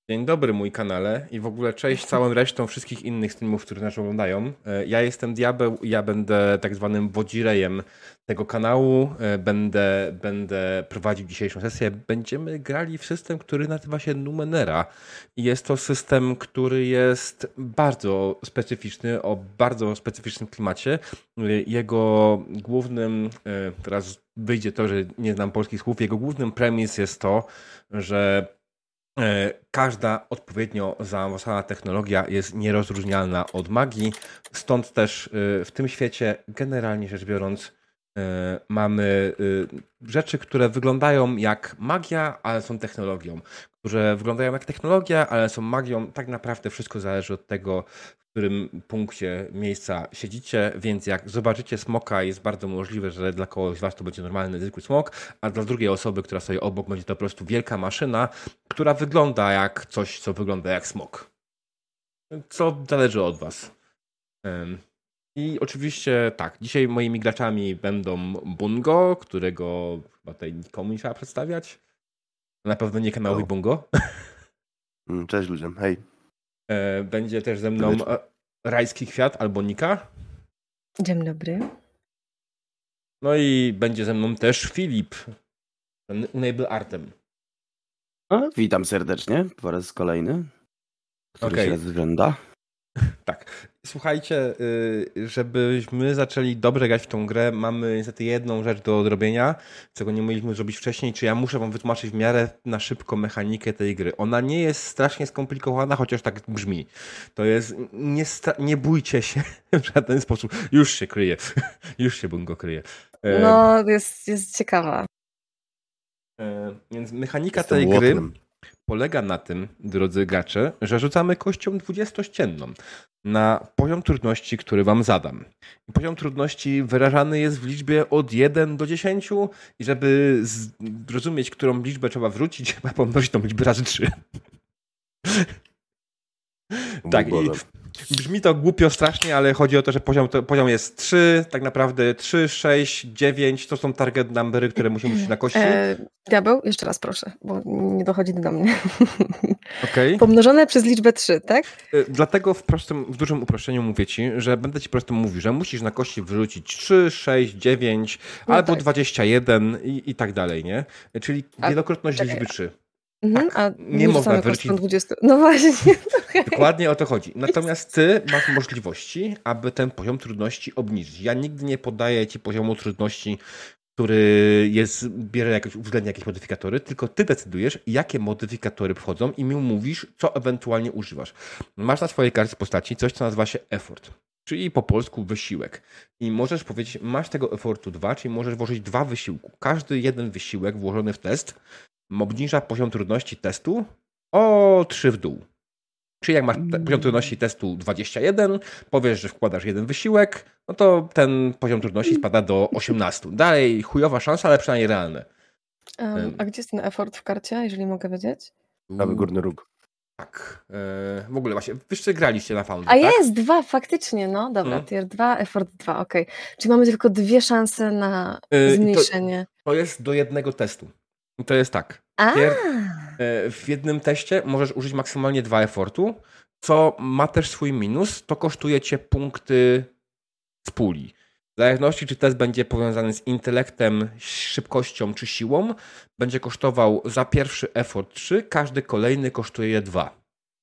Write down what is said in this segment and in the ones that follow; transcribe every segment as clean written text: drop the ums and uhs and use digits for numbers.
Dzień dobry, mój kanale i w ogóle cześć całym resztą wszystkich innych streamów, którzy nas oglądają. Ja jestem Diabeł i ja będę tak zwanym wodzirejem tego kanału. Będę prowadził dzisiejszą sesję. Będziemy grali w system, który nazywa się Numenera. I jest to system, który jest bardzo specyficzny, o bardzo specyficznym klimacie. Jego głównym, teraz wyjdzie to, że nie znam polskich słów, jego głównym premis jest to, że każda odpowiednio zaawansowana technologia jest nierozróżnialna od magii, stąd też w tym świecie, generalnie rzecz biorąc, mamy rzeczy, które wyglądają jak magia, ale są technologią, które wyglądają jak technologia, ale są magią. Tak naprawdę wszystko zależy od tego, w którym punkcie miejsca siedzicie, więc jak zobaczycie smoka, jest bardzo możliwe, że dla kogoś z was to będzie normalny, zwykły smok, a dla drugiej osoby, która stoi obok, będzie to po prostu wielka maszyna, która wygląda jak coś, co wygląda jak smok. Co zależy od was. I oczywiście tak, dzisiaj moimi graczami będą Bungo, którego chyba tutaj nikomu nie trzeba przedstawiać. Na pewno nie kanałowi Bungo. Cześć ludziom, hej. Będzie też ze mną Rajski Kwiat albo Nika. Dzień dobry. No i będzie ze mną też Filip, ten Enable Artem. Witam serdecznie po raz kolejny, który się rozgląda. Tak. Słuchajcie, żebyśmy zaczęli dobrze grać w tą grę, mamy niestety jedną rzecz do odrobienia, czego nie mogliśmy zrobić wcześniej, czy ja muszę wam wytłumaczyć w miarę na szybko mechanikę tej gry. Ona nie jest strasznie skomplikowana, chociaż tak brzmi. To jest, nie bójcie się w żaden sposób. Już się kryje. Już się Bungo kryje. No, jest ciekawa. Więc mechanika tej gry polega na tym, drodzy gracze, że rzucamy kością 20-ścienną na poziom trudności, który wam zadam. Poziom trudności wyrażany jest w liczbie od 1 do 10 i żeby zrozumieć, którą liczbę trzeba wrócić, trzeba pomnożyć tą liczbę razy 3. Tak, i brzmi to głupio strasznie, ale chodzi o to, że poziom jest 3, tak naprawdę 3, 6, 9, to są target numbery, które musimy rzucić na kości. Diabeł, jeszcze raz proszę, bo nie dochodzi do mnie. Okay. Pomnożone przez liczbę 3, tak? Dlatego w dużym uproszczeniu mówię ci, że będę ci po prostu mówił, że musisz na kości wyrzucić 3, 6, 9, no albo tak. 21 i tak dalej, nie? Czyli wielokrotność liczby 3. Mhm, tak, a nie można wyrzucić. 20. No właśnie. Okay. Dokładnie o to chodzi. Natomiast ty masz możliwości, aby ten poziom trudności obniżyć. Ja nigdy nie podaję ci poziomu trudności, który bierze uwzględnia jakieś modyfikatory, tylko ty decydujesz, jakie modyfikatory wchodzą i mi mówisz, co ewentualnie używasz. Masz na swojej karcie postaci coś, co nazywa się effort, czyli po polsku wysiłek. I możesz powiedzieć, masz tego effortu 2, czyli możesz włożyć 2 wysiłku. Każdy jeden wysiłek włożony w test obniża poziom trudności testu o 3 w dół. Czyli jak masz poziom trudności testu 21, powiesz, że wkładasz jeden wysiłek, no to ten poziom trudności spada do 18. Dalej chujowa szansa, ale przynajmniej realne. A gdzie jest ten effort w karcie, jeżeli mogę wiedzieć? Prawy górny róg. Tak. W ogóle właśnie, wszyscy graliście na Foundry, A tak? jest 2, faktycznie, no dobra, tier 2, effort 2, okej. Czyli mamy tylko 2 szanse na zmniejszenie. To jest do jednego testu. I to jest tak. W jednym teście możesz użyć maksymalnie 2 effortu, co ma też swój minus, to kosztuje cię punkty z puli. W zależności, czy test będzie powiązany z intelektem, szybkością czy siłą, będzie kosztował za pierwszy effort 3, każdy kolejny kosztuje 2.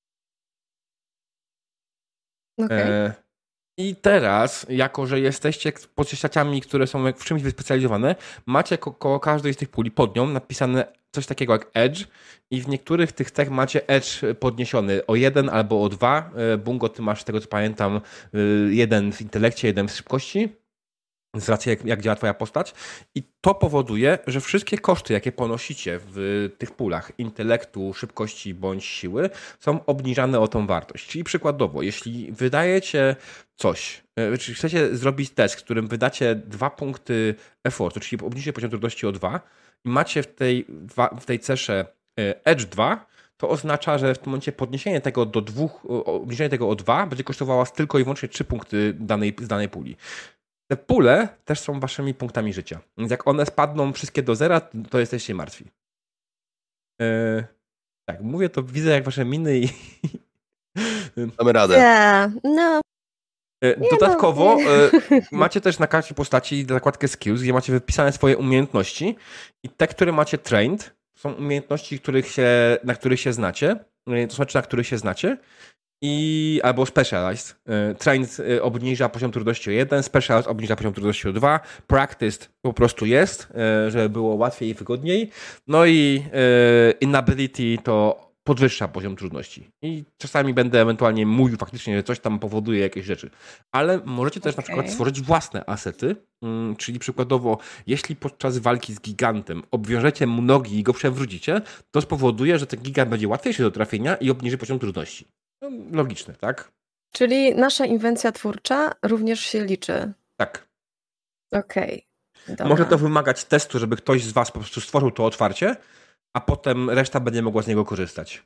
Okay. I teraz, jako że jesteście postaciami, które są w czymś wyspecjalizowane, macie koło każdej z tych puli pod nią napisane coś takiego jak edge i w niektórych tych cech macie edge podniesiony o 1 albo o 2. Bungo, ty masz z tego co pamiętam 1 w intelekcie, 1 w szybkości. Z racji jak działa twoja postać. I to powoduje, że wszystkie koszty, jakie ponosicie w tych pulach intelektu, szybkości bądź siły, są obniżane o tą wartość. Czyli przykładowo, jeśli wydajecie coś, czyli chcecie zrobić test, w którym wydacie 2 punkty effortu, czyli obniżycie poziom trudności o 2 i macie w tej cesze edge 2, to oznacza, że w tym momencie podniesienie tego do 2, obniżenie tego o 2 będzie kosztowało tylko i wyłącznie 3 punkty z danej puli. Te pule też są waszymi punktami życia. Więc jak one spadną wszystkie do zera, to jesteście martwi. Tak, mówię to, widzę jak wasze miny i... Mamy radę. No. Dodatkowo macie też na karcie postaci zakładkę skills, gdzie macie wypisane swoje umiejętności i te, które macie trained, są umiejętności, na których się znacie, to znaczy na których się znacie, albo specialized. Trained obniża poziom trudności o 1, specialized obniża poziom trudności o 2, practiced po prostu jest, żeby było łatwiej i wygodniej, no i inability to podwyższa poziom trudności. I czasami będę ewentualnie mówił faktycznie, że coś tam powoduje jakieś rzeczy. Ale możecie też na przykład stworzyć własne asety, czyli przykładowo, jeśli podczas walki z gigantem obwiążecie mu nogi i go przewrócicie, to spowoduje, że ten gigant będzie łatwiejszy do trafienia i obniży poziom trudności. No, logiczne, tak? Czyli nasza inwencja twórcza również się liczy. Tak. Okej. Może to wymagać testu, żeby ktoś z was po prostu stworzył to otwarcie, a potem reszta będzie mogła z niego korzystać.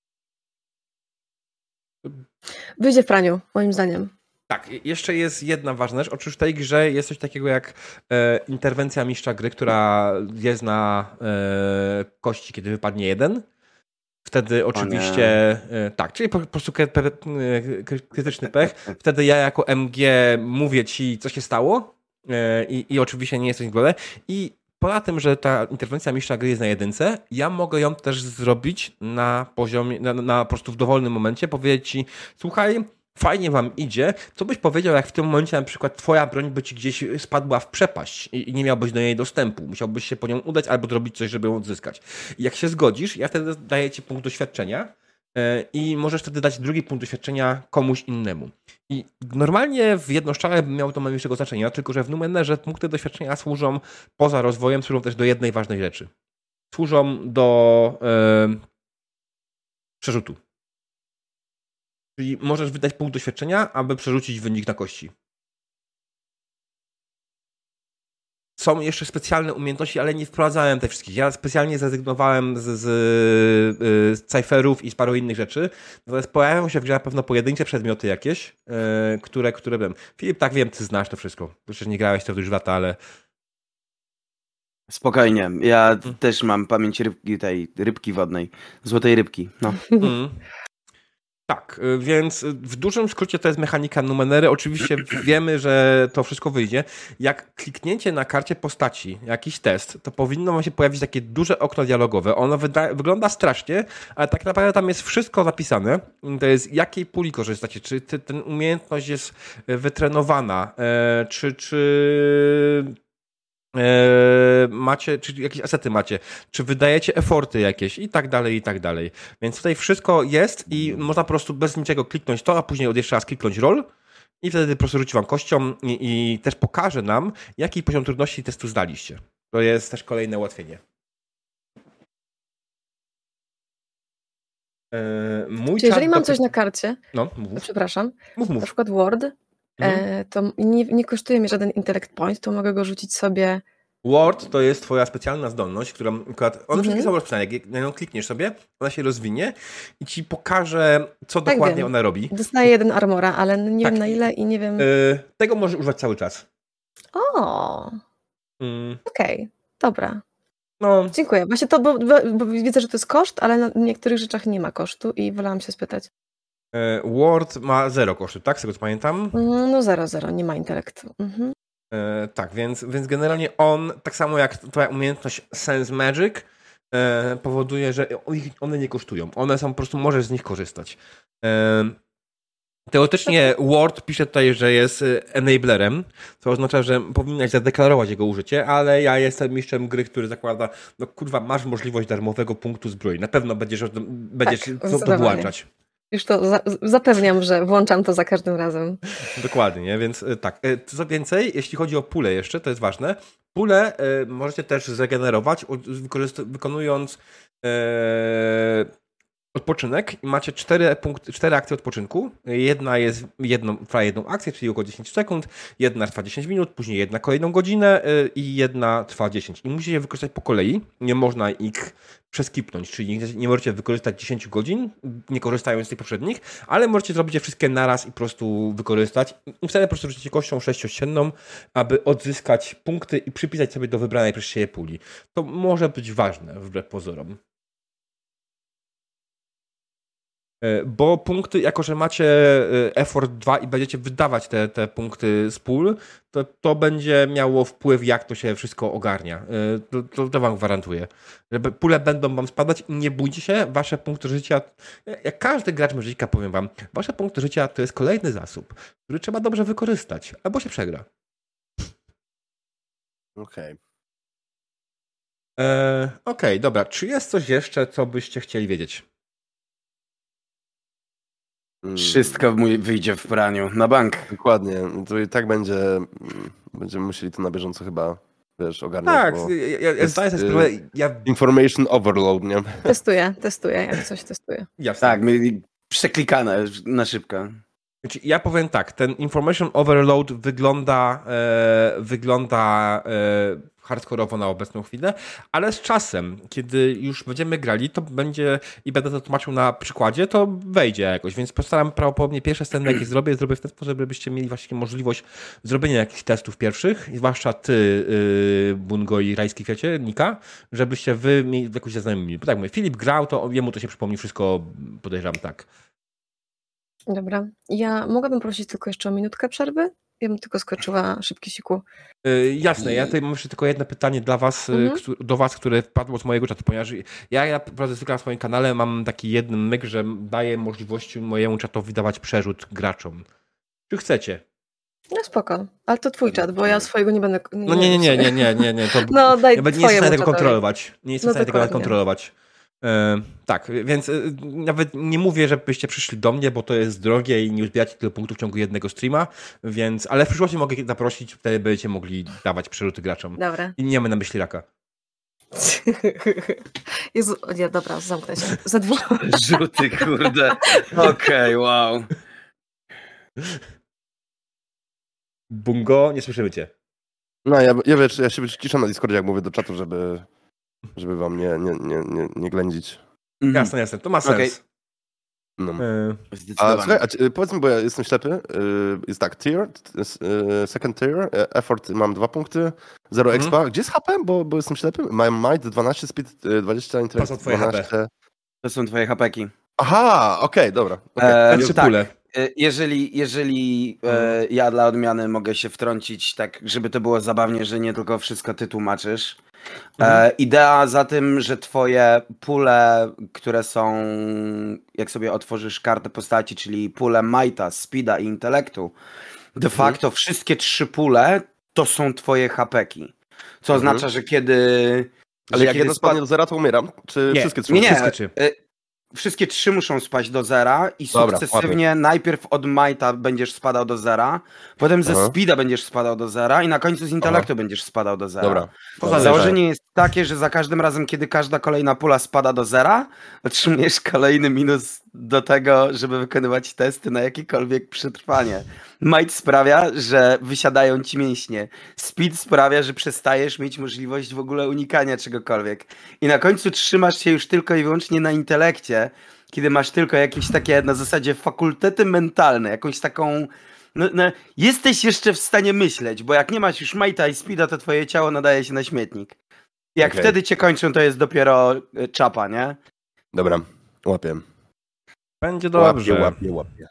Wyjdzie w praniu, moim zdaniem. Tak, jeszcze jest jedna ważna rzecz. Otóż w tej grze jest coś takiego jak interwencja mistrza gry, która jest na kości, kiedy wypadnie 1. Wtedy oczywiście, tak, czyli po prostu krytyczny pech. Wtedy ja jako MG mówię ci, co się stało i oczywiście nie jesteś w głowę. I poza tym, że ta interwencja mistrza gry jest na 1, ja mogę ją też zrobić na poziomie, na po prostu w dowolnym momencie, powiedzieć ci, słuchaj, fajnie wam idzie, co byś powiedział, jak w tym momencie na przykład twoja broń by ci gdzieś spadła w przepaść i nie miałbyś do niej dostępu. Musiałbyś się po nią udać albo zrobić coś, żeby ją odzyskać. I jak się zgodzisz, ja wtedy daję ci punkt doświadczenia i możesz wtedy dać drugi punkt doświadczenia komuś innemu. I normalnie w jednoszczale bym miał to najmniejszego znaczenia, tylko że w Numenerze punkty doświadczenia służą poza rozwojem, służą też do jednej ważnej rzeczy. Służą do przerzutu. Czyli możesz wydać punkt doświadczenia, aby przerzucić wynik na kości. Są jeszcze specjalne umiejętności, ale nie wprowadzałem tych wszystkich. Ja specjalnie zrezygnowałem z cyferów i z paru innych rzeczy. Natomiast pojawią się w grze na pewno pojedyncze przedmioty jakieś, które będą. Filip, tak wiem, ty znasz to wszystko. Przecież nie grałeś to już lata, ale... Spokojnie. Ja też mam pamięć rybki wodnej. Złotej rybki. No. Tak, więc w dużym skrócie to jest mechanika Numenery. Oczywiście wiemy, że to wszystko wyjdzie. Jak kliknięcie na karcie postaci, jakiś test, to powinno wam się pojawić takie duże okno dialogowe. Ono wygląda strasznie, ale tak naprawdę tam jest wszystko zapisane. To jest jakiej puli korzystacie, czy ten umiejętność jest wytrenowana, czy macie, czy jakieś asety macie, czy wydajecie eforty jakieś i tak dalej, i tak dalej. Więc tutaj wszystko jest i można po prostu bez niczego kliknąć to, a później jeszcze raz kliknąć roll i wtedy po prostu rzuci wam kością i też pokaże nam, jaki poziom trudności testu zdaliście. To jest też kolejne ułatwienie. Czyli jeżeli mam coś na karcie, mów. Przepraszam, Mów. na przykład Word, to nie kosztuje mi żaden intellect point, to mogę go rzucić sobie. Word to jest twoja specjalna zdolność, którą akurat, one wszystkie są rozpisane, jak na nią klikniesz sobie, ona się rozwinie i ci pokaże, co tak dokładnie wiem. ona robi. Dostaję 1 armora, ale nie wiem na ile i nie wiem... Tego możesz używać cały czas. Okej, dobra. No. Dziękuję. Właśnie to, bo widzę, że to jest koszt, ale na niektórych rzeczach nie ma kosztu i wolałam się spytać. Word ma 0 kosztu, tak? Z tego co pamiętam? No 0, nie ma intelektu. Tak, więc generalnie on, tak samo jak twoja umiejętność Sense Magic, powoduje, że one nie kosztują. One są po prostu, możesz z nich korzystać. Teoretycznie Word pisze tutaj, że jest enablerem, co oznacza, że powinnaś zadeklarować jego użycie, ale ja jestem mistrzem gry, który zakłada, no kurwa, masz możliwość darmowego punktu zbroi. Na pewno będziesz to włączać. Już to zapewniam, że włączam to za każdym razem. Dokładnie, nie? Więc tak. Co więcej, jeśli chodzi o pulę jeszcze, to jest ważne. Pulę możecie też zregenerować, wykonując odpoczynek i macie 4 akcje odpoczynku. Jedna trwa jedną akcję, czyli około 10 sekund, jedna trwa 10 minut, później jedna kolejną godzinę i jedna trwa 10. I musicie je wykorzystać po kolei. Nie można ich przeskipnąć, czyli nie możecie wykorzystać 10 godzin, nie korzystając z tych poprzednich, ale możecie zrobić je wszystkie naraz i po prostu wykorzystać. I wtedy po prostu rzucicie kością 6-ościenną, aby odzyskać punkty i przypisać sobie do wybranej przez siebie puli. To może być ważne wbrew pozorom. Bo punkty, jako że macie effort 2 i będziecie wydawać te punkty z pól, to będzie miało wpływ, jak to się wszystko ogarnia. To wam gwarantuję. Że pule będą wam spadać i nie bójcie się, wasze punkty życia, jak każdy gracz Magicka, powiem wam, wasze punkty życia to jest kolejny zasób, który trzeba dobrze wykorzystać, albo się przegra. Okej. Okej, dobra. Czy jest coś jeszcze, co byście chcieli wiedzieć? Wszystko wyjdzie w praniu, na bank. Dokładnie. To i tak będziemy musieli to na bieżąco chyba, wiesz, ogarniać. Tak, bo ja zdaję sobie sprawę. information overload, nie? Testuję, jak coś testuję. Jasne. Tak, przeklikane na szybko. Znaczy, ja powiem tak, ten information overload wygląda hardkorowo na obecną chwilę, ale z czasem, kiedy już będziemy grali, to będzie i będę to tłumaczył na przykładzie, to wejdzie jakoś, więc postaram prawdopodobnie pierwsze sceny, jakie zrobię w ten sposób, żebyście mieli właśnie możliwość zrobienia jakichś testów pierwszych, zwłaszcza ty, Bungo i Rajski Kwiecie, Nika, żebyście wy jakoś zaznajomili. Bo tak mówię, Filip grał, to jemu to się przypomni wszystko, podejrzewam tak. Dobra. Ja mogłabym prosić tylko jeszcze o minutkę przerwy? Ja bym tylko skoczyła szybki siku. Jasne, ja tutaj mam jeszcze tylko jedno pytanie dla was, do was, które wpadło z mojego czatu, ponieważ ja prowadzę zwykle na swoim kanale, mam taki jeden myk, że daję możliwość mojemu czatowi dawać przerzut graczom. Czy chcecie? No spoko, ale to twój czat, bo ja swojego nie będę... No nie. To no daj ja nie jestem w stanie tego czatowi. kontrolować. Nie jestem w stanie tego dokładnie. kontrolować. Tak, więc nawet nie mówię, żebyście przyszli do mnie, bo to jest drogie i nie uzbieracie tyle punktów w ciągu jednego streama, więc, ale w przyszłości mogę zaprosić, wtedy będziecie mogli dawać przerzuty graczom. Dobra. I nie mamy na myśli raka. Jezu, nie, dobra, zamknę się. Za 2. Rzuty, kurde. Okej, wow. Bungo, nie słyszymy cię. No, ja się wyciszam na Discordzie, jak mówię do czatu, żeby wam nie ględzić. Jasne, to ma sens. Okej. No. Zdecydowanie. Słuchaj, powiedz mi, bo ja jestem ślepy. Jest tak, second tier, effort mam 2 punkty, 0 expa. Gdzie jest HP? Bo jestem ślepy. Mam might 12, speed 20, intellect To są twoje 12. HP. To są twoje hapeki. Aha, okej, dobra. Okay. 3 tak. pule. Jeżeli ja dla odmiany mogę się wtrącić, tak żeby to było zabawnie, że nie tylko wszystko ty tłumaczysz. Idea za tym, że twoje pule, które są, jak sobie otworzysz kartę postaci, czyli pule mighta, speeda i intelektu, de facto wszystkie 3 pule to są twoje hapeki. Co oznacza, że kiedy... Ale jak jedno spadnie do zera, to umieram? Czy Nie. wszystkie 3? Nie, Wszystkie 3. Wszystkie 3 muszą spaść do zera i Dobra, sukcesywnie najpierw od mighta będziesz spadał do zera, potem ze speeda będziesz spadał do zera i na końcu z intelektu będziesz spadał do zera. Dobra. Założenie jest takie, że za każdym razem, kiedy każda kolejna pula spada do zera, otrzymujesz kolejny minus do tego, żeby wykonywać testy na jakiekolwiek przetrwanie. Might sprawia, że wysiadają ci mięśnie. Speed sprawia, że przestajesz mieć możliwość w ogóle unikania czegokolwiek. I na końcu trzymasz się już tylko i wyłącznie na intelekcie, kiedy masz tylko jakieś takie na zasadzie fakultety mentalne, jakąś taką... jesteś jeszcze w stanie myśleć, bo jak nie masz już mighta i speeda, to twoje ciało nadaje się na śmietnik. Jak wtedy cię kończą, to jest dopiero czapa, nie? Dobra, łapię. Będzie dobrze. Łapię.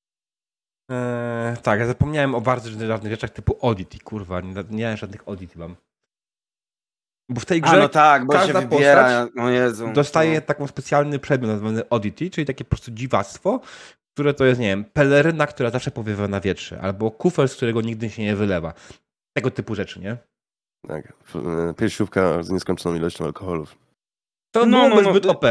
Tak, ja zapomniałem o bardzo ważnych rzeczach typu Oddity, kurwa, nie żadnych Oddity mam. Bo w tej grze no tak, bo każda się wybiera, postać o Jezu. dostaje taką specjalny przedmiot nazwany Oddity, czyli takie po prostu dziwactwo, które to jest, nie wiem, peleryna, która zawsze powiewa na wietrze, albo kufel, z którego nigdy się nie wylewa. Tego typu rzeczy, nie? Tak, piersiówka z nieskończoną ilością alkoholów. To byłoby zbyt OP.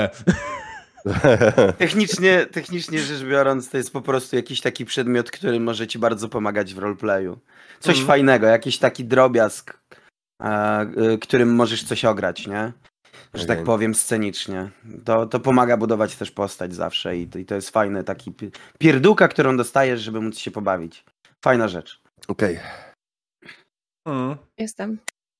Technicznie rzecz biorąc, to jest po prostu jakiś taki przedmiot, który może ci bardzo pomagać w roleplayu. Coś fajnego, jakiś taki drobiazg, którym możesz coś ograć, nie? Że tak powiem scenicznie. To pomaga budować też postać zawsze i to jest fajny taki pierdółka, którą dostajesz, żeby móc się pobawić. Fajna rzecz. Okej. Jestem.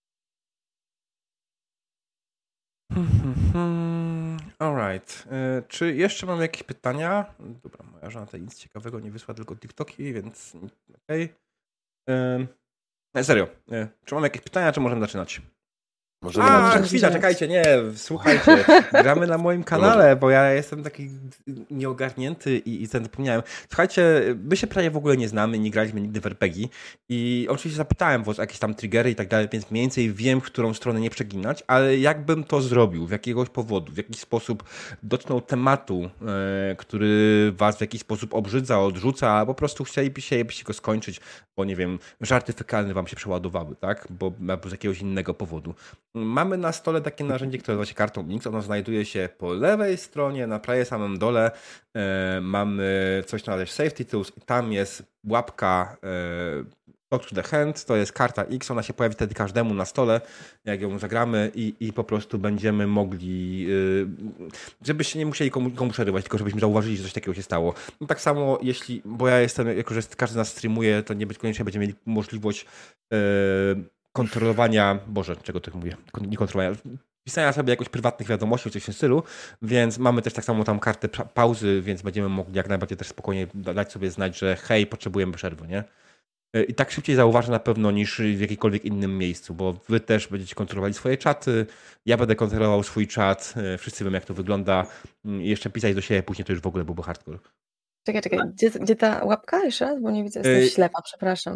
Alright. Czy jeszcze mamy jakieś pytania? Dobra, moja żona tutaj nic ciekawego nie wysła, tylko TikToki, więc okej. Serio. Czy mamy jakieś pytania, czy możemy zaczynać? Możemy napisać. Chwila, czekajcie, nie, słuchajcie, gramy na moim kanale, bo ja jestem taki nieogarnięty i zapomniałem. Słuchajcie, my się prawie w ogóle nie znamy, nie graliśmy nigdy w RPG i oczywiście zapytałem was o jakieś tam triggery i tak dalej, więc mniej więcej wiem, w którą stronę nie przeginać, ale jakbym to zrobił, z jakiegoś powodu, w jakiś sposób dotknął tematu, który was w jakiś sposób obrzydza, odrzuca, a po prostu chcielibyście go skończyć, bo nie wiem, żarty fekalne wam się przeładowały, tak? Albo z jakiegoś innego powodu. Mamy na stole takie narzędzie, które nazywa się kartą Links. Ono znajduje się po lewej stronie, na prawie samym dole. Mamy coś, co nazywa się Safety Tools i tam jest łapka Talk to the Hand. To jest karta X. Ona się pojawi wtedy każdemu na stole, jak ją zagramy i po prostu będziemy mogli, żebyście nie musieli komu przerywać, tylko żebyśmy zauważyli, że coś takiego się stało. No tak samo bo ja jestem, jako że każdy z nas streamuje, to koniecznie będziemy mieli możliwość kontrolowania, czego tak mówię, nie kontrolowania, pisania sobie jakoś prywatnych wiadomości, coś w tym stylu, więc mamy też tak samo tam kartę pauzy, więc będziemy mogli jak najbardziej też spokojnie dać sobie znać, że hej, potrzebujemy przerwy, nie? I tak szybciej zauważę na pewno niż w jakimkolwiek innym miejscu, bo wy też będziecie kontrolowali swoje czaty, ja będę kontrolował swój czat, wszyscy wiemy jak to wygląda i jeszcze pisać do siebie później to już w ogóle byłby hardcore. Czekaj, gdzie ta łapka jeszcze raz? Bo nie widzę, jestem ślepa, przepraszam.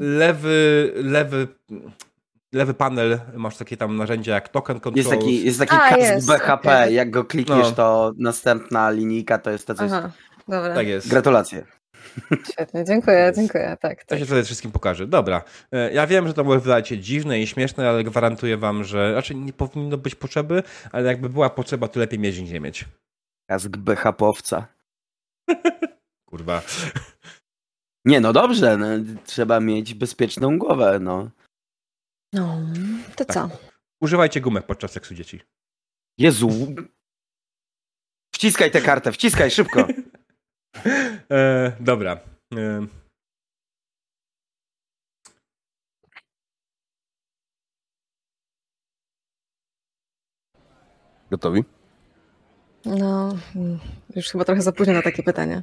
Lewy panel, masz takie tam narzędzia jak token controls. Jest taki cast BHP, okay. Jak go klikniesz, to następna linijka to jest to coś. Aha, dobra. Tak jest. Gratulacje. Świetnie, dziękuję. Tak. To się wtedy wszystkim pokaże. Dobra. Ja wiem, że to może wydać się dziwne i śmieszne, ale gwarantuję wam, że raczej nie powinno być potrzeby, ale jakby była potrzeba, to lepiej mieć niż nie mieć. Cast BHP-owca. Kurwa. Nie, no dobrze, no, trzeba mieć bezpieczną głowę, no. No, to tak. co? Używajcie gumek podczas seksu dzieci. Jezu. Wciskaj tę kartę, wciskaj szybko. Dobra. Gotowi? No, już chyba trochę za późno na takie pytania.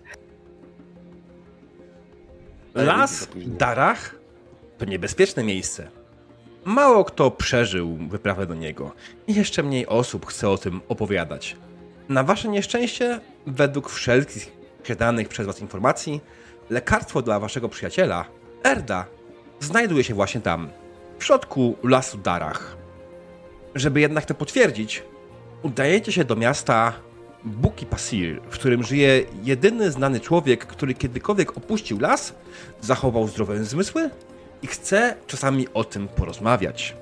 Las Darach to niebezpieczne miejsce. Mało kto przeżył wyprawę do niego i jeszcze mniej osób chce o tym opowiadać. Na wasze nieszczęście, według wszelkich przekazanych przez was informacji, lekarstwo dla waszego przyjaciela, Erda, znajduje się właśnie tam, w środku lasu Darach. Żeby jednak to potwierdzić, udajecie się do miasta Buki Pasir, w którym żyje jedyny znany człowiek, który kiedykolwiek opuścił las, zachował zdrowe zmysły i chce czasami o tym porozmawiać.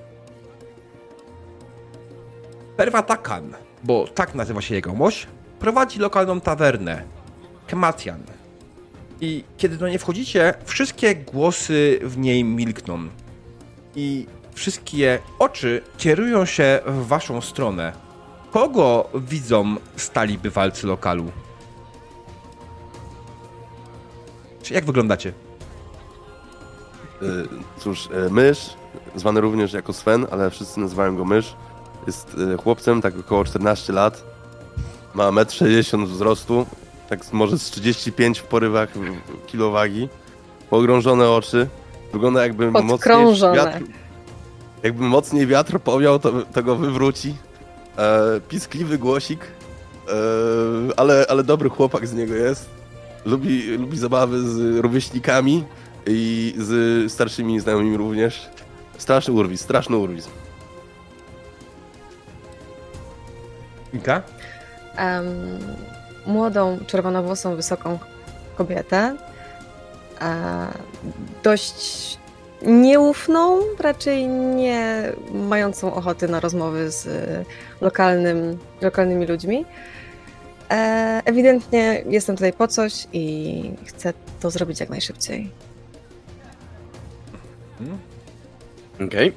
Perwatakan, bo tak nazywa się jego mość, prowadzi lokalną tawernę Kematian. I kiedy do niej wchodzicie, wszystkie głosy w niej milkną. I wszystkie oczy kierują się w waszą stronę. Kogo widzą stali bywalcy lokalu? Jak wyglądacie? Cóż, Mysz, zwany również jako Sven, ale wszyscy nazywają go Mysz, jest chłopcem, tak około 14 lat. Ma 1,60 m wzrostu, tak może z 35 w porywach kilowagi. Pogrążone oczy. Wygląda jakby mocniej wiatr powiał, to go wywróci. Piskliwy głosik, ale dobry chłopak z niego jest. Lubi zabawy z rówieśnikami i z starszymi znajomymi również. Straszny urwis. Ika? Młodą, czerwonowłosą, wysoką kobietę. Dość nieufną, raczej nie mającą ochoty na rozmowy z lokalnymi ludźmi. Ewidentnie jestem tutaj po coś i chcę to zrobić jak najszybciej. Okej.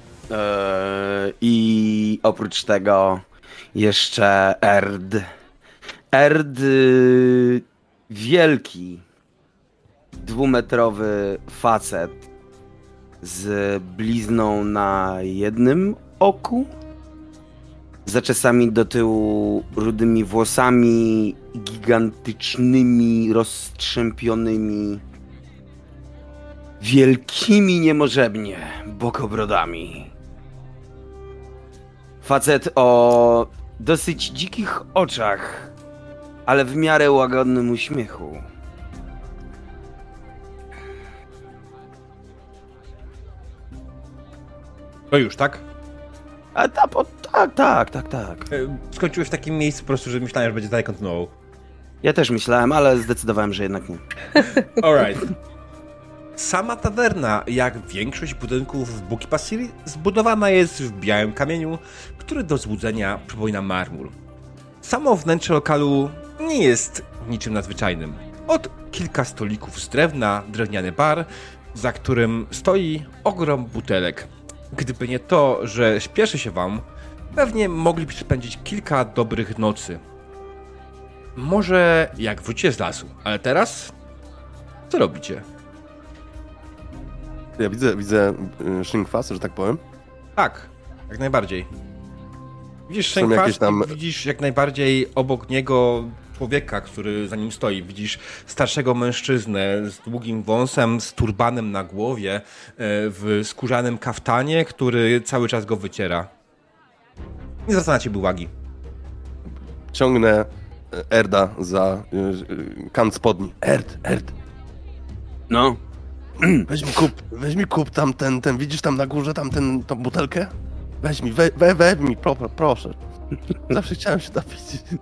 I oprócz tego jeszcze Erd wielki, 2-metrowy facet z blizną na jednym oku, zaczesami do tyłu, rudymi włosami, gigantycznymi, rozstrzępionymi, wielkimi niemożebnie bokobrodami. Facet o dosyć dzikich oczach, ale w miarę łagodnym uśmiechu. To już, tak? Tak. Skończyłeś w takim miejscu po prostu, że myślałem, że będzie dalej kontynuował. Ja też myślałem, ale zdecydowałem, że jednak nie. Alright. Sama tawerna, jak większość budynków w Buki Passiri, zbudowana jest w białym kamieniu, który do złudzenia przypomina marmur. Samo wnętrze lokalu nie jest niczym nadzwyczajnym. Od kilka stolików z drewna, drewniany bar, za którym stoi ogrom butelek. Gdyby nie to, że śpieszy się wam, pewnie moglibyście spędzić kilka dobrych nocy. Może jak wrócicie z lasu, ale teraz? Co robicie? Ja widzę Szynkwas, że tak powiem. Tak, jak najbardziej. Widzisz Są Szynkwas jakieś tam- i widzisz jak najbardziej obok niego człowieka, który za nim stoi. Widzisz starszego mężczyznę z długim wąsem, z turbanem na głowie, w skórzanym kaftanie, który cały czas go wyciera. Nie zwraca na ciebie uwagi. Ciągnę Erda za kant spodni. Erd. No. Weź mi kup tam ten, widzisz tam na górze, tą butelkę? Weź mi, proszę. Zawsze chciałem się napić.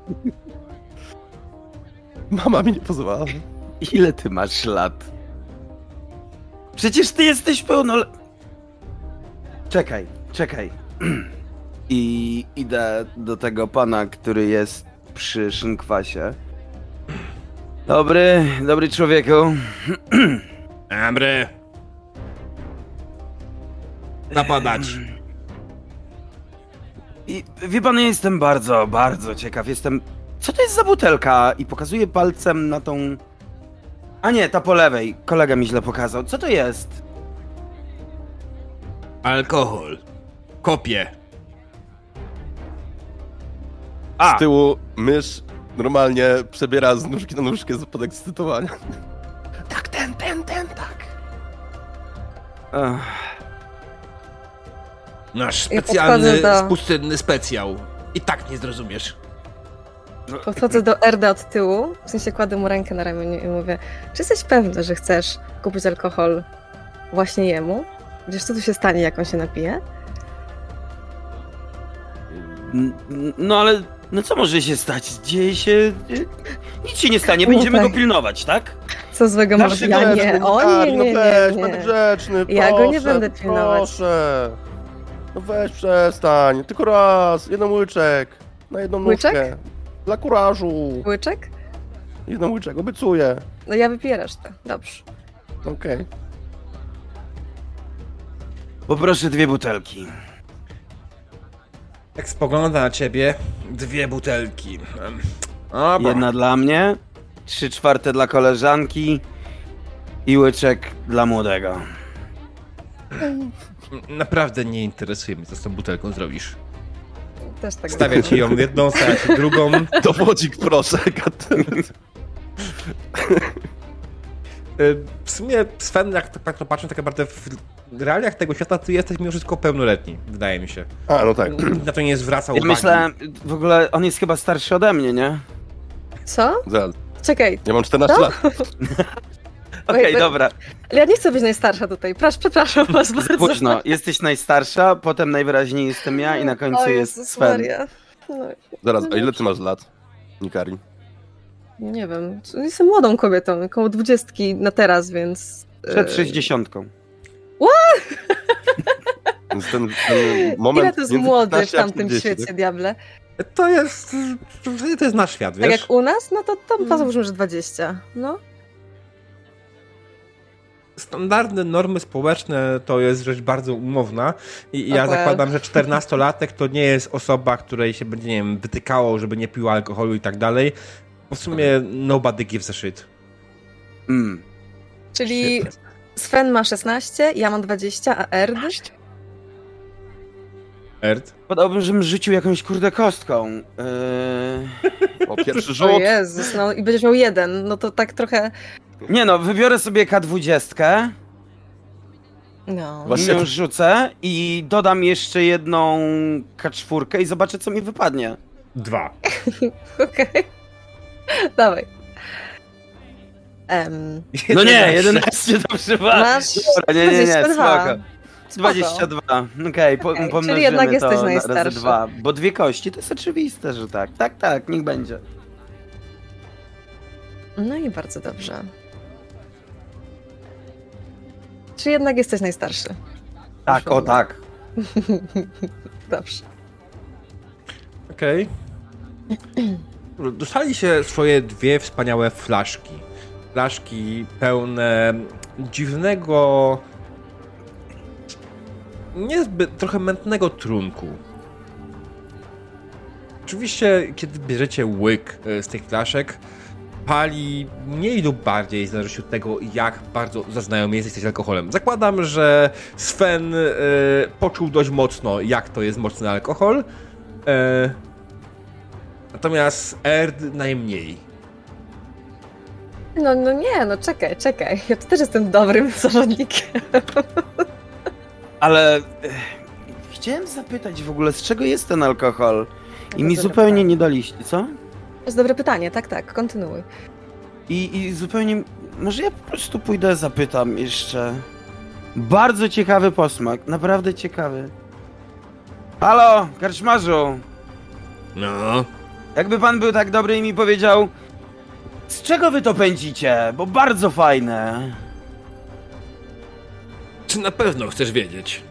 Mama mi nie pozwala. Ile ty masz lat? Przecież ty jesteś Czekaj. I idę do tego pana, który jest przy Szynkwasie. Dobry człowieku. Dobry. Napadać. I wie pan, ja jestem bardzo, bardzo ciekaw. Co to jest za butelka? I pokazuję palcem na tą... A nie, ta po lewej. Kolega mi źle pokazał. Co to jest? Alkohol. Kopie. Z tyłu mysz normalnie przebiera z nóżki na nóżkę z podekscytowania. Tak, ten, tak. Nasz Ja specjalny, podchodzę do- pustynny specjał. I tak nie zrozumiesz. Podchodzę do Erda od tyłu, w sensie kładę mu rękę na ramieniu i mówię: czy jesteś pewny, że chcesz kupić alkohol właśnie jemu? Wiesz, co tu się stanie, jak on się napije? No ale... No co może się stać? Dzieje się... Nic się nie stanie, będziemy tak. go pilnować, tak? Co złego masz? Zawsze Ja grzeczny, nie, o Wikari, nie, Będę nie. grzeczny, Ja go nie proszę, będę pilnować. Proszę. No weź przestań, tylko raz, jeden łyczek, na jedną Łyczek? nóżkę. Dla kurażu. Łyczek? Jeden łyczek, obiecuję. No ja wypiję resztę, dobrze. Okej. Poproszę 2 butelki. Jak spogląda na ciebie, 2 butelki. Dobra. Jedna dla mnie, 3/4 dla koleżanki i łyczek dla młodego. Naprawdę nie interesuje mnie, co z tą butelką zrobisz. Też tak Stawia ci ją jedną, stawia ci drugą. Dowodzik, proszę. W sumie Sven, jak tak to patrzę, tak naprawdę w realiach tego świata ty jesteś mimo wszystko pełnoletni, wydaje mi się. A, no tak. Na to nie zwraca Ja uwagi. myślałem, w ogóle on jest chyba starszy ode mnie, nie? Co? Zaraz. Czekaj, Ja mam 14 lat. Okej, bo- dobra. ale ja nie chcę być najstarsza tutaj. Przepraszam was Za bardzo. późno. Jesteś najstarsza, potem najwyraźniej jestem ja i na końcu O jest Jezus Sven. Maria. No, Zaraz, a ile ty masz lat, Nikari? nie wiem, jestem młodą kobietą, około 20 na teraz, więc... Przed 60. Więc ten moment Ile to jest między młody w 15 a tamtym 40, świecie, diable? To jest nasz świat, Tak wiesz? jak u nas, no to tam załóżmy, że 20. No. Standardne normy społeczne to jest rzecz bardzo umowna i ja Okej. zakładam, że 14-latek to nie jest osoba, której się będzie, nie wiem, wytykało, żeby nie piła alkoholu i tak dalej. Bo w sumie nobody gives a shit. Czyli Sven ma 16, ja mam 20, a Erd? Erd? Podałbym, żebym rzucił jakąś kurde kostką. O, pierwszy O rzut. Jezus, no i będziesz miał 1, no to tak trochę... Nie no, wybiorę sobie K20. No. Właśnie- Ją rzucę i dodam jeszcze jedną K4 i zobaczę, co mi wypadnie. 2. Okej. Dawaj. No nie, 11 to przypadnie. Masz Dobra, nie, 22. spoko. 22. Okej, pomnożymy czyli jednak to jesteś na najstarszy. razy 2. Bo 2 kości to jest oczywiste, że tak. Tak, niech będzie. No i bardzo dobrze. Czy jednak jesteś najstarszy? Tak, o tak. Dobrze. Okej. Dostali się swoje 2 wspaniałe flaszki. Flaszki pełne dziwnego, niezbyt, trochę mętnego trunku. Oczywiście, kiedy bierzecie łyk z tych flaszek, pali mniej lub bardziej, w zależności od tego, jak bardzo zaznajomy jesteś z alkoholem. Zakładam, że Sven poczuł dość mocno, jak to jest mocny alkohol. Natomiast Erd najmniej. No nie, no czekaj. Ja też jestem dobrym zawodnikiem. Ale chciałem zapytać w ogóle, z czego jest ten alkohol? I mi dobre zupełnie pytanie. nie daliście, co? To jest dobre pytanie, tak, kontynuuj. I zupełnie... Może ja po prostu pójdę, zapytam jeszcze. Bardzo ciekawy posmak, naprawdę ciekawy. Halo, karczmarzu! No. Jakby pan był tak dobry i mi powiedział, z czego wy to pędzicie? Bo bardzo fajne. Czy na pewno chcesz wiedzieć?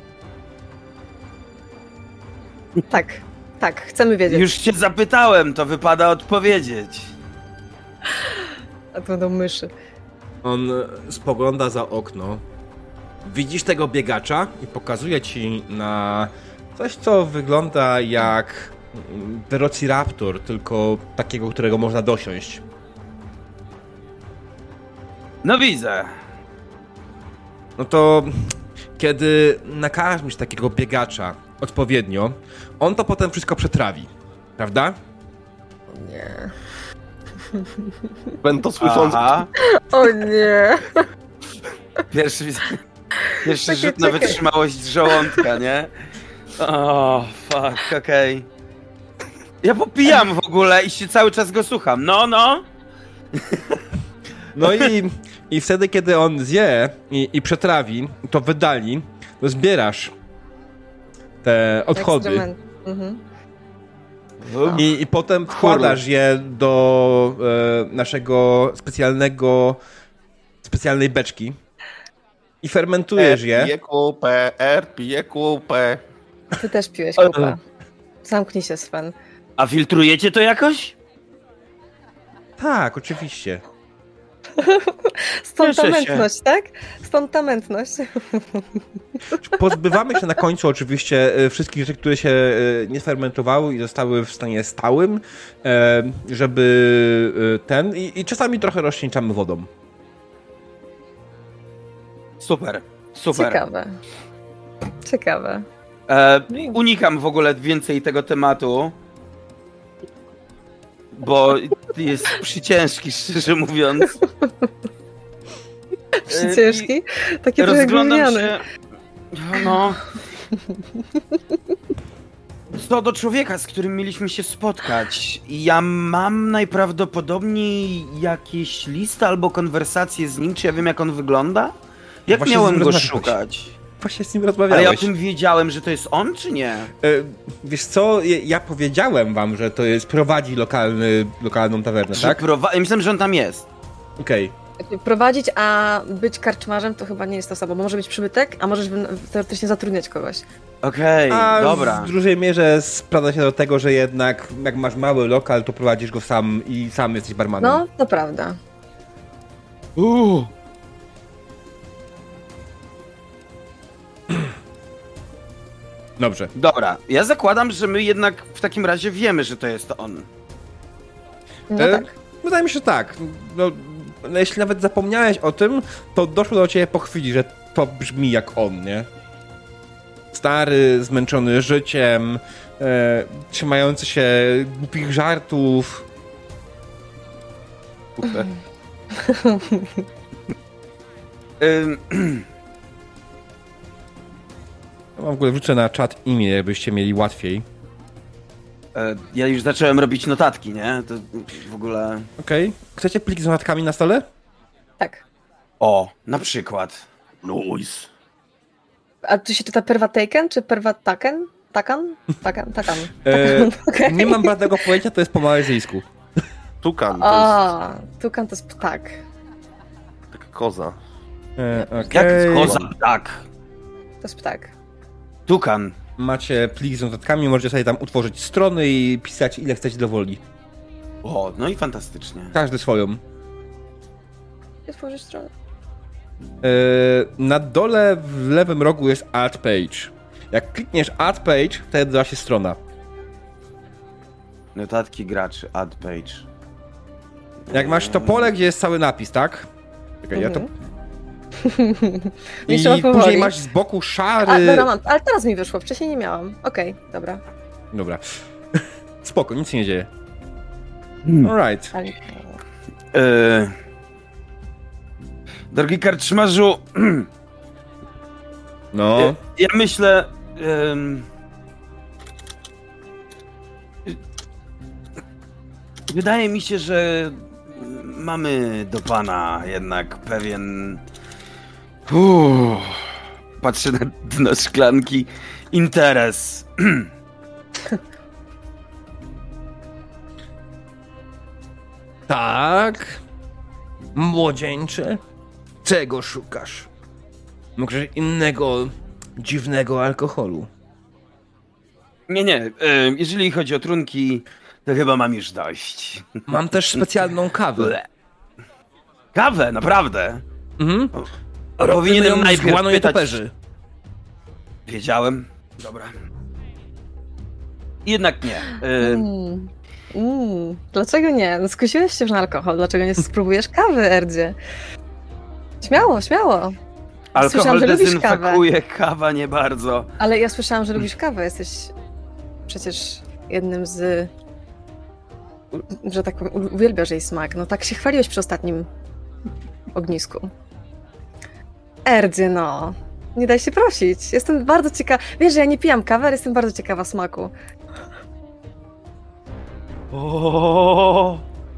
Tak, chcemy wiedzieć. Już cię zapytałem, to wypada odpowiedzieć. A to będą myszy. On spogląda za okno. Widzisz tego biegacza i pokazuje ci na coś, co wygląda jak Velociraptor, tylko takiego, którego można dosiąść. No widzę. No to kiedy nakarmisz takiego biegacza odpowiednio, on to potem wszystko przetrawi, prawda? Nie. Będę słyszący. Aha. O nie. Pierwszy Czekaj, rzut na czekaj. wytrzymałość żołądka, nie? O, fuck, okej. Ja popijam w ogóle i się cały czas go słucham. No. No i wtedy, kiedy on zje i przetrawi, to wydali, to zbierasz te odchody. Ekstremen- Mhm. I potem wkładasz je do naszego specjalnej beczki i fermentujesz je. Pije kupę, pije kupę. Ty też piłeś kupę. Zamknij się, Sven. A filtrujecie to jakoś? Tak, oczywiście. Stąd ta Cieszę się. mętność, tak? Stąd ta mętność. Pozbywamy się na końcu oczywiście wszystkich rzeczy, które się nie sfermentowały i zostały w stanie stałym, żeby I czasami trochę rozcieńczamy wodą. Super. Ciekawe. Unikam w ogóle więcej tego tematu, bo jest przyciężki, szczerze mówiąc. Ciężki? Takie trochę Rozglądam gówniane. się. No. Co do człowieka, z którym mieliśmy się spotkać. Ja mam najprawdopodobniej jakieś listy albo konwersacje z nim, czy ja wiem, jak on wygląda? Jak Właśnie z miałem nim go rozmawiałeś. szukać? Właśnie z nim Ale rozmawiałeś. ja o tym wiedziałem, że to jest on, czy nie? Wiesz co, ja powiedziałem wam, że to jest prowadzi lokalną tawernę, tak? Ja myślałem, że on tam jest. Okej. Prowadzić, a być karczmarzem to chyba nie jest to samo, bo może być przybytek, a możesz teoretycznie zatrudniać kogoś. Okej, A dobra. w dużej mierze sprawdza się do tego, że jednak jak masz mały lokal, to prowadzisz go sam i sam jesteś barmanem. No, to prawda. Dobrze. Dobra, ja zakładam, że my jednak w takim razie wiemy, że to jest on. No tak. Wydaje mi się, że tak. No, jeśli nawet zapomniałeś o tym, to doszło do ciebie po chwili, że to brzmi jak on, nie? Stary, zmęczony życiem, trzymający się głupich żartów. Kupę. W ogóle wrzucę na czat imię, jakbyście mieli łatwiej. Ja już zacząłem robić notatki, nie? To w ogóle... Okej. Chcecie plik z notatkami na stole? Tak. O, na przykład. Nice. A tu się czyta Perwataken, czy Perwataken? Takan? Takan. Okej. Nie mam żadnego pojęcia, to jest po malezyjsku. Tukan, to jest A, tukan to jest ptak. taka koza. Jak Okej. koza, tak. To jest ptak. Tukan. Macie plik z notatkami, możecie sobie tam utworzyć strony i pisać ile chcecie do woli. O, no i fantastycznie. Każdy swoją. Gdzie tworzysz stronę? Na dole w lewym rogu jest Art Page. Jak klikniesz Art Page, wtedy da się strona. Notatki graczy, add page. Jak masz to pole, gdzie jest cały napis, tak? Czekaj, ja to... I trzeba powoli. później masz z boku szary... A, dobra, mam. Ale teraz mi wyszło, wcześniej nie miałam. Okej, dobra. Dobra. Spoko, nic się nie dzieje. Alright. Ale... Drogi karczmarzu, No. ja myślę... wydaje mi się, że mamy do pana jednak pewien... patrzę na dno szklanki. Interes. Tak. Młodzieńcze. Czego szukasz? Może innego, dziwnego alkoholu? Nie. Jeżeli chodzi o trunki, to chyba mam już dość. Mam też specjalną kawę. Ble. Kawę, naprawdę. Mhm. Powinienem z najpierw guano pytać... nietoperzy. Wiedziałem. Dobra. Jednak nie. Dlaczego nie? No skusiłeś się już na alkohol, dlaczego nie spróbujesz kawy, Erdzie? Śmiało, śmiało. Alkohol Słyszałam, że lubisz dezynfekuje, kawa nie bardzo. Ale ja słyszałam, że lubisz kawę. Jesteś przecież jednym z... że tak powiem, uwielbiasz jej smak. No tak się chwaliłeś przy ostatnim ognisku. Erdzie, no. Nie daj się prosić. Jestem bardzo ciekawa. Wiesz, że ja nie pijam kawy, ale jestem bardzo ciekawa smaku. O,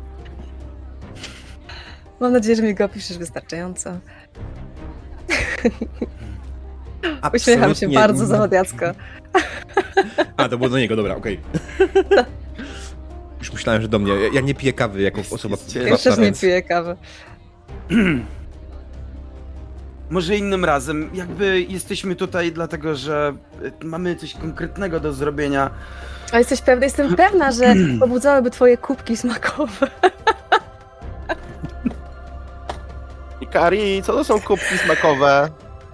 Mam nadzieję, że mi go opiszesz wystarczająco. Uśmiecham się bardzo zawadiacko. A, to było do niego, dobra, okej. Już myślałem, że do mnie. Ja nie piję kawy jako osoba... Ja też nie piję kawy. Może innym razem. Jakby jesteśmy tutaj dlatego, że mamy coś konkretnego do zrobienia. A jesteś pewna? Jestem pewna, że pobudzałyby twoje kubki smakowe. Ikari, co to są kubki smakowe?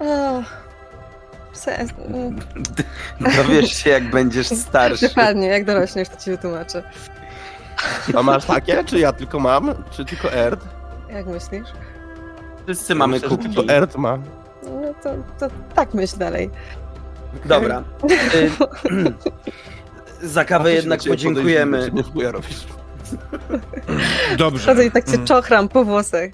Dowiesz się, jak będziesz starszy. Dokładnie, jak dorośniesz, to ci wytłumaczę. A masz takie? Czy ja tylko mam? Czy tylko Erd? Jak myślisz? Wszyscy mamy Myślę, że kubki. tylko Erd ma. No to tak myśl dalej. Dobra. Za kawę jednak podziękujemy. Nie chuja robisz. Dobrze. Chodzę i tak cię czochram po włosach.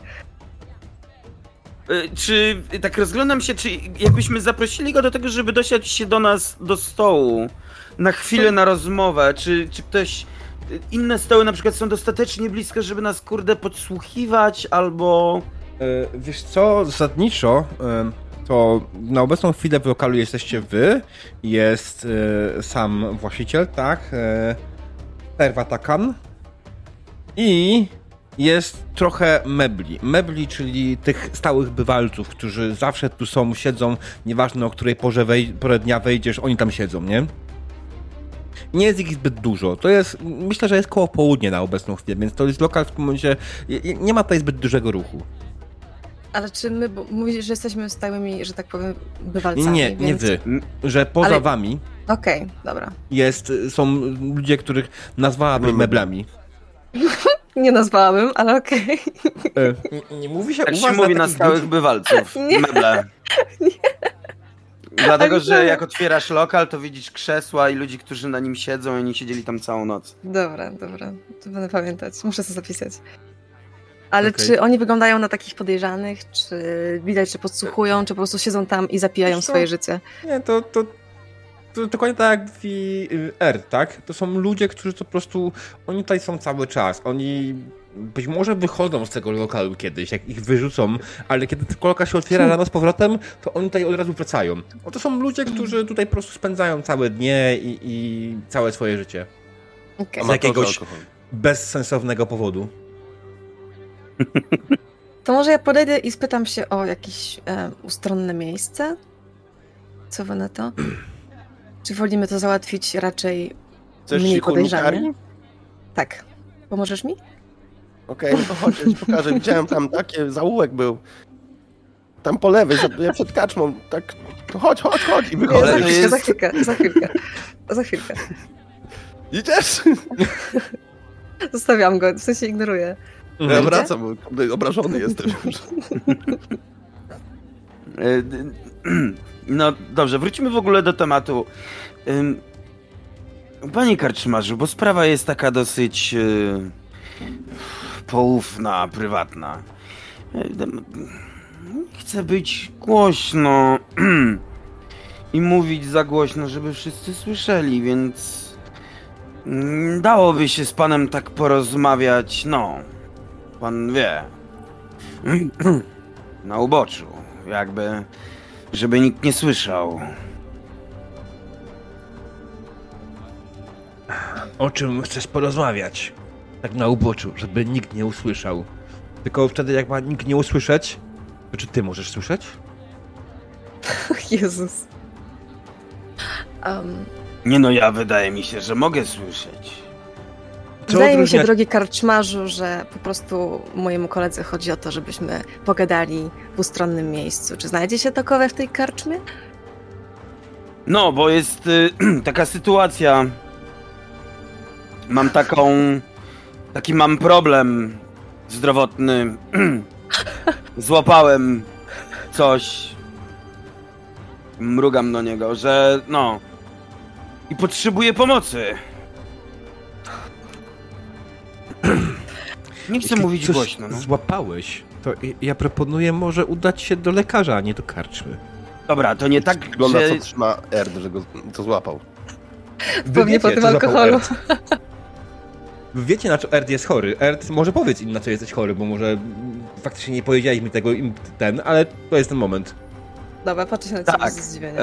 Czy tak rozglądam się, czy jakbyśmy zaprosili go do tego, żeby dosiadł się do nas do stołu na chwilę na rozmowę, czy ktoś... Inne stoły na przykład są dostatecznie blisko, żeby nas kurde podsłuchiwać, albo... Wiesz co, zasadniczo to na obecną chwilę w lokalu jesteście wy, jest sam właściciel, tak, Perwatakan i jest trochę mebli. Mebli, czyli tych stałych bywalców, którzy zawsze tu są, siedzą, nieważne o której porze dnia wejdziesz, oni tam siedzą, nie? Nie jest ich zbyt dużo. To jest, myślę, że jest koło południa na obecną chwilę, więc to jest lokal w tym momencie, nie ma tutaj zbyt dużego ruchu. Ale czy my, bo mówisz, że jesteśmy stałymi, że tak powiem, bywalcami, Nie, więc... nie wy. Że poza Ale- wami Okej, dobra. są ludzie, których nazwałabym meblami. Nie nazwałabym, ale okej. Nie mówi się Jak u się was mówi na takich stałych ludzi- bywalców, Nie. meble. Dlatego, Ale że nie. jak otwierasz lokal, to widzisz krzesła i ludzi, którzy na nim siedzą i oni siedzieli tam całą noc. Dobra. To będę pamiętać. Muszę to zapisać. Ale Okej. czy oni wyglądają na takich podejrzanych? Czy widać, że podsłuchują, czy po prostu siedzą tam i zapijają Wiesz co? swoje życie? Nie, to to dokładnie tak jak VR, tak? To są ludzie, którzy to po prostu, oni tutaj są cały czas, oni być może wychodzą z tego lokalu kiedyś, jak ich wyrzucą, ale kiedy ta kolka się otwiera rano z powrotem, to oni tutaj od razu wracają. No to są ludzie, którzy tutaj po prostu spędzają całe dnie i całe swoje życie. Okay. Z jakiegoś bezsensownego powodu. To może ja podejdę i spytam się o jakieś ustronne miejsce? Co wy na to? Czy wolimy to załatwić raczej Chcesz mniej cicho podejrzanie? Mikari? Tak. Pomożesz mi? Okej, no to chodź, ja ci pokażę. Widziałem tam taki zaułek był. Tam po lewej, ja przed kaczmą, tak, to chodź i Nie, wychodzę. za chwilkę. Idziesz? Zostawiam go, w sensie ignoruję. Ja wracam, bo obrażony jestem już. No dobrze, wrócimy w ogóle do tematu. Panie karczmarzu, bo sprawa jest taka dosyć poufna, prywatna. Chcę być głośno i mówić za głośno, żeby wszyscy słyszeli, więc dałoby się z panem tak porozmawiać, no, pan wie, na uboczu, jakby, żeby nikt nie słyszał. O czym chcesz porozmawiać? Tak na uboczu, żeby nikt nie usłyszał. Tylko wtedy, jak ma nikt nie usłyszeć, to czy ty możesz słyszeć? Jezus. Nie no, ja wydaje mi się, że mogę słyszeć. Wydaje mi się, drogi karczmarzu, że po prostu mojemu koledze chodzi o to, żebyśmy pogadali w ustronnym miejscu. Czy znajdzie się takowe w tej karczmie? No, bo jest taka sytuacja. Mam taki mam problem zdrowotny. Złapałem coś. Mrugam do niego, że no. I potrzebuję pomocy. Nie chcę mówić głośno. No. Złapałeś, to ja proponuję może udać się do lekarza, a nie do karczmy. Dobra, to nie tak, Wygląda, że... co trzyma Erd, że go to złapał. Pewnie po tym alkoholu. Wy wiecie, na co Erd jest chory. Erd, może powiedz im, na co jesteś chory, bo może faktycznie nie powiedzieliśmy tego im ale to jest ten moment. Dobra, patrzę się na ciebie tak, ze zdziwieniem.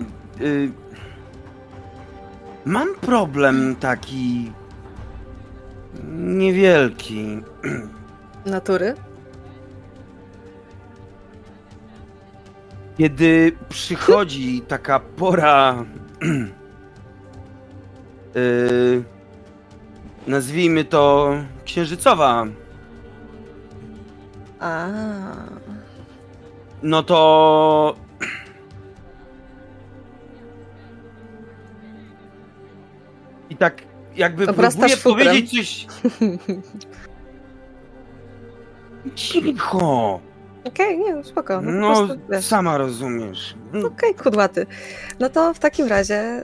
Mam problem taki... niewielki. Natury? Kiedy przychodzi taka pora... nazwijmy to księżycowa. A. No to... I tak jakby próbuję powiedzieć coś... Cicho! Okej, nie, spoko. No, po prostu, sama rozumiesz. Okej, kudłaty. No to w takim razie...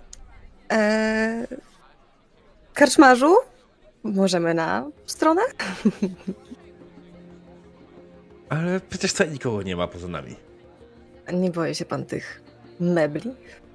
Karczmarzu? Możemy na stronę? Ale przecież tutaj nikogo nie ma poza nami. Nie boję się pan tych mebli?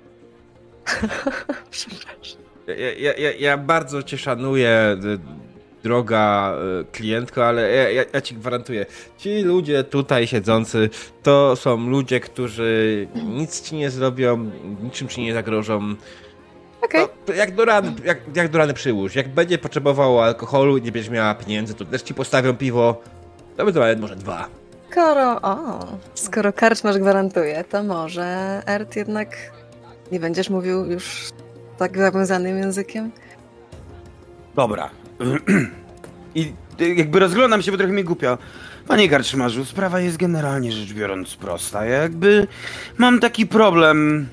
Przepraszam. Ja bardzo cię szanuję, droga klientko, ale ja ci gwarantuję, ci ludzie tutaj siedzący to są ludzie, którzy nic ci nie zrobią, niczym ci nie zagrożą. Okej. No, jak do rany przyłóż. Jak będzie potrzebowało alkoholu i nie będziesz miała pieniędzy, to też ci postawią piwo. To by nawet może 2. Skoro karczmarz gwarantuje, to może Erd jednak nie będziesz mówił już tak zawiązanym językiem? Dobra. I jakby rozglądam się, bo trochę mi głupio. Panie karczmarzu, sprawa jest generalnie rzecz biorąc prosta. Ja jakby mam taki problem...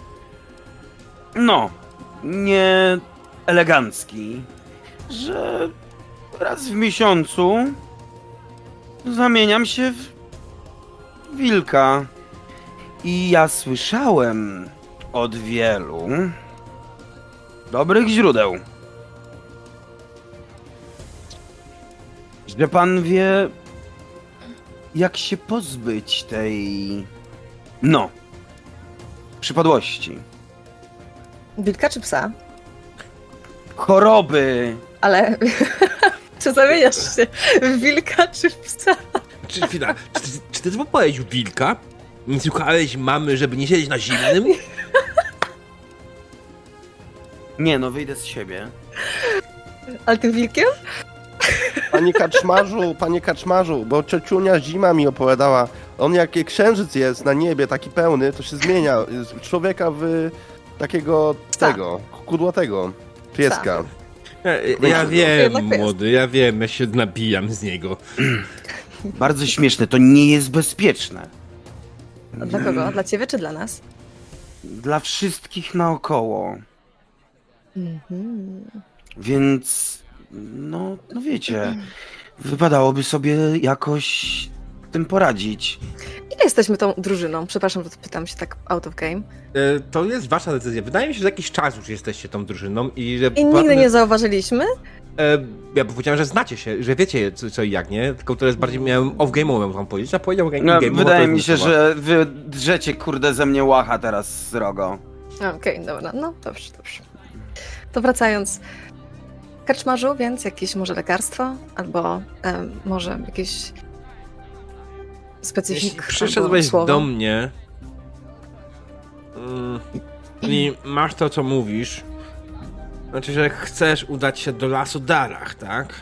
No, nie elegancki, że raz w miesiącu zamieniam się w wilka. I ja słyszałem od wielu dobrych źródeł, że pan wie, jak się pozbyć tej... no, przypadłości. Wilka czy psa? Choroby! Ale czy zamieniasz się w wilka czy w psa? Chwila, czy ty złapałeś wilka? Nie słuchałeś mamy, żeby nie siedzieć na zimnym? Nie no, wyjdę z siebie. Ale tym wilkiem? Panie kaczmarzu, bo ciociunia Zima mi opowiadała, on jak księżyc jest na niebie, taki pełny, to się zmienia z człowieka w takiego tego, kudłatego pieska. Ja wiem, Jednak jest. młody, ja wiem, ja się nabijam z niego. Bardzo śmieszne, to nie jest bezpieczne. A dla kogo? Dla ciebie czy dla nas? Dla wszystkich naokoło. Mhm. Więc, no wiecie, wypadałoby sobie jakoś tym poradzić. Ile jesteśmy tą drużyną? Przepraszam, że pytam się tak out of game. To jest wasza decyzja. Wydaje mi się, że jakiś czas już jesteście tą drużyną i że... I nigdy nie zauważyliśmy? Ja powiedziałem, że znacie się, że wiecie co i jak, nie? Tylko to jest bardziej miałem off-game'ową wam powiedzieć, a powiedział game-owo. Wydaje mi się, że wy drzecie kurde ze mnie łacha teraz z rogo. Okej, dobra, no dobrze. To wracając. Kaczmarzu, więc jakieś może lekarstwo? Albo może jakieś specyfik? Jeśli przyszedłeś słowo? do mnie i masz to, co mówisz, znaczy, że chcesz udać się do lasu Darach, tak?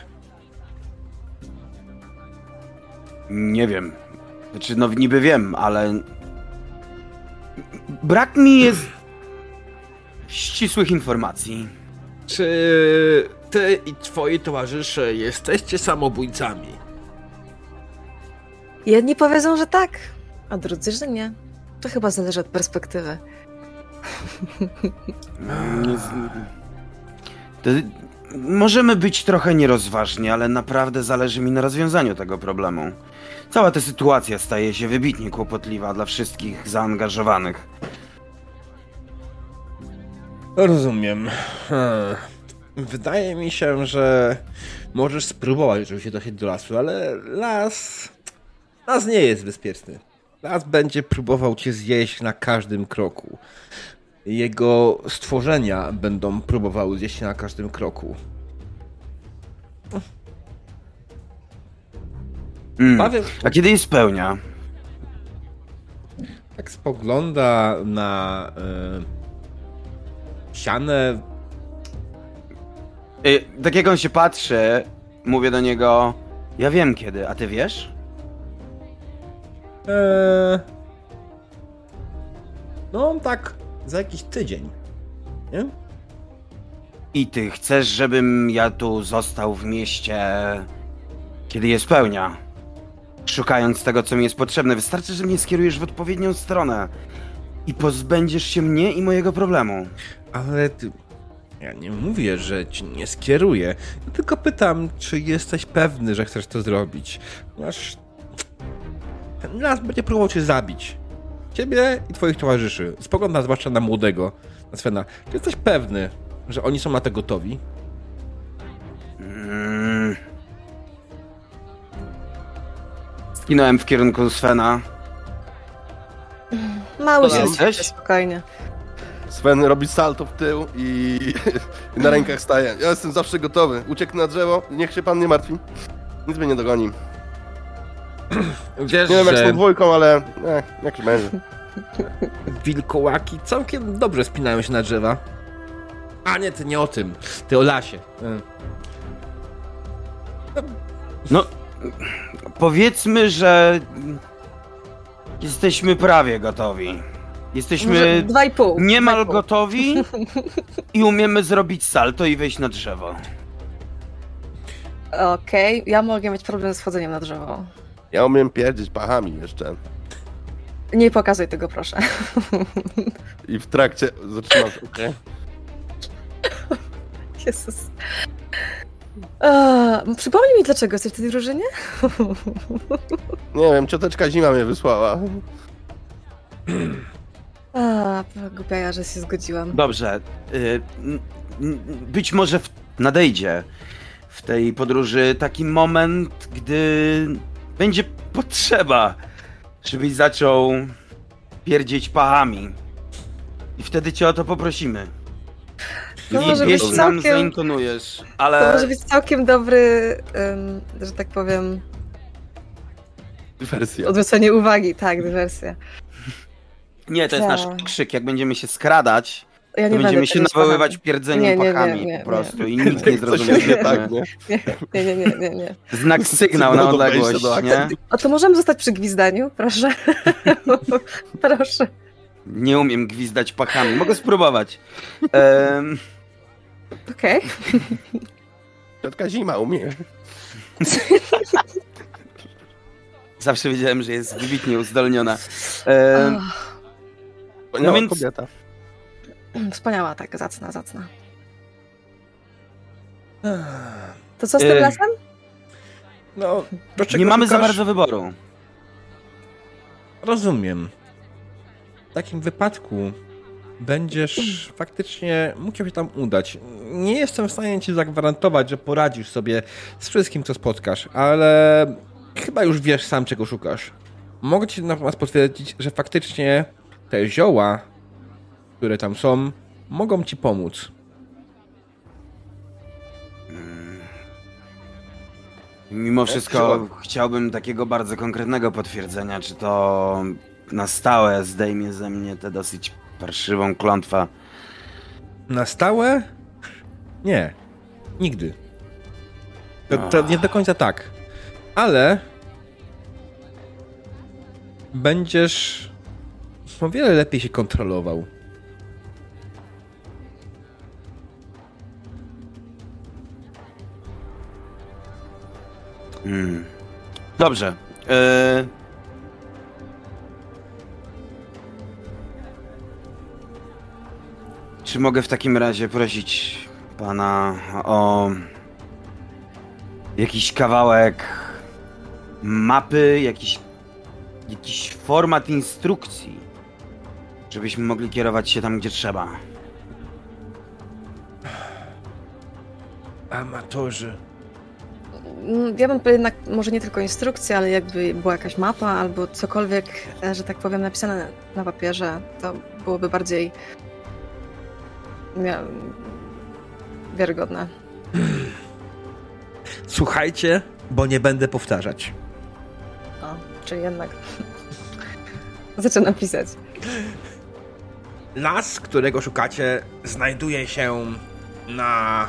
Nie wiem. Znaczy, no niby wiem, ale... Brak mi jest ścisłych informacji. Czy ty i twoi towarzysze jesteście samobójcami? Jedni powiedzą, że tak, a drudzy, że nie. To chyba zależy od perspektywy. Możemy być trochę nierozważni, ale naprawdę zależy mi na rozwiązaniu tego problemu. Cała ta sytuacja staje się wybitnie kłopotliwa dla wszystkich zaangażowanych. Rozumiem. Wydaje mi się, że możesz spróbować oczywiście dotrzeć do lasu, ale las nie jest bezpieczny. Las będzie próbował cię zjeść na każdym kroku. Jego stworzenia będą próbowały zjeść cię na każdym kroku. A kiedy jest pełnia? Tak spogląda na ścianę. Tak jak on się patrzy, mówię do niego, ja wiem kiedy, a ty wiesz? No tak za jakiś tydzień. Nie? I ty chcesz, żebym ja tu został w mieście, kiedy jest pełnia? Szukając tego, co mi jest potrzebne. Wystarczy, że mnie skierujesz w odpowiednią stronę i pozbędziesz się mnie i mojego problemu. Ale ja nie mówię, że ci nie skieruję. Ja tylko pytam, czy jesteś pewny, że chcesz to zrobić. Ten las będzie próbował cię zabić. Ciebie i twoich towarzyszy. Spogląda zwłaszcza na młodego, na Svena. Czy jesteś pewny, że oni są na to gotowi? Skinąłem w kierunku Svena. Mały To się jesteś? zjedzie, spokojnie. Sven robi salto w tył i na rękach staje. Ja jestem zawsze gotowy. Ucieknę na drzewo, niech się pan nie martwi. Nic mnie nie dogoni. Wiesz, Nie wiem jak z że tą dwójką, ale jak się będzie. wilkołaki całkiem dobrze spinają się na drzewa. A nie, ty nie o tym. Ty o lasie. No, powiedzmy, że jesteśmy prawie gotowi. Jesteśmy Może 2,5. niemal 2,5. gotowi i umiemy zrobić salto i wejść na drzewo. Okej, ja mogę mieć problem z wchodzeniem na drzewo. Ja umiem pierdzieć pachami jeszcze. Nie pokazuj tego, proszę. I w trakcie zaczynasz, okej? Jezus. Przypomnij mi, dlaczego jesteś w tej drużynie? Nie wiem, cioteczka Zima mnie wysłała. Głupia ja, że się zgodziłam. Dobrze. Być może nadejdzie w tej podróży taki moment, gdy będzie potrzeba, żebyś zaczął pierdzieć pachami. I wtedy cię o to poprosimy. To może być Jeśli nam całkiem... zaintonujesz, To ale... może być całkiem dobry, że tak powiem, Wersja. odwrócenie uwagi. Tak, dywersja. Nie, to jest nasz Tak. krzyk. Jak będziemy się skradać, Ja to nie będziemy będę się kiedyś nawoływać pachami. pierdzeniem Nie, pachami nie, po prostu i nikt Coś nie zrozumie. jest nie tak, nie? Nie. Znak sygnał na Sygnał do wejścia odległość, do nie? A to możemy zostać przy gwizdaniu? Proszę. Proszę. Nie umiem gwizdać pachami. Mogę spróbować. Okej. Ciotka Zima umie. Zawsze wiedziałem, że jest wybitnie uzdolniona. Wspaniała więc- kobieta. Wspaniała, tak, zacna. To co z tym Ym. lasem? No, do czego Nie mamy za szukasz? bardzo wyboru. Rozumiem. W takim wypadku będziesz faktycznie musiał się tam udać. Nie jestem w stanie ci zagwarantować, że poradzisz sobie z wszystkim, co spotkasz, ale chyba już wiesz sam, czego szukasz. Mogę ci natomiast potwierdzić, że faktycznie te zioła, które tam są, mogą ci pomóc. Mimo wszystko chciałbym takiego bardzo konkretnego potwierdzenia, czy to na stałe zdejmie ze mnie tę dosyć parszywą klątwę. Na stałe? Nie. Nigdy. To nie do końca tak. Ale będziesz o wiele lepiej się kontrolował. Dobrze. Czy mogę w takim razie prosić pana o jakiś kawałek mapy, jakiś format instrukcji, żebyśmy mogli kierować się tam, gdzie trzeba? Amatorzy. Ja bym jednak, może nie tylko instrukcja, ale jakby była jakaś mapa albo cokolwiek, że tak powiem, napisane na papierze, to byłoby bardziej wiarygodne. Słuchajcie, bo nie będę powtarzać. O, czyli jednak zaczynam pisać. Las, którego szukacie, znajduje się na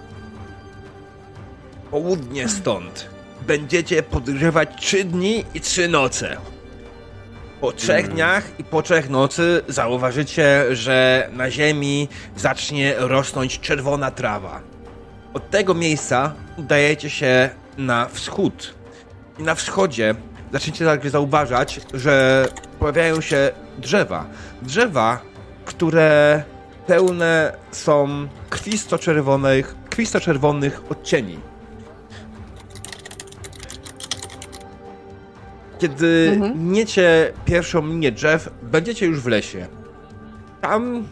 południe stąd. Będziecie podróżować 3 dni i 3 noce. Po 3 dniach i po 3 nocy zauważycie, że na ziemi zacznie rosnąć czerwona trawa. Od tego miejsca udajecie się na wschód. I na wschodzie zaczniecie także zauważać, że pojawiają się drzewa. Drzewa, które pełne są krwisto-czerwonych odcieni. Kiedy miniecie pierwszą linię drzew, będziecie już w lesie. Tam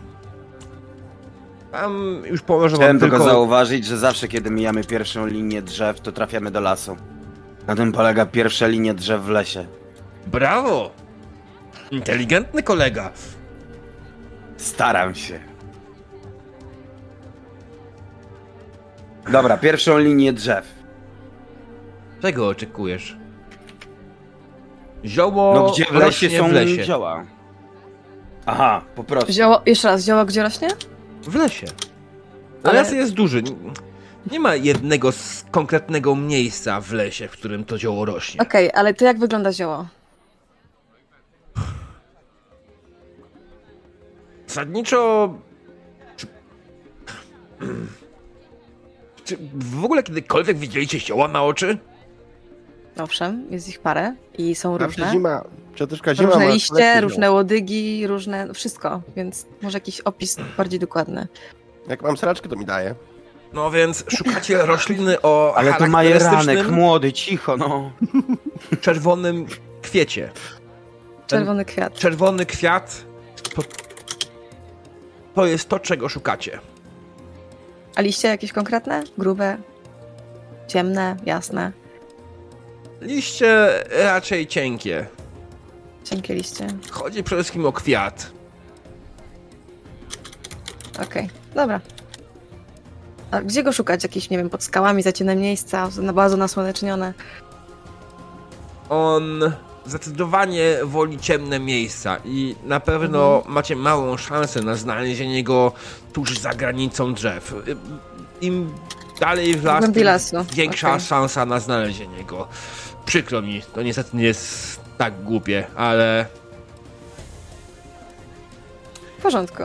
już pomoże wam Chciałem tylko... tylko zauważyć, że zawsze kiedy mijamy pierwszą linię drzew, to trafiamy do lasu. Na tym polega pierwsza linia drzew w lesie. Brawo! Inteligentny kolega. Staram się. Dobra, pierwszą linię drzew. Czego oczekujesz? Zioło No gdzie w lesie rośnie są w lesie. zioła? Aha, po prostu. Zioło, jeszcze raz, zioło gdzie rośnie? W lesie. Ale- Las jest duży. Nie ma jednego konkretnego miejsca w lesie, w którym to zioło rośnie. Okej, ale to jak wygląda zioło? Zasadniczo... Czy w ogóle kiedykolwiek widzieliście zioła na oczy? Owszem, jest ich parę i są różne. Ciotka Zima Różne ma liście, kolekcję różne łodygi, różne... no wszystko, więc może jakiś opis bardziej dokładny. ziół. Jak mam sraczkę, to mi daje. No więc szukacie rośliny o Ale to majeranek, charakterystycznym młody, cicho, no. czerwonym kwiecie. Ten Czerwony kwiat. czerwony kwiat to jest to, czego szukacie. A liście jakieś konkretne? Grube? Ciemne? Jasne? Liście raczej cienkie. Cienkie liście. Chodzi przede wszystkim o kwiat. Okej. Dobra. A gdzie go szukać? Jakieś, nie wiem, pod skałami, zaciene miejsca, na bardzo nasłonecznione. On zdecydowanie woli ciemne miejsca i na pewno macie małą szansę na znalezienie go tuż za granicą drzew. Im dalej w las, głębi tym lasu. większa Okej. szansa na znalezienie go. Przykro mi, to niestety nie jest tak głupie, ale W porządku.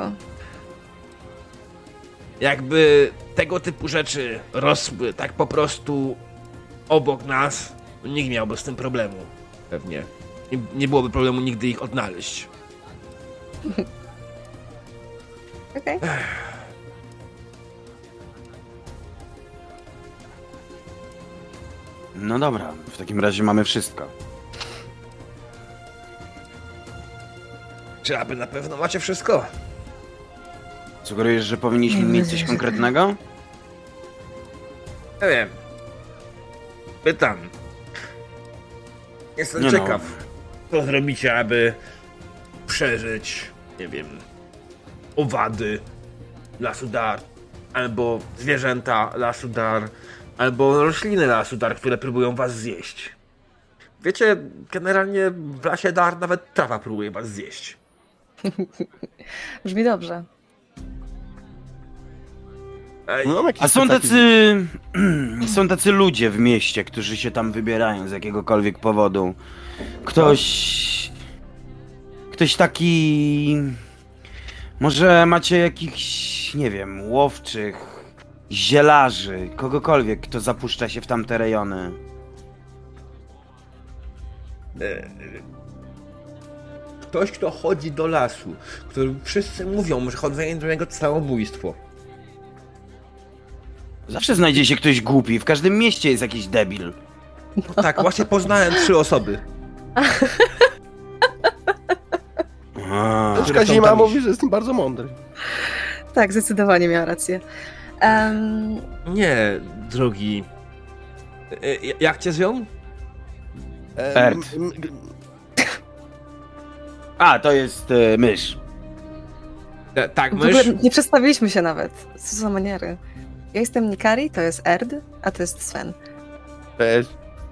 jakby tego typu rzeczy rosły tak po prostu obok nas, nikt miałby z tym problemu. Pewnie. Nie byłoby problemu nigdy ich odnaleźć. Okej. No dobra, w takim razie mamy wszystko. Czy aby na pewno macie wszystko? Sugerujesz, że powinniśmy Nie mieć wiem, coś że- konkretnego? Nie wiem. Pytam. Jestem Nie no. ciekaw, co zrobicie, aby przeżyć, nie wiem, owady lasu Dar, albo zwierzęta lasu Dar, albo rośliny lasu Dar, które próbują was zjeść. Wiecie, generalnie w lasie Dar nawet trawa próbuje was zjeść. Brzmi dobrze. Ej, No, mam jakiś A są taki- tacy... są tacy ludzie w mieście, którzy się tam wybierają z jakiegokolwiek powodu. Ktoś taki... Może macie jakichś, nie wiem, łowczych, zielarzy, kogokolwiek, kto zapuszcza się w tamte rejony. Ktoś, kto chodzi do lasu, który wszyscy mówią, że chodzenie do niego to samobójstwo. Zawsze znajdzie się ktoś głupi, w każdym mieście jest jakiś debil. No tak, właśnie poznałem 3 osoby. Troszkę Zima mówi, że jestem bardzo mądry. Tak, zdecydowanie miała rację. Nie, drogi. Jak cię zwiął? Erd. A, to jest mysz. Tak, W ogóle mysz. nie przedstawiliśmy się nawet. Co za maniery. Ja jestem Nikari, to jest Erd, a to jest Sven. Cześć.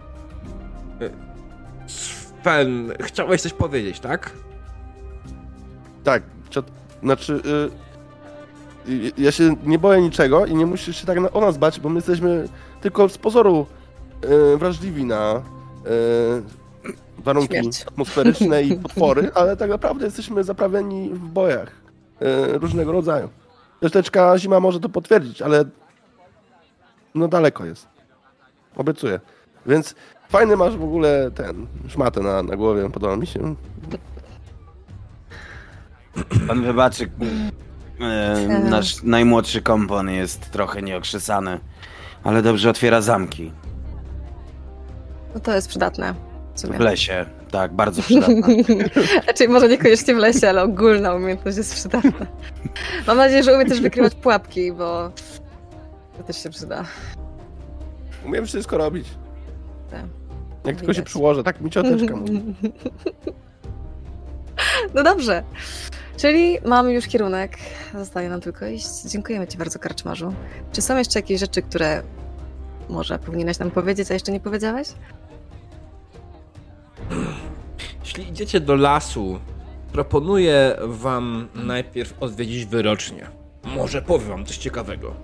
Sven, chciałeś coś powiedzieć, tak? Tak, znaczy... ja się nie boję niczego i nie musisz się tak o nas bać, bo my jesteśmy tylko z pozoru wrażliwi na warunki Śmierć. atmosferyczne i potwory, ale tak naprawdę jesteśmy zaprawieni w bojach różnego rodzaju. Troszeczkę Zima może to potwierdzić, ale no daleko jest. Obiecuję. Więc fajny masz w ogóle ten szmatę na głowie, podoba mi się. Pan wybaczy, nasz najmłodszy kompon jest trochę nieokrzesany, ale dobrze otwiera zamki. No to jest przydatne. W sumie. W lesie, tak, bardzo przydatne. Znaczy, może niekoniecznie w lesie, ale ogólna umiejętność jest przydatna. Mam nadzieję, że umie też wykrywać pułapki, bo to też się przyda. Umiem wszystko robić. Tak. Jak tylko się Widać. przyłożę, tak mi cioteczka mówi. No dobrze. Czyli mamy już kierunek. Zostaje nam tylko iść. Dziękujemy Ci bardzo, karczmarzu. Czy są jeszcze jakieś rzeczy, które może powinieneś nam powiedzieć, a jeszcze nie powiedziałeś? Jeśli idziecie do lasu, proponuję wam najpierw odwiedzić wyrocznię. Może powiem wam coś ciekawego.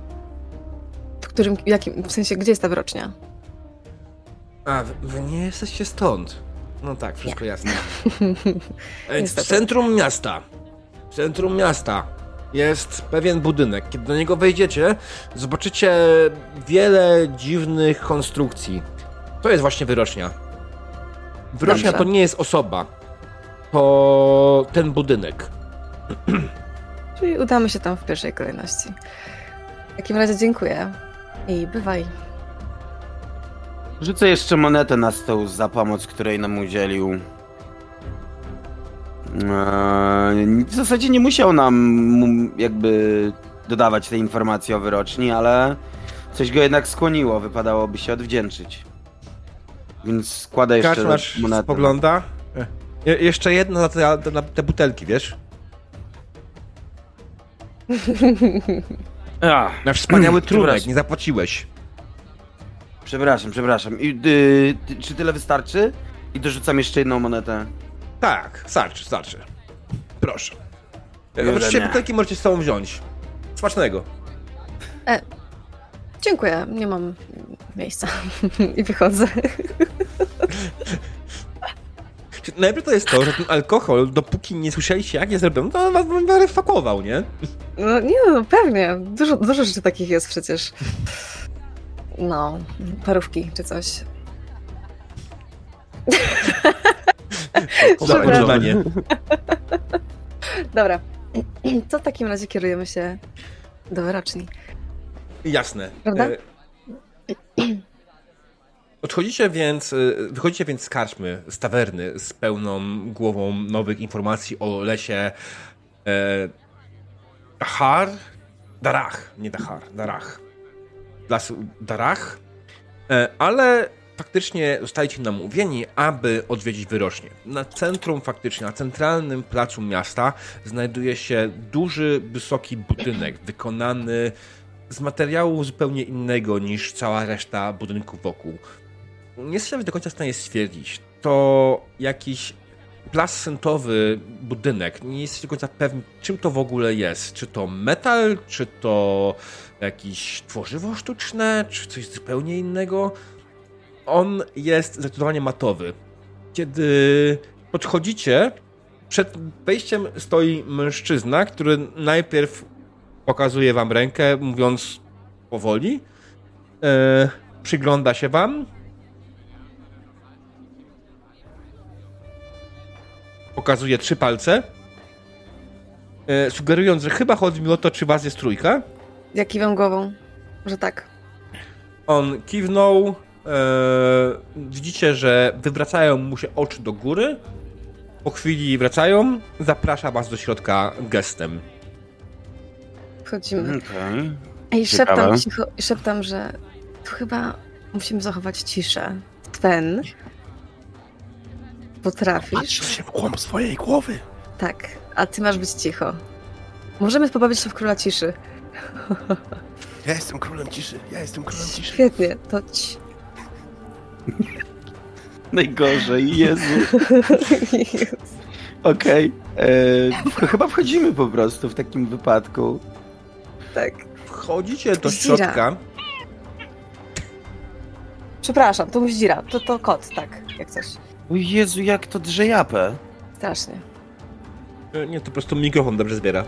W sensie, gdzie jest ta wyrocznia? A, wy nie jesteście stąd. No tak, wszystko jasne. W Niestety. centrum miasta jest pewien budynek. Kiedy do niego wejdziecie, zobaczycie wiele dziwnych konstrukcji. To jest właśnie wyrocznia. Wyrocznia Dobrze. to nie jest osoba. To ten budynek. Czyli udamy się tam w pierwszej kolejności. W takim razie dziękuję i bywaj. Rzucę jeszcze monetę na stół za pomoc, której nam udzielił. W zasadzie nie musiał nam jakby dodawać tej informacji o wyroczni, ale coś go jednak skłoniło, wypadałoby się odwdzięczyć. Więc składaj jeszcze Kaczmarz monetę. spogląda. Jeszcze jedna na te butelki, wiesz? Na wspaniały trunek, Przepraszam. nie zapłaciłeś. Przepraszam. Czy tyle wystarczy? I dorzucam jeszcze jedną monetę. Tak, starczy. Proszę. Już Oczywiście nie. butelki możecie z sobą wziąć. Smacznego. Dziękuję, nie mam miejsca. I wychodzę. Najpierw to jest to, że ten alkohol, dopóki nie słyszeliście jak je zrobią, to on was weryfakował, nie? No nie, no pewnie. Dużo rzeczy takich jest przecież. No, parówki czy coś. Porównanie. Dobra. To w takim razie kierujemy się do wyroczni. Jasne. Prawda? Wychodzicie więc z karczmy, z tawerny, z pełną głową nowych informacji o lesie Darach. Lasu Darach. Ale faktycznie zostaliście namówieni, aby odwiedzić wyrocznie. Na centralnym placu miasta znajduje się duży, wysoki budynek, wykonany z materiału zupełnie innego niż cała reszta budynków wokół. Nie jestem do końca w stanie stwierdzić. To jakiś plascentowy budynek. Nie jesteście do końca pewni, czym to w ogóle jest. Czy to metal, czy to jakieś tworzywo sztuczne, czy coś zupełnie innego. On jest zdecydowanie matowy. Kiedy podchodzicie, przed wejściem stoi mężczyzna, który najpierw pokazuje wam rękę, mówiąc powoli. Przygląda się wam. Pokazuje 3 palce. Sugerując, że chyba chodzi mi o to, czy was jest trójka. Ja kiwam głową, że tak. On kiwnął. Widzicie, że wywracają mu się oczy do góry. Po chwili wracają. Zaprasza was do środka gestem. Wchodzimy. Okej. I Ciekawe. szeptam, że tu chyba musimy zachować ciszę. Sven, potrafisz? Patrz się w głąb swojej głowy. Tak, a ty masz być cicho. Możemy pobawić się w króla ciszy. Ja jestem królem ciszy. Świetnie, to ci. Najgorzej, Jezu. Okej. Chyba wchodzimy po prostu w takim wypadku. Tak. Wchodzicie do Zdzira. środka. Przepraszam, to Zdzira. To kot, tak, jak coś. O Jezu, jak to drze japę. Strasznie. Nie, to po prostu mikrofon dobrze zbiera.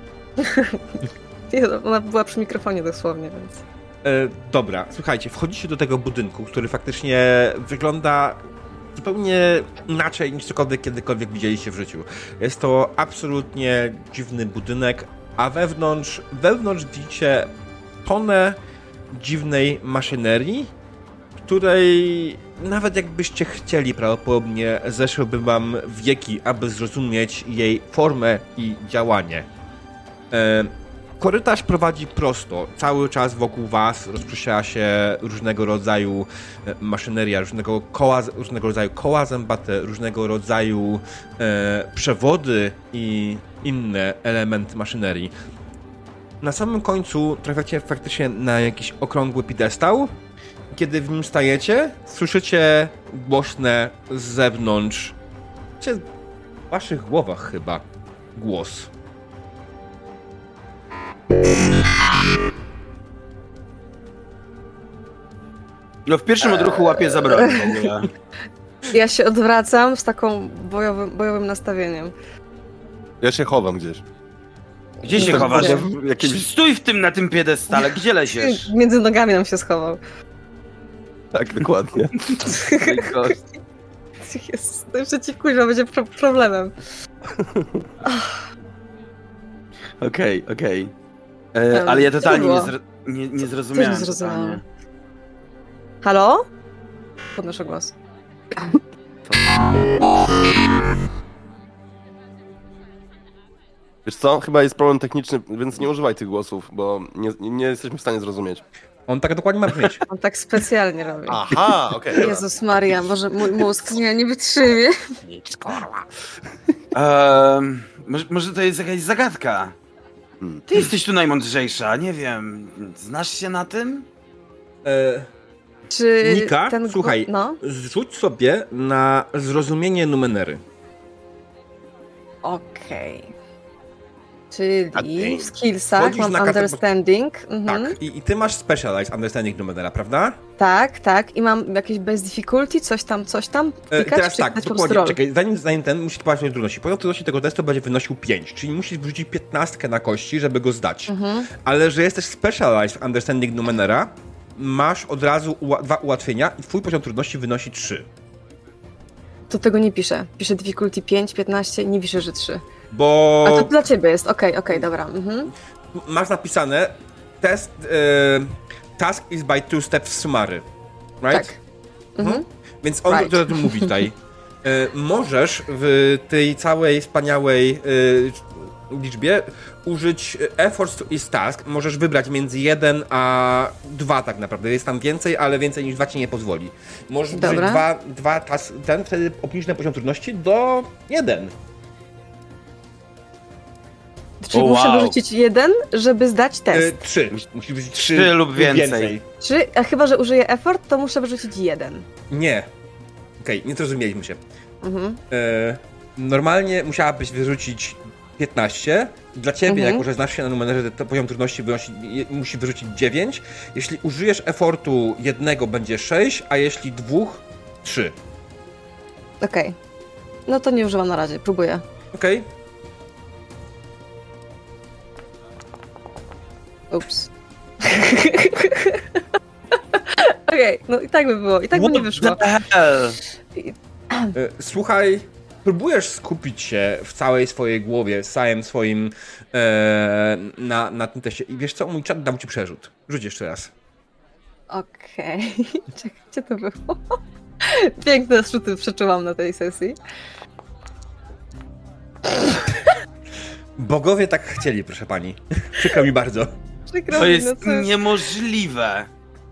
Ona była przy mikrofonie dosłownie, więc... Dobra, słuchajcie, wchodzicie do tego budynku, który faktycznie wygląda zupełnie inaczej niż cokolwiek kiedykolwiek widzieliście w życiu. Jest to absolutnie dziwny budynek, a wewnątrz widzicie tonę dziwnej maszynerii, której nawet jakbyście chcieli, prawdopodobnie zeszłyby wam wieki, aby zrozumieć jej formę i działanie. Korytarz prowadzi prosto. Cały czas wokół was rozprzestrza się różnego rodzaju maszyneria, różnego rodzaju koła zębate, różnego rodzaju przewody i inne elementy maszynerii. Na samym końcu trafiacie faktycznie na jakiś okrągły piedestał. Kiedy w nim stajecie, słyszycie głośne z zewnątrz, w waszych głowach chyba, głos. No w pierwszym odruchu łapię za broń w ogóle. Ja się odwracam z taką bojowym nastawieniem. Ja się chowam gdzieś. Gdzie się Tak, chowasz? gdzie? Stój na tym piedestale, gdzie leziesz? Między nogami nam się schował. Tak, dokładnie. Jest, ten przeciwkuźwa będzie problemem. Okej. Ale ja totalnie było? nie zrozumiałem. Też nie zrozumiałam. totalnie. Halo? Podnoszę głos. Wiesz co? Chyba jest problem techniczny, więc nie używaj tych głosów, bo nie jesteśmy w stanie zrozumieć. On tak dokładnie ma brzmieć. On tak specjalnie robi. Aha, okej. Jezus Maria, może mój mózg nie wytrzymie. Może to jest jakaś zagadka? Ty jesteś tu najmądrzejsza, nie wiem. Znasz się na tym? Czy Nika, ten słuchaj, No, rzuć sobie na zrozumienie Numenery. okej. Czyli Okej. w skillsach Wchodzisz mam na kartę- understanding. Tak, i ty masz Specialized Understanding Numenera, prawda? Tak. I mam jakieś base difficulty, coś tam. Klikać, Teraz czy tak, klikać po prostu dokładnie, roll? czekaj, zanim ten, musisz popatrzeć na trudności. Poziom trudności tego testu będzie wynosił 5, czyli musisz wrzucić 15 na kości, żeby go zdać. Ale że jesteś Specialized Understanding Numenera, masz od razu 2 ułatwienia i twój poziom trudności wynosi 3. To tego nie piszę. Piszę difficulty 5, 15 nie piszę, że 3. Bo A to dla ciebie jest, okej, dobra. masz napisane test, task is by 2 steps summary, right? Tak. Więc on Right. o tym mówi tutaj. Możesz w tej całej wspaniałej liczbie użyć efforts to is task. Możesz wybrać między 1 a 2 tak naprawdę. Jest tam więcej, ale więcej niż 2 ci nie pozwoli. Możesz użyć Dobra. 2 task, wtedy obniżysz ten poziom trudności do 1. Czyli O, muszę wow. wyrzucić 1, żeby zdać test. 3. Musisz wyrzucić 3 Trzy lub więcej. 3, a chyba, że użyję effort, to muszę wyrzucić 1. Nie. Okej, nie zrozumieliśmy się. Mhm. Normalnie musiałabyś wyrzucić 15. Dla ciebie, jako że znasz się na numerze, to poziom trudności musi wyrzucić 9. Jeśli użyjesz effortu jednego, będzie 6, a jeśli 2, 3. Okej. No to nie używam na razie, próbuję. Okej? Ups. Okej, no i tak by było, i tak by nie wyszło. What the hell? Słuchaj, próbujesz skupić się w całej swojej głowie, w całym swoim na tym teście. I wiesz co, mój czat dam ci przerzut. Rzuć jeszcze raz. Okej. Czekaj, gdzie to było? Piękne zrzuty przeczułam na tej sesji. Bogowie tak chcieli, proszę pani. Przykro mi bardzo. Przykro To mi, jest no co jest? niemożliwe.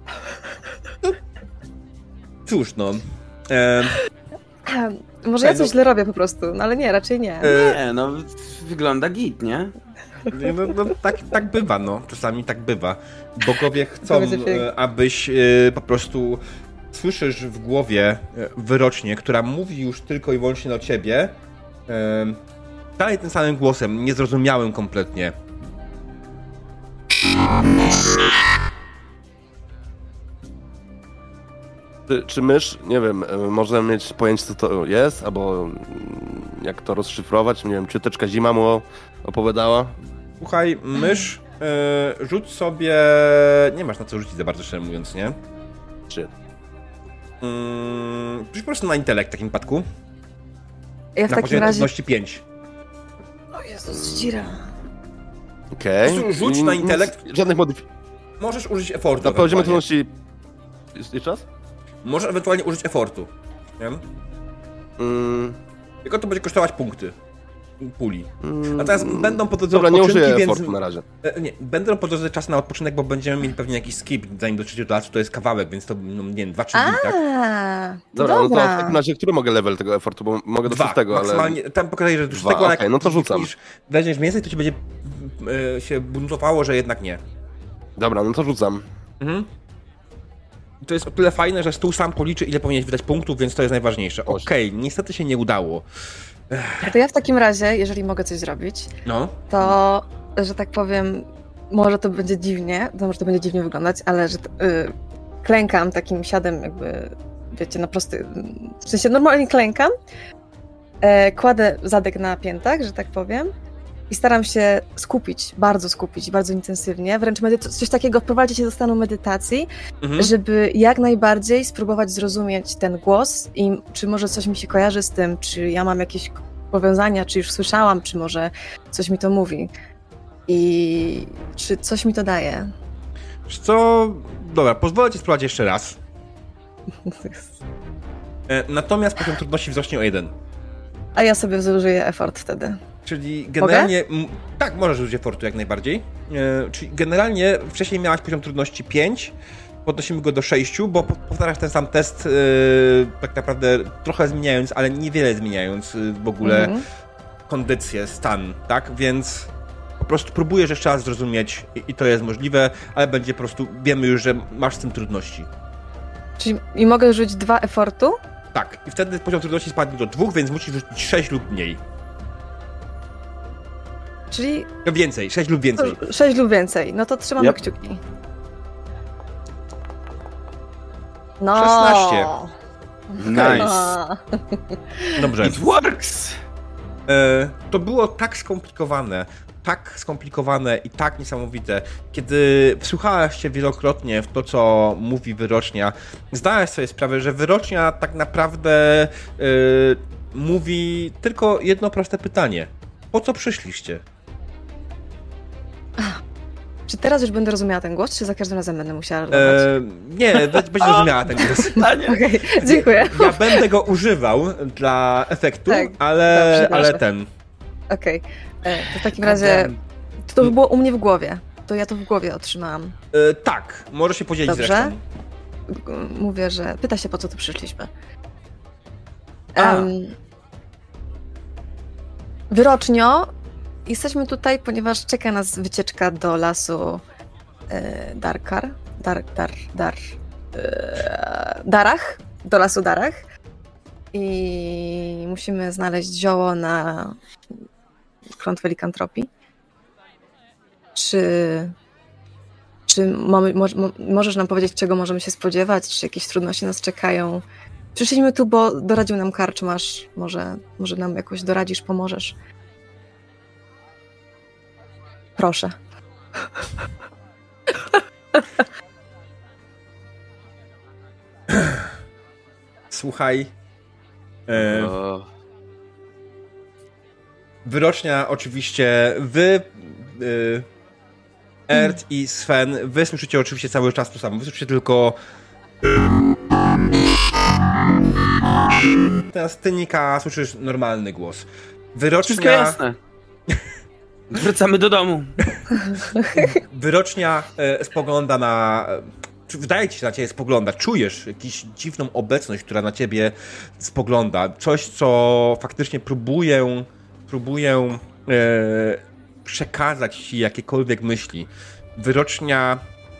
Cóż, no. Może ja coś źle robię po prostu, no ale nie, raczej nie. Nie, no wygląda git, nie? No, tak bywa, no. Czasami tak bywa. Bogowie chcą, Bogowie się- abyś po prostu słyszysz w głowie wyrocznię, która mówi już tylko i wyłącznie do ciebie. Dalej tym samym głosem, niezrozumiałym kompletnie. Czy mysz, nie wiem, może mieć pojęcie, co to jest, albo jak to rozszyfrować, nie wiem, czy teczka zima mu opowiadała? Słuchaj, mysz, rzuć sobie... Nie masz na co rzucić za bardzo, szczerze mówiąc, nie? Czy? Rzuć po prostu na intelekt w takim wypadku. Ja w Na takim poziomie razie... trudności 5. O Jezus, dzira. Okej. Rzuć na intelekt. Żadnych modyfikacji. Możesz użyć effortu. Na poziomie ewentualnie. trudności... Jeszcze raz? Możesz ewentualnie użyć effortu. Nie? Tylko to będzie kosztować punkty. Puli. Natomiast będą po drodze Dobra, nie odpoczynki, użyję więc... effortu na razie. Nie, będą po drodze czas na odpoczynek, bo będziemy mieli pewnie jakiś skip, zanim do 3 lasu, to jest kawałek, więc to, no, nie wiem, 2-3 dni, tak? Dobra, no to w dobra. takim razie, który mogę level tego effortu, bo mogę do 2, szóstego, ale... maksymalnie, tam pokazuje, że do 6, Dwa, ale okej, no to rzucam. Jeśli weźmiesz więcej, to ci będzie się buntowało, że jednak nie. Dobra, no to rzucam. To jest o tyle fajne, że stół sam policzy, ile powinieneś wydać punktów, więc to jest najważniejsze. Okej, niestety się nie udało. To ja w takim razie, jeżeli mogę coś zrobić, No. to, że tak powiem, może to będzie dziwnie, to może to będzie dziwnie wyglądać, ale że klękam takim siadem jakby, wiecie, na prosty, w sensie normalnie klękam, kładę zadek na piętach, że tak powiem i staram się skupić, bardzo intensywnie, wręcz coś takiego, wprowadzić się do stanu medytacji, żeby jak najbardziej spróbować zrozumieć ten głos i czy może coś mi się kojarzy z tym, czy ja mam jakieś powiązania, czy już słyszałam, czy może coś mi to mówi i czy coś mi to daje. Wiesz co? Dobra, pozwolę ci spróbować jeszcze raz. Natomiast poziom trudności wzrośnie o 1. A ja sobie zużyję effort wtedy. Czyli generalnie... Tak, możesz użyć effortu jak najbardziej. Czyli generalnie wcześniej miałaś poziom trudności 5, podnosimy go do 6, bo powtarzasz ten sam test tak naprawdę trochę zmieniając, ale niewiele zmieniając w ogóle kondycję, stan, tak? Więc po prostu próbujesz jeszcze raz zrozumieć i to jest możliwe, ale będzie po prostu, wiemy już, że masz z tym trudności. Czyli i mogę rzucić 2 efortu? Tak, i wtedy poziom trudności spadnie do 2, więc musisz rzucić 6 lub mniej. Czyli Więcej, 6 lub więcej. 6 lub więcej. No to trzymamy kciuki. No. 16. Nice. A. Dobrze. It works! To było tak skomplikowane i tak niesamowite. Kiedy wsłuchałaś się wielokrotnie w to, co mówi wyrocznia, zdałaś sobie sprawę, że wyrocznia tak naprawdę mówi tylko jedno proste pytanie. Po co przyszliście? Czy teraz już będę rozumiała ten głos, czy za każdym razem będę musiała reagować? Nie, będzie rozumiała ten głos. Okej, dziękuję. Ja będę go używał dla efektu, Tak, ale, dobrze, ale proszę. ten... Okej. To w takim razie to było u mnie w głowie. To ja to w głowie otrzymałam. Tak, może się podzielić Dobrze. zresztą. Mówię, że pyta się, po co tu przyszliśmy. A. Wyrocznio, jesteśmy tutaj, ponieważ czeka nas wycieczka do lasu Darkar. Darach. Do lasu Darach. I musimy znaleźć zioło na klątwę likantropii. Czy możesz nam powiedzieć, czego możemy się spodziewać? Czy jakieś trudności nas czekają? Przyszliśmy tu, bo doradził nam karczmasz. Może nam jakoś doradzisz, pomożesz. Proszę. Słuchaj. Wyrocznia oczywiście, Erd i Sven, wy słyszycie oczywiście cały czas to samo. Wy słyszycie tylko... Teraz ty, Nika, słyszysz normalny głos. Wyrocznia... Wszystko jasne. Wracamy do domu. Wyrocznia spogląda na... Wydaje ci się, na ciebie spogląda. Czujesz jakąś dziwną obecność, która na ciebie spogląda. Coś, co faktycznie próbuję przekazać ci jakiekolwiek myśli. Wyrocznia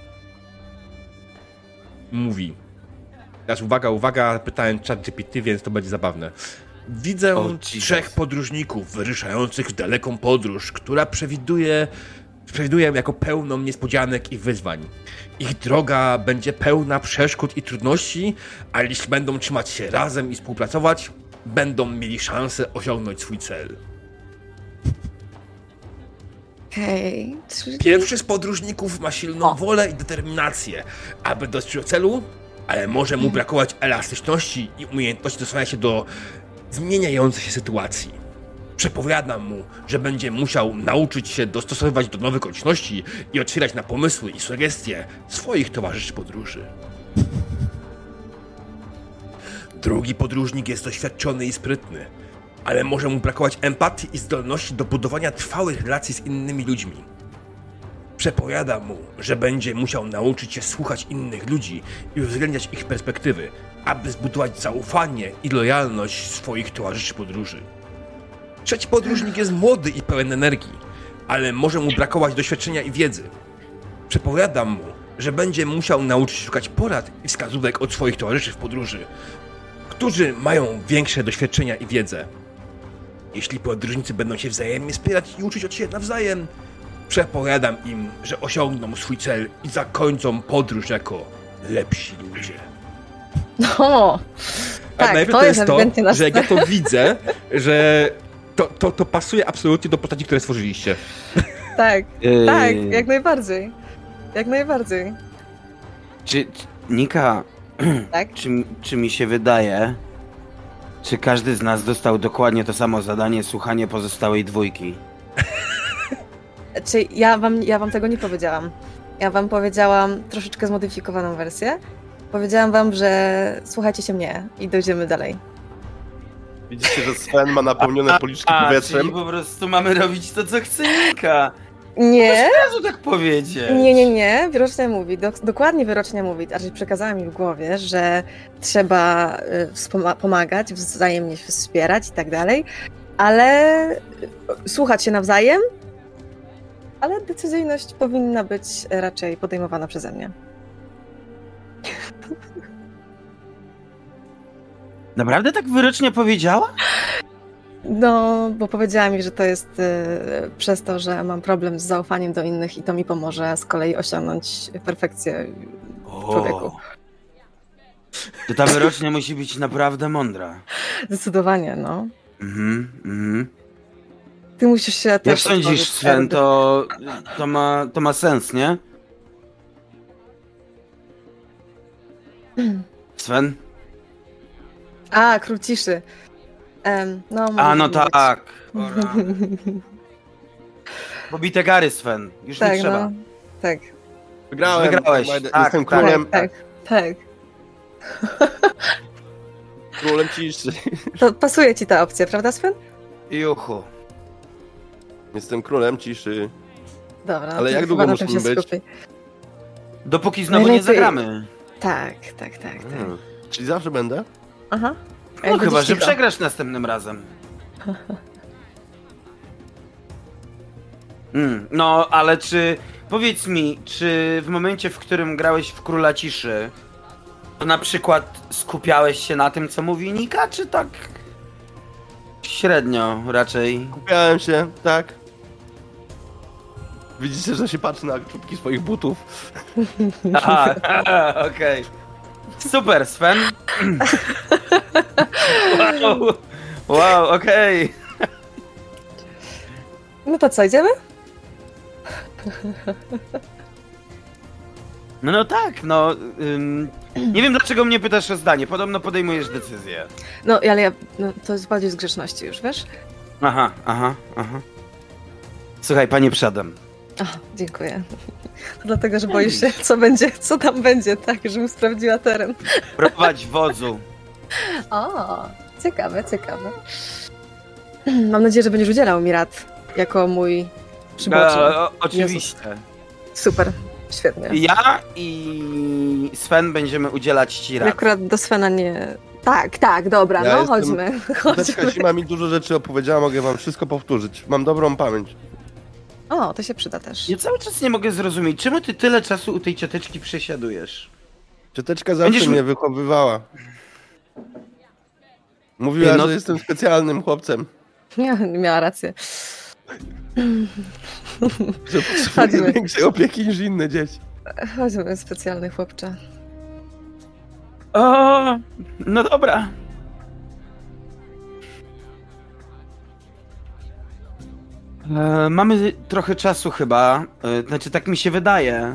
mówi. Teraz uwaga, pytałem ChatGPT, więc to będzie zabawne. Widzę trzech podróżników wyruszających w daleką podróż, która przewiduję jako pełną niespodzianek i wyzwań. Ich droga będzie pełna przeszkód i trudności, ale jeśli będą trzymać się razem i współpracować, będą mieli szansę osiągnąć swój cel. Okej. Pierwszy z podróżników ma silną wolę i determinację, aby dotrzeć do celu, ale może mu brakować elastyczności i umiejętności dostosowania się do zmieniającej się sytuacji. Przepowiadam mu, że będzie musiał nauczyć się dostosowywać do nowych okoliczności i otwierać na pomysły i sugestie swoich towarzyszy podróży. Drugi podróżnik jest doświadczony i sprytny, ale może mu brakować empatii i zdolności do budowania trwałych relacji z innymi ludźmi. Przepowiadam mu, że będzie musiał nauczyć się słuchać innych ludzi i uwzględniać ich perspektywy, aby zbudować zaufanie i lojalność swoich towarzyszy podróży. Trzeci podróżnik jest młody i pełen energii, ale może mu brakować doświadczenia i wiedzy. Przepowiadam mu, że będzie musiał nauczyć się szukać porad i wskazówek od swoich towarzyszy w podróży, którzy mają większe doświadczenia i wiedzę. Jeśli podróżnicy będą się wzajemnie wspierać i uczyć od siebie nawzajem, przepowiadam im, że osiągną swój cel i zakończą podróż jako lepsi ludzie. No, tak, najpierw to jest to, ewidentnie że jak ja to widzę, że to pasuje absolutnie do postaci, które stworzyliście. Tak, tak, jak najbardziej. Jak najbardziej. Nika, Tak? czy mi się wydaje, czy każdy z nas dostał dokładnie to samo zadanie, słuchanie pozostałej dwójki? Czy ja wam tego nie powiedziałam. Ja wam powiedziałam troszeczkę zmodyfikowaną wersję. Powiedziałam wam, że słuchajcie się mnie i dojdziemy dalej. Widzicie, że Sven ma napełnione policzki powietrzem. Czyli po prostu mamy robić to, co chce Nika. Nie, Od razu tak powiedzieć. nie. Wyrocznia mówi, dokładnie wyrocznia mówi, a przekazała mi w głowie, że trzeba pomagać, wzajemnie się wspierać i tak dalej, ale słuchać się nawzajem ale decyzyjność powinna być raczej podejmowana przeze mnie. Naprawdę tak wyrocznie powiedziała? No, bo powiedziała mi, że to jest przez to, że mam problem z zaufaniem do innych i to mi pomoże z kolei osiągnąć perfekcję w człowieku. To ta wyrocznia musi być naprawdę mądra. Zdecydowanie, no. Mhm. Ty musisz się Jak też sądzisz, otworzyć, Sven, Erdy. to ma sens, nie? Sven? A, król ciszy. No, A, no może być. tak. Pobite gary, Sven. Już nie Tak, trzeba. no. Tak, Wygrałeś. Tak, Jestem tak. królem, tak. królem ciszy. To pasuje ci ta opcja, prawda, Sven? Juchu. Jestem królem ciszy. Dobra, Ale to jak chyba długo na tym musimy się być? skupię. Dopóki znowu nie Najlepiej- zagramy. Tak. Czyli zawsze będę? Aha. A No jak chyba, będziesz że cicho? przegrasz następnym razem. No, ale powiedz mi, czy w momencie, w którym grałeś w Króla Ciszy, to na przykład skupiałeś się na tym, co mówi Nika, czy tak średnio raczej? Kupiałem się, tak. Widzicie, że się patrzy na czubki swoich butów. Aha, okej. Super, Sven. Wow, okej. No to co, idziemy? No tak, no. Nie wiem, dlaczego mnie pytasz o zdanie. Podobno podejmujesz decyzję. No, ale to jest bardziej z grzeczności już, wiesz? Aha. Słuchaj, panie przodem. Ach, dziękuję. To dlatego, że boisz się, co tam będzie, tak, żebym sprawdziła teren. Prowadź wodzu. O, ciekawe. Mam nadzieję, że będziesz udzielał mi rad jako mój przyboczny. Oczywiście. Super, świetnie. Ja i Sven będziemy udzielać ci rad. Akurat do Svena nie... Tak, dobra, Ja no jestem- chodźmy. Teczka Sima mi dużo rzeczy opowiedziała, mogę wam wszystko powtórzyć. Mam dobrą pamięć. O, to się przyda też. Ja cały czas nie mogę zrozumieć, czemu ty tyle czasu u tej cioteczki przesiadujesz? Cioteczka zawsze mnie wychowywała. Mówiła, No- że jestem specjalnym chłopcem. Miała rację. Że Chodźmy. potrzebuję większej opieki niż inne dzieci. Chodźmy, specjalny chłopcze. O, no dobra. Mamy trochę czasu chyba, znaczy tak mi się wydaje.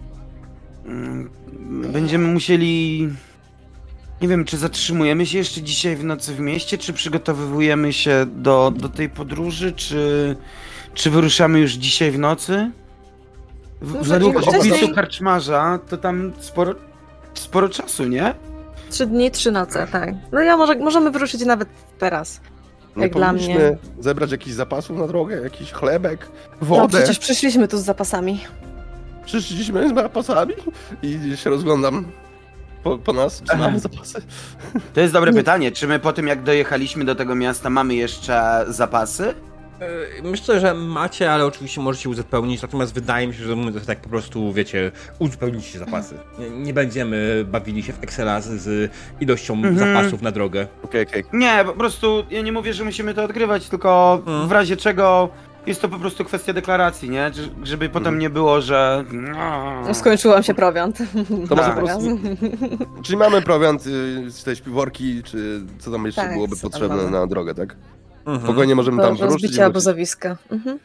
Będziemy musieli... Nie wiem, czy zatrzymujemy się jeszcze dzisiaj w nocy w mieście, czy przygotowujemy się do tej podróży, czy wyruszamy już dzisiaj w nocy? Może Według im wcześniej- opisu karczmarza to tam sporo czasu, nie? 3 dni, 3 noce, tak. No ja możemy wyruszyć nawet teraz. Nie Jak dla powinniśmy mnie. zebrać jakichś zapasów na drogę, jakiś chlebek, No wodę. przecież przyszliśmy tu z zapasami. Przyszliśmy z zapasami i się rozglądam po nas, czy mamy zapasy. To jest dobre pytanie. Czy my po tym, jak dojechaliśmy do tego miasta, mamy jeszcze zapasy? Myślę, że macie, ale oczywiście możecie uzupełnić, natomiast wydaje mi się, że my to tak po prostu, wiecie, uzupełnicie zapasy. Nie będziemy bawili się w Excela z ilością zapasów na drogę. Okej. Nie, po prostu ja nie mówię, że musimy to odkrywać, tylko w razie czego jest to po prostu kwestia deklaracji, nie? Żeby potem nie było, że... Skończyłam się prowiant. To może Tak. po prostu... Czyli mamy prowiant z tej śpiworki, czy co tam jeszcze Tak, byłoby co tam potrzebne mamy? na drogę, tak? Spokojnie możemy Do tam wyruszyć i rozbicia wrócić. obozowiska. Mhm.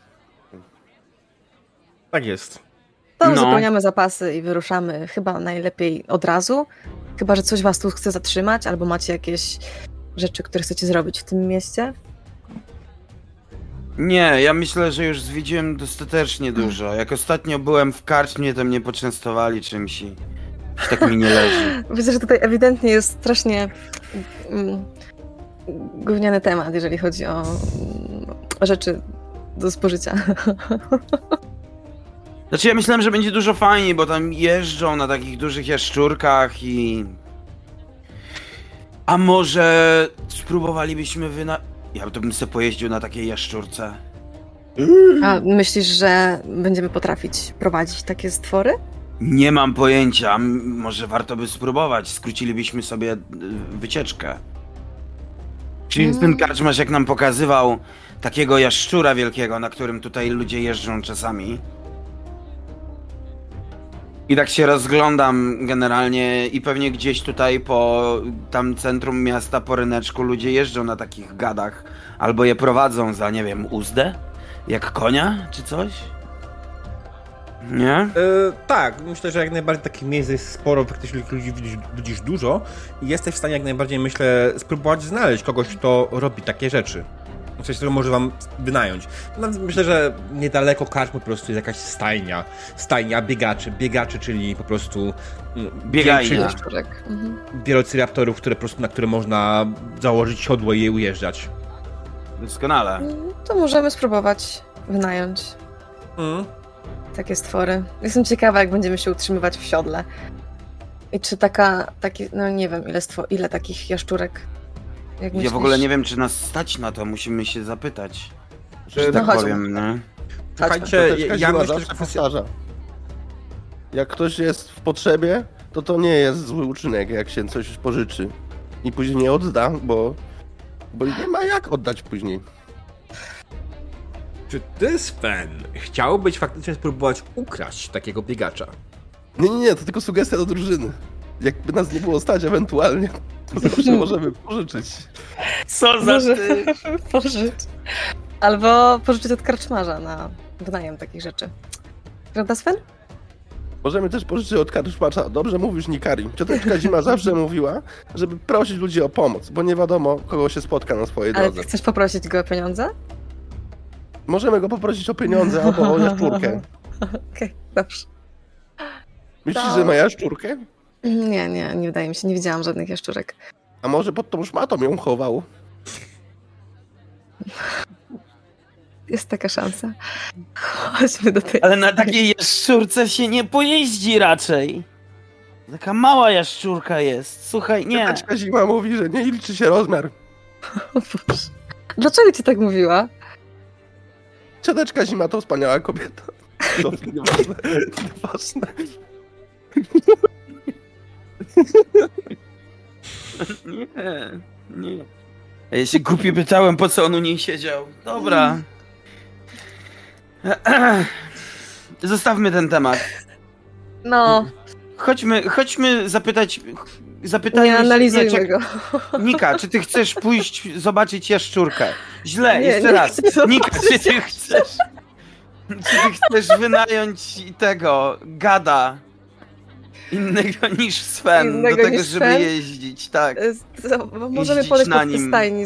Tak jest. To No. uzupełniamy zapasy i wyruszamy chyba najlepiej od razu. Chyba, że coś was tu chce zatrzymać, albo macie jakieś rzeczy, które chcecie zrobić w tym mieście. Nie, ja myślę, że już zwiedziłem dostatecznie dużo. Jak ostatnio byłem w karczmie, to mnie poczęstowali czymś i już tak mi nie leży. Widzę, że tutaj ewidentnie jest strasznie gówniany temat, jeżeli chodzi o rzeczy do spożycia. Znaczy ja myślałem, że będzie dużo fajniej, bo tam jeżdżą na takich dużych jaszczurkach i... A może spróbowalibyśmy Ja to bym sobie pojeździł na takiej jaszczurce. A myślisz, że będziemy potrafić prowadzić takie stwory? Nie mam pojęcia. Może warto by spróbować. Skrócilibyśmy sobie wycieczkę. Czyli ten karczmarz, jak nam pokazywał takiego jaszczura wielkiego, na którym tutaj ludzie jeżdżą czasami. I tak się rozglądam generalnie i pewnie gdzieś tutaj po tam centrum miasta, po ryneczku ludzie jeżdżą na takich gadach. Albo je prowadzą za, nie wiem, uzdę? Jak konia, czy coś? Nie? Tak, myślę, że jak najbardziej takich miejsc jest sporo, praktycznie ludzi widzisz dużo i jesteś w stanie jak najbardziej, myślę, spróbować znaleźć kogoś, kto robi takie rzeczy. Coś, co może wam wynająć. No, myślę, że niedaleko karczmy po prostu jest jakaś stajnia biegaczy, czyli po prostu Biegajnia. Jaszczurek. wielociraptorów, na które można założyć siodło i je ujeżdżać. Doskonale. To możemy spróbować wynająć takie stwory. Jestem ciekawa, jak będziemy się utrzymywać w siodle. I czy no nie wiem, ile takich jaszczurek. Jak Ja myślisz? w ogóle nie wiem, czy nas stać na to, musimy się zapytać. Że No tak chodźmy. powiem, no. Słuchajcie, Toteczka ja siła myślę, że zawsze powtarza. Jak ktoś jest w potrzebie, to nie jest zły uczynek, jak się coś pożyczy. I później nie odda, bo nie ma jak oddać później. Czy ty, Sven, chciałbyś faktycznie spróbować ukraść takiego biegacza? Nie, to tylko sugestia do drużyny. Jakby nas nie było stać ewentualnie, to zawsze możemy pożyczyć. Co za Może ty? pożyczyć. Albo pożyczyć od karczmarza na wynajem takich rzeczy. Prawda, Sven? Możemy też pożyczyć od karczmarza. Dobrze mówisz, Nikari. Cioteczka Zima zawsze mówiła, żeby prosić ludzi o pomoc, bo nie wiadomo, kogo się spotka na swojej Ale drodze. ty chcesz poprosić go o pieniądze? Możemy go poprosić o pieniądze albo o jaszczurkę. Okej, dobrze. Myślisz, To- że ma jaszczurkę? Nie wydaje mi się, nie widziałam żadnych jaszczurek. A może pod tą szmatą ją chował? Jest taka szansa. Chodźmy do tej... Ale na takiej jaszczurce się nie pojeździ raczej. Taka mała jaszczurka jest. Słuchaj, nie. Cioteczka Zima mówi, że nie liczy się rozmiar. O Boże. Dlaczego ci tak mówiła? Cioteczka Zima to wspaniała kobieta. To nieważne. Nieważne. Nie. A ja się głupie pytałem, po co on u niej siedział. Dobra. Zostawmy ten temat. No, Chodźmy zapytać nie analizujmy go. Nika, czy ty chcesz pójść zobaczyć jaszczurkę? Źle, Nie, jeszcze nie raz. chcę Nika, zobaczyć czy ty chcesz wynająć tego gada innego niż Sven Innego do tego, niż żeby Sven? jeździć, tak. Możemy Jeździć podejść na do tej nim. stajni,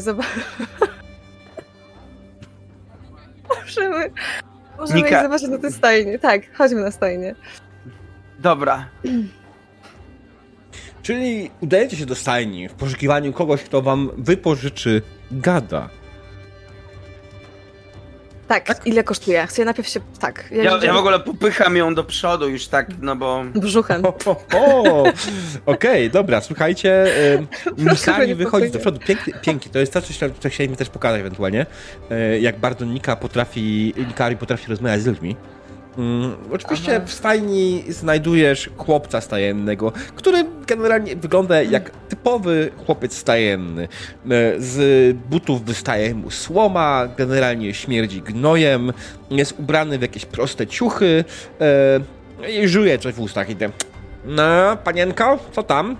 Możemy Nika. iść zobaczyć na tej stajni. Tak, chodźmy na stajnię. Dobra. Czyli udajecie się do stajni w poszukiwaniu kogoś, kto wam wypożyczy gada. Tak, ile kosztuje? Chcę najpierw się... Tak, Ja w ogóle popycham ją do przodu już tak, no bo... brzuchem. Okej, dobra, słuchajcie. Nikari nie wychodzi do popycham. przodu. Pięknie, to jest coś, co chcieliśmy też pokazać ewentualnie. Jak bardzo Nikari potrafi rozmawiać z ludźmi. Oczywiście Aha. w stajni znajdujesz chłopca stajennego, który generalnie wygląda jak typowy chłopiec stajenny. Z butów wystaje mu słoma, generalnie śmierdzi gnojem, jest ubrany w jakieś proste ciuchy i żuje coś w ustach i no, panienko, co tam?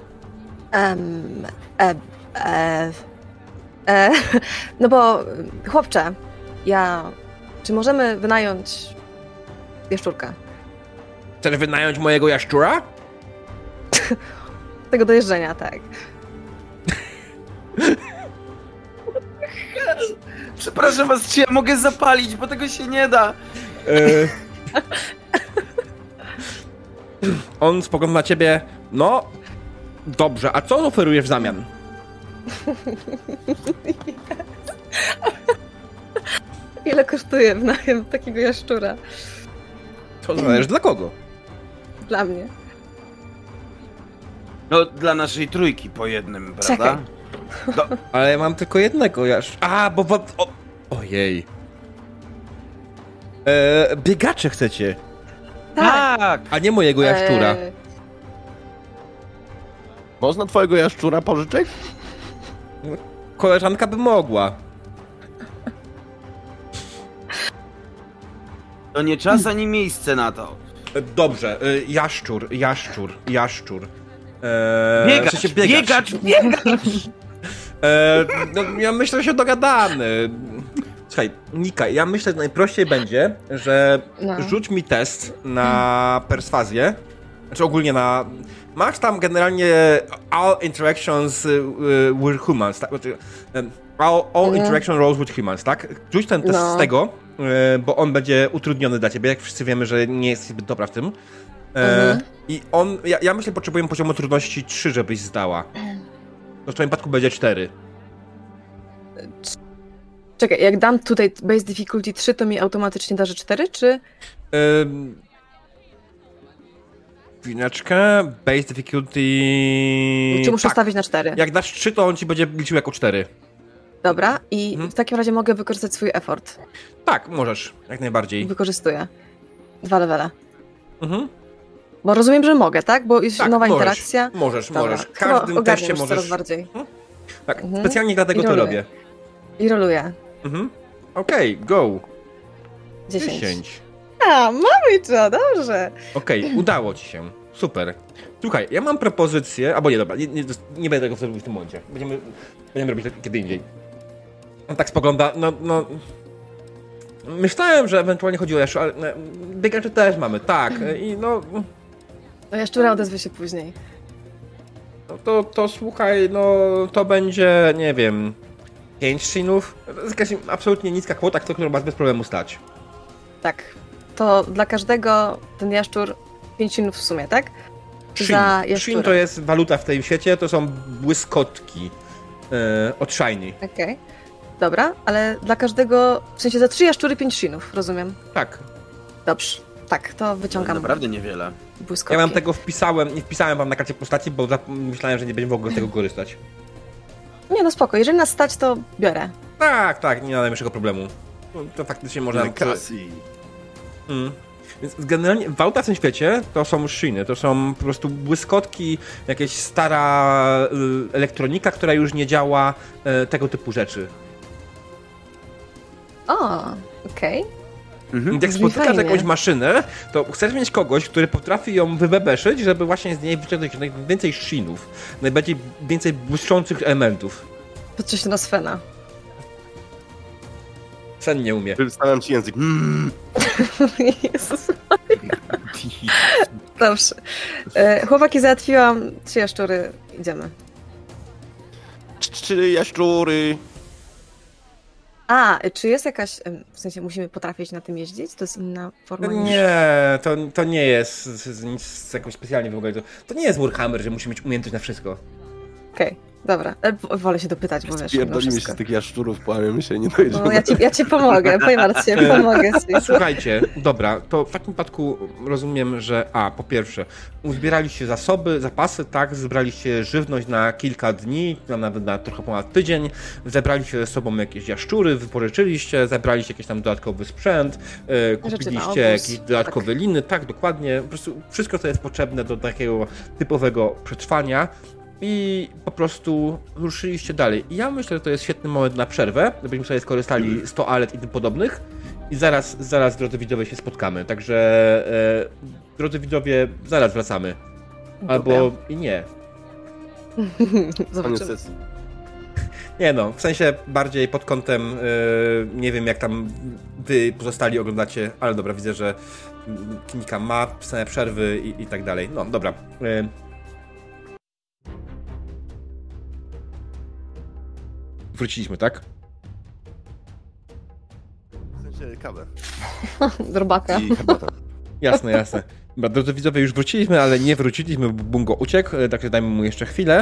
No bo, chłopcze, czy możemy wynająć jaszczurkę? Chcesz wynająć mojego jaszczura? Tego do jeżdżenia, tak. Przepraszam was, czy ja mogę zapalić, bo tego się nie da. On spogląda na ciebie, no, dobrze, a co oferujesz w zamian? Ile kosztuje wynajem takiego jaszczura? To zależy dla kogo. Dla mnie. No, dla naszej trójki po jednym, prawda? Czekaj. Ale ja mam tylko jednego jaszczura. A, bo... Ojej. Biegacze chcecie, Tak! a nie mojego jaszczura. Można twojego jaszczura pożyczyć? Koleżanka by mogła. To nie czas ani miejsce na to. Dobrze, jaszczur. Biegacz, w sensie biegacz! No, ja myślę, że się dogadamy. Słuchaj, Nika, ja myślę, że najprościej będzie, że rzuć mi test na perswazję. Znaczy ogólnie na... Masz tam generalnie all interactions with humans, tak? All interaction rolls with humans, tak? Rzuć ten test z tego, bo on będzie utrudniony dla ciebie, jak wszyscy wiemy, że nie jesteś zbyt dobra w tym. I on... Ja myślę, że potrzebujemy poziomu trudności 3, żebyś zdała. To w twoim przypadku będzie 4. Czekaj, jak dam tutaj base difficulty 3, to mi automatycznie darzy 4, czy... Chwileczkę, base difficulty... Czy muszę stawić na 4? Jak dasz 3, to on ci będzie liczył jako 4. Dobra, i w takim razie mogę wykorzystać swój effort. Tak, możesz, jak najbardziej. Wykorzystuję. 2 levele. Bo rozumiem, że mogę, tak? Bo jest nowa interakcja. Możesz. Dobra. W każdym teście możesz. Coraz bardziej. Tak, specjalnie dlatego to robię. I roluję. Okej, go. 10. A, mamy to, dobrze. Okej, udało ci się. Super. Słuchaj, ja mam propozycję, albo nie, dobra, nie będę tego robił w tym momencie. Będziemy robić to kiedy indziej. On tak spogląda, no... Myślałem, że ewentualnie chodzi o jaszczur, ale biegaczy też mamy, tak. I no... No jaszczura odezwie się później. No to słuchaj, no to będzie, nie wiem, 5 shinów. To jest jakaś absolutnie niska kwota, którą masz bez problemu stać. Tak. To dla każdego ten jaszczur 5 shinów w sumie, tak? Shin to jest waluta w tym świecie, to są błyskotki od shiny. Okej. Dobra, ale dla każdego, w sensie za 3 jaszczury 5 shinów, rozumiem? Tak. Dobrze. Tak, to wyciągam. Naprawdę niewiele. Błyskotki. Ja wam tego nie wpisałem wam na karcie postaci, bo myślałem, że nie będziemy w ogóle z tego korzystać. Nie, no spoko, jeżeli nas stać, to biorę. Tak, nie ma najmniejszego problemu. To faktycznie można... Więc generalnie waluta w tym świecie to są shiny, to są po prostu błyskotki, jakieś stara elektronika, która już nie działa, tego typu rzeczy. O, okej. Jak spotykasz jakąś maszynę, to chcesz mieć kogoś, który potrafi ją wybebeszyć, żeby właśnie z niej wyciągnąć najwięcej shinów, więcej błyszczących elementów. Patrzę się na Svena. Sen nie umie. Wystawiam ci język. Jezus. Dobrze. Chłopaki, załatwiłam 3 jaszczury. Idziemy. 3 jaszczury. A, czy jest jakaś... W sensie musimy potrafić na tym jeździć? To jest inna forma niż... Nie, to nie jest nic jakoś specjalnie w ogóle. To nie jest Warhammer, że musi mieć umiejętność na wszystko. Okej, dobra. Wolę się dopytać, bo wiesz... Pierdolimy się z tych jaszczurów, połamiemy się, nie dojedziemy. No, ja ci pomogę, pomartw się, pomogę ci. Słuchajcie, dobra, to w takim wypadku rozumiem, że po pierwsze, uzbieraliście zasoby, zapasy, tak, zebraliście żywność na kilka dni, nawet na trochę ponad tydzień, zebraliście ze sobą jakieś jaszczury, wypożyczyliście, zebraliście jakiś tam dodatkowy sprzęt, kupiliście jakieś dodatkowe liny, tak, dokładnie, po prostu wszystko, co jest potrzebne do takiego typowego przetrwania. I po prostu ruszyliście dalej. I ja myślę, że to jest świetny moment na przerwę, żebyśmy sobie skorzystali z toalet i tym podobnych. I zaraz, drodzy widzowie, się spotkamy. Także, drodzy widzowie, zaraz wracamy. Albo i nie. Zobaczymy. Nie no, w sensie bardziej pod kątem, nie wiem jak tam wy pozostali oglądacie, ale dobra, widzę, że klinika ma same przerwy i tak dalej. No, dobra. Wróciliśmy, tak? W sensie kawę. Robaka. I herbatę. Jasne. Dobra, drodzy widzowie, już wróciliśmy, ale nie wróciliśmy, bo Bungo uciekł, także dajmy mu jeszcze chwilę.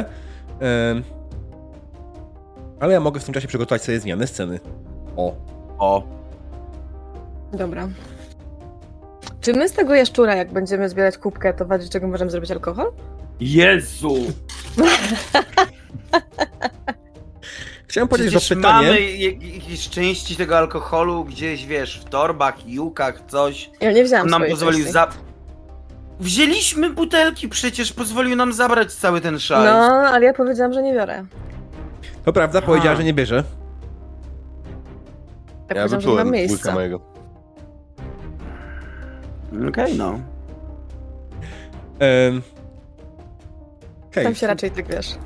Ale ja mogę w tym czasie przygotować sobie zmianę sceny. O. Dobra. Czy my z tego jaszczura, jak będziemy zbierać kubkę, to w razie czego możemy zrobić alkohol? Jezu! Chciałem powiedzieć, że Przecież pytanie... mamy jakieś części tego alkoholu gdzieś, wiesz, w torbach, jukach, coś. Ja nie wzięłam On nam swojej pozwolił części. Wzięliśmy butelki, przecież pozwolił nam zabrać cały ten szajs. No, ale ja powiedziałam, że nie biorę. To prawda, powiedziała, że nie bierze. Ja, Ja powiedziałam, że nie mam wyplułem łyka miejsca. mojego. Okej, no. Okej. Tam się raczej tak, wiesz...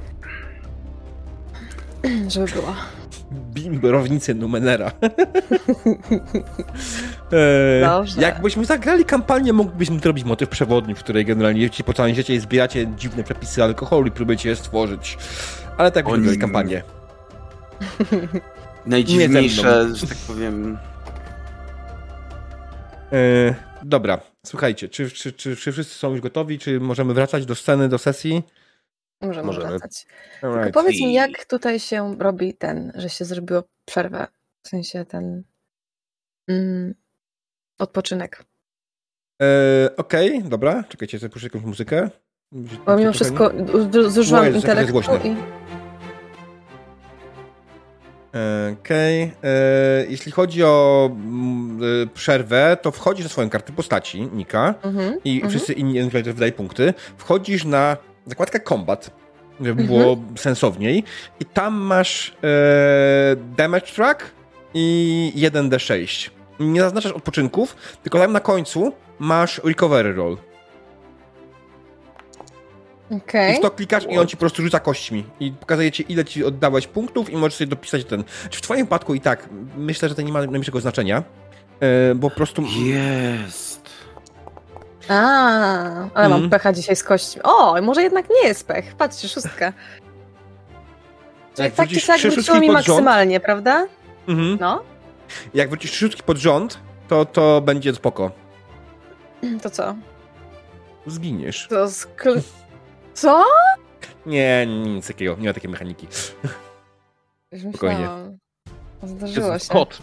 Żeby była. Bimbrownicy Numenera. Dobrze. Jakbyśmy zagrali kampanię, moglibyśmy zrobić motyw przewodni, w której generalnie jedziecie po całym świecie i zbieracie dziwne przepisy alkoholu i próbujecie je stworzyć. Ale tak byśmy grali kampanię. Najdziwniejsze, że tak powiem... Dobra, słuchajcie, czy wszyscy są już gotowi? Czy możemy wracać do sceny, do sesji? Możemy Możemy. wracać. Alright. Tylko powiedz mi, jak tutaj się robi że się zrobiło przerwę? W sensie ten odpoczynek. Okej, dobra, czekajcie, sobie puszczę jakąś muzykę. Bo mimo wszystko zużyłam Jezu, jak to jest intelektu głośne. i... Okej. Jeśli chodzi o przerwę, to wchodzisz na swoją kartę postaci, Nika, i wszyscy inni wydają punkty. Wchodzisz na zakładkę Combat, żeby było sensowniej, i tam masz damage track i 1d6. Nie zaznaczasz odpoczynków, tylko tam na końcu masz recovery roll. Okej. I w to klikasz i on ci po prostu rzuca kośćmi. I pokazuje ci, ile ci oddałeś punktów i możesz sobie dopisać ten. Czy w twoim wypadku i tak, myślę, że to nie ma najmniejszego znaczenia, bo po prostu... Jest. Ale mam pecha dzisiaj z kośćmi. O, może jednak nie jest pech. Patrzcie, 6. Czyli Jak tak czy wrócisz tak 3 wróciło szóstki mi pod rząd, maksymalnie, prawda? No. jak wrócisz 3 szóstki pod rząd, to będzie spoko. To co? Zginiesz. To Co? Nie, nic takiego, nie ma takiej mechaniki. Już Spokojnie. myślałam. Zdarzyło się. Kot.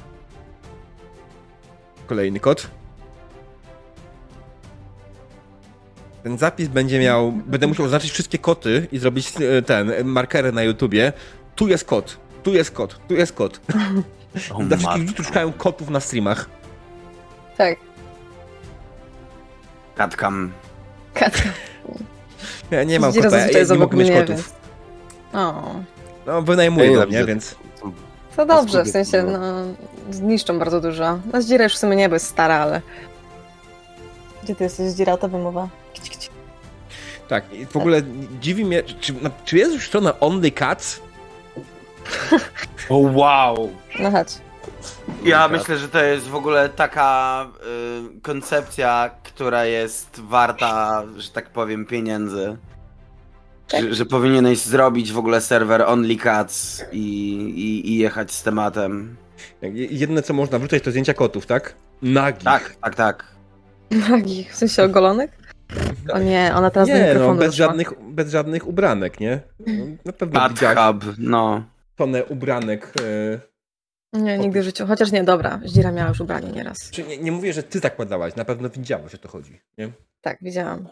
Kolejny kod. Ten zapis będzie miał... Będę musiał oznaczyć wszystkie koty i zrobić markery na YouTubie. Tu jest kot, tu jest kot, tu jest kot. Dla wszystkich ludzi, którzy szukają kotów na streamach. Tak. Katkam. Katka. Ja nie mam Zdzira kota, zazwyczaj ja jest nie obok mogę mieć mnie, kotów. więc... O. No, wynajmuję Ja go, nienawidzę. nie? Więc... To dobrze, w Paskudy, sensie, no. zniszczą bardzo dużo. No Zdzira już w sumie nie, bo jest stara, ale... Gdzie ty jesteś, Zdzira? O tobie mowa. Kić, kić. Tak, i w ogóle dziwi mnie, czy jest już strona Only Cats? O wow! No chodź. Ja myślę, że to jest w ogóle taka koncepcja, która jest warta, że tak powiem, pieniędzy. Tak? Że powinieneś zrobić w ogóle serwer Only Cats i jechać z tematem. Jedyne, co można wrzucać, to zdjęcia kotów, tak? Nagich. Tak. Nagich, w sensie ogolonych? O nie, ona teraz do Nie, mikrofonu no, doszła. bez żadnych ubranek, nie? No, na pewno widziałeś Bathhub, no. tonę ubranek. Nie, nigdy w życiu. Chociaż nie, dobra, Zdzira miała już ubranie nieraz. Czy nie mówię, że ty zakładałaś, na pewno widziałeś, o to chodzi, nie? Tak, widziałam.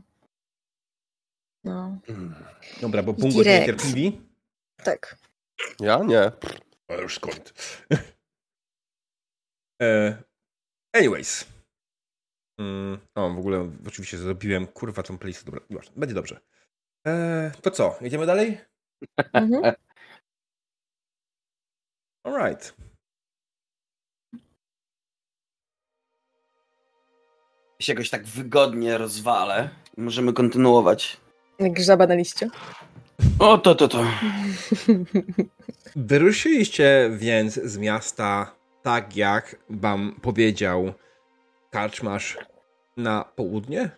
No, Dobra, bo punkt Direkt. niecierpliwi. tak. Ja? Nie. A już skąd? Anyways. O, w ogóle oczywiście zrobiłem, kurwa, tą playlistę. Dobra, już, będzie dobrze. To co, jedziemy dalej? Mhm. Alright. się jakoś tak wygodnie rozwalę. Możemy kontynuować. Jak żaba na liściu. O, to. Wyruszyliście więc z miasta tak, jak wam powiedział karczmarz na południe?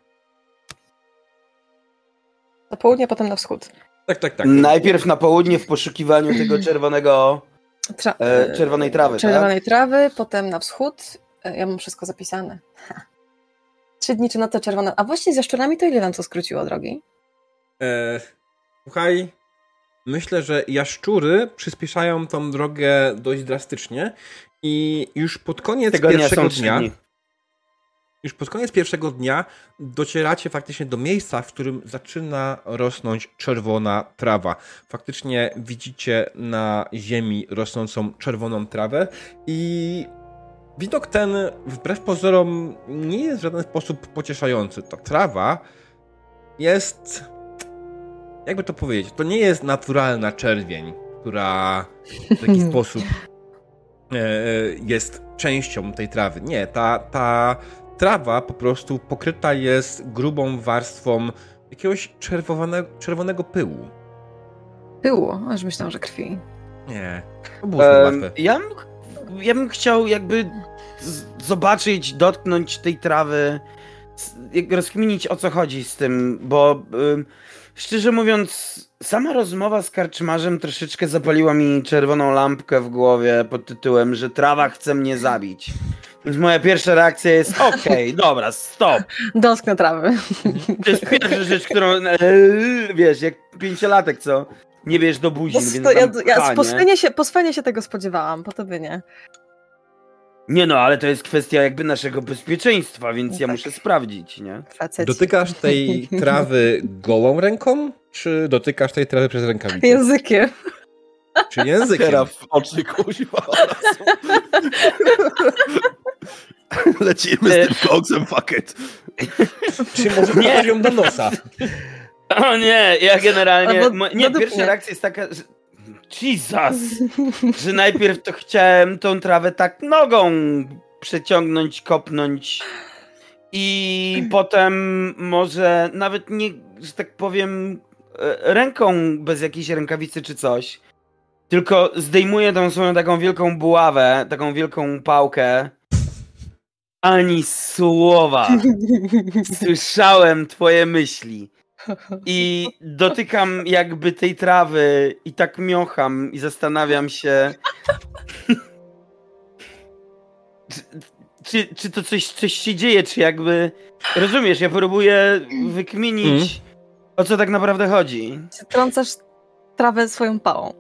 Na południe, potem na wschód. Tak. Najpierw na południe w poszukiwaniu tego czerwonego... czerwonej trawy, Czerwonej trawy, potem na wschód. Ja mam wszystko zapisane. 3 dni czy noce czerwone. A właśnie ze szczurami to ile nam to skróciło drogi? Słuchaj, myślę, że jaszczury przyspieszają tą drogę dość drastycznie i już pod koniec Tego nie pierwszego są 3 dnia... dni. już pod koniec pierwszego dnia docieracie faktycznie do miejsca, w którym zaczyna rosnąć czerwona trawa. Faktycznie widzicie na ziemi rosnącą czerwoną trawę i widok ten wbrew pozorom nie jest w żaden sposób pocieszający. Ta trawa jest... jakby to powiedzieć? To nie jest naturalna czerwień, która w jakiś sposób jest częścią tej trawy. Nie, ta trawa po prostu pokryta jest grubą warstwą jakiegoś czerwonego pyłu. Pyłu? Aż myślałam, że krwi. Nie, to było łatwe. Ja bym chciał jakby zobaczyć, dotknąć tej trawy, rozkminić o co chodzi z tym, bo szczerze mówiąc, sama rozmowa z karczmarzem troszeczkę zapaliła mi czerwoną lampkę w głowie pod tytułem, że trawa chce mnie zabić. Więc moja pierwsza reakcja jest okej, dobra, stop. Dotknę trawy. To jest pierwsza rzecz, którą wiesz, jak 5-latek, co? Nie wiesz do buzi, więc Ja po Svenie się tego spodziewałam, po tobie nie. Nie no, ale to jest kwestia jakby naszego bezpieczeństwa, więc ja muszę sprawdzić, nie? Faceci. Dotykasz tej trawy gołą ręką, czy dotykasz tej trawy przez rękawicę? Językiem. Czy językiem? Teraz w oczy, kuźwa. Lecimy z tym koksem, fuck it. Czy może nie ją do nosa? O nie, ja generalnie... Według Pierwsza mnie. reakcja jest taka, że... Jesus! Że najpierw to chciałem tą trawę tak nogą przeciągnąć, kopnąć i potem może nawet nie, że tak powiem, ręką bez jakiejś rękawicy czy coś, tylko zdejmuję tą swoją taką wielką buławę, taką wielką pałkę. Ani słowa. Słyszałem twoje myśli. I dotykam jakby tej trawy i tak miocham i zastanawiam się, czy to coś się dzieje, czy jakby... Rozumiesz, ja próbuję wykminić, o co tak naprawdę chodzi. Trącasz trawę swoją pałą.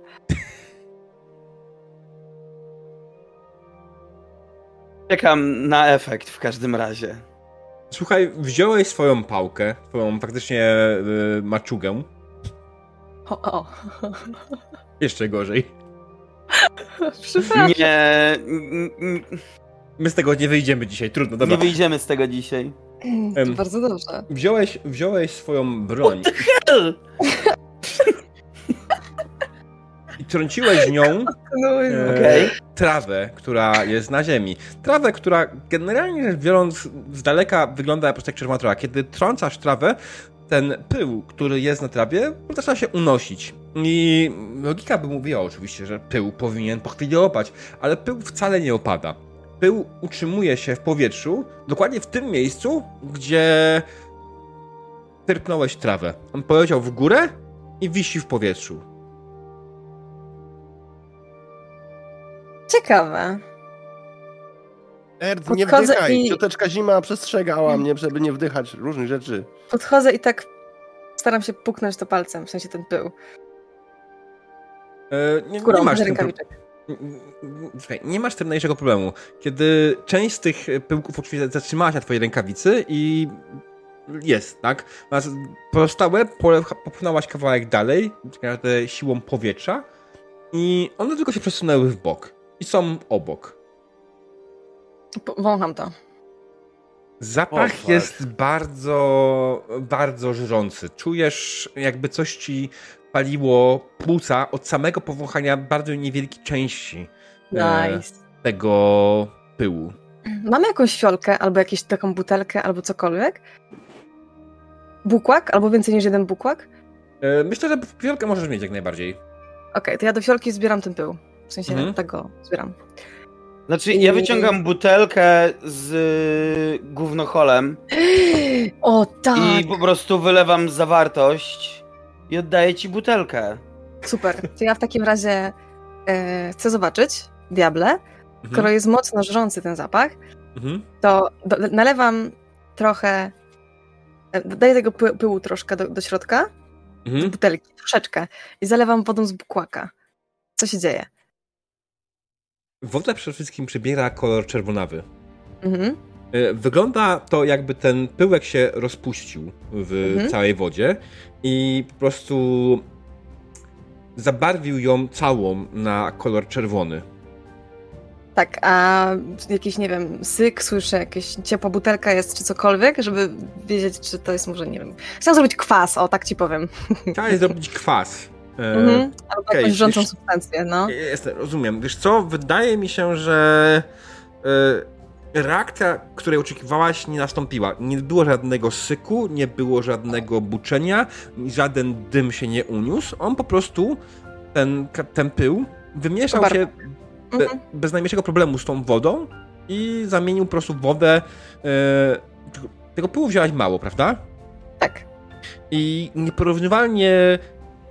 Czekam na efekt w każdym razie. Słuchaj, wziąłeś swoją pałkę, swoją faktycznie maczugę. O. Jeszcze gorzej. Przepraszam. My z tego nie wyjdziemy dzisiaj, trudno, dobra. Nie wyjdziemy z tego dzisiaj. To bardzo dobrze. Wziąłeś swoją broń. I trąciłeś nią trawę, która jest na ziemi. Trawę, która generalnie rzecz biorąc z daleka wygląda po prostu jak czerwona trawa. Kiedy trącasz trawę, ten pył, który jest na trawie, zaczyna się unosić. I logika by mówiła oczywiście, że pył powinien po chwili opadać, ale pył wcale nie opada. Pył utrzymuje się w powietrzu, dokładnie w tym miejscu, gdzie tyrpnąłeś trawę. On poleciał w górę i wisi w powietrzu. Ciekawe. Nie Podchodzę wdychaj. i- Cioteczka Zima przestrzegała mnie, żeby nie wdychać różnych rzeczy. Podchodzę i tak staram się puknąć to palcem, w sensie ten pył. Nie masz tym rękawiczek. Słuchaj, nie masz tym najmniejszego problemu. Kiedy część z tych pyłków oczywiście zatrzymała się na twojej rękawicy i jest, tak? Natomiast pozostałe popchnęłaś kawałek dalej, siłą powietrza i one tylko się przesunęły w bok. I są obok. Wącham to. Zapach jest bardzo, bardzo żrący. Czujesz, jakby coś ci paliło płuca od samego powąchania bardzo niewielkiej części Nice. tego pyłu. Mamy jakąś fiolkę, albo jakąś taką butelkę, albo cokolwiek? Bukłak? Albo więcej niż jeden bukłak? Myślę, że fiolkę możesz mieć jak najbardziej. Okej, to ja do fiolki zbieram ten pył. W sensie tego zbieram. Znaczy, ja wyciągam butelkę z gównocholem O tak! i po prostu wylewam zawartość i oddaję ci butelkę. Super. To ja w takim razie chcę zobaczyć diable, skoro jest mocno żrący ten zapach, to nalewam trochę, daję tego pyłu troszkę do środka, do butelki, troszeczkę i zalewam wodą z bukłaka. Co się dzieje? Woda przede wszystkim przybiera kolor czerwonawy. Wygląda to, jakby ten pyłek się rozpuścił w całej wodzie i po prostu zabarwił ją całą na kolor czerwony. Tak, a jakiś, nie wiem, syk, słyszę, jakaś ciepła butelka jest, czy cokolwiek, żeby wiedzieć, czy to jest może, nie wiem... Chciałam zrobić kwas, o, tak ci powiem. Chciałeś zrobić kwas. Albo jakąś wrzącą substancję, no. Rozumiem. Wiesz co, wydaje mi się, że reakcja, której oczekiwałaś, nie nastąpiła. Nie było żadnego syku, nie było żadnego buczenia, żaden dym się nie uniósł. On po prostu, ten pył, wymieszał się bez najmniejszego problemu z tą wodą i zamienił po prostu wodę. Tego pyłu wziąłaś mało, prawda? Tak. I nieporównywalnie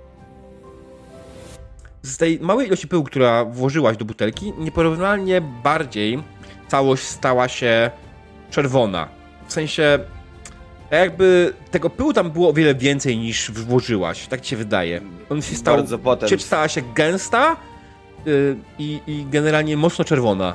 z tej małej ilości pyłu, która włożyłaś do butelki, nieporównywalnie bardziej całość stała się czerwona. W sensie, jakby tego pyłu tam było o wiele więcej niż włożyłaś, tak ci się wydaje. On się stał, Bardzo potem. ciecz stała się gęsta i generalnie mocno czerwona.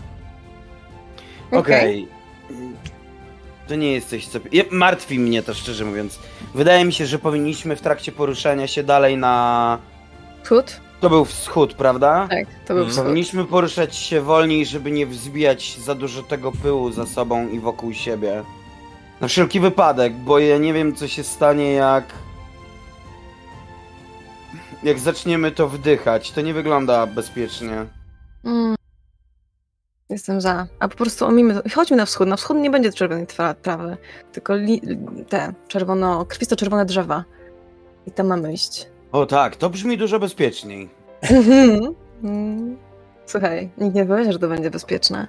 Okej. To nie jest coś, co... Martwi mnie to, szczerze mówiąc. Wydaje mi się, że powinniśmy w trakcie poruszania się dalej na... Wschód? To był wschód, prawda? Tak, to był wschód. Powinniśmy poruszać się wolniej, żeby nie wzbijać za dużo tego pyłu za sobą i wokół siebie. Na wszelki wypadek, bo ja nie wiem, co się stanie, jak zaczniemy to wdychać. To nie wygląda bezpiecznie. Jestem za. A po prostu omijmy to. Chodźmy na wschód. Na wschód nie będzie czerwonej trawy, tylko te krwisto-czerwone drzewa. I tam mamy iść. O tak, to brzmi dużo bezpieczniej. Słuchaj, nikt nie powiedział, że to będzie bezpieczne.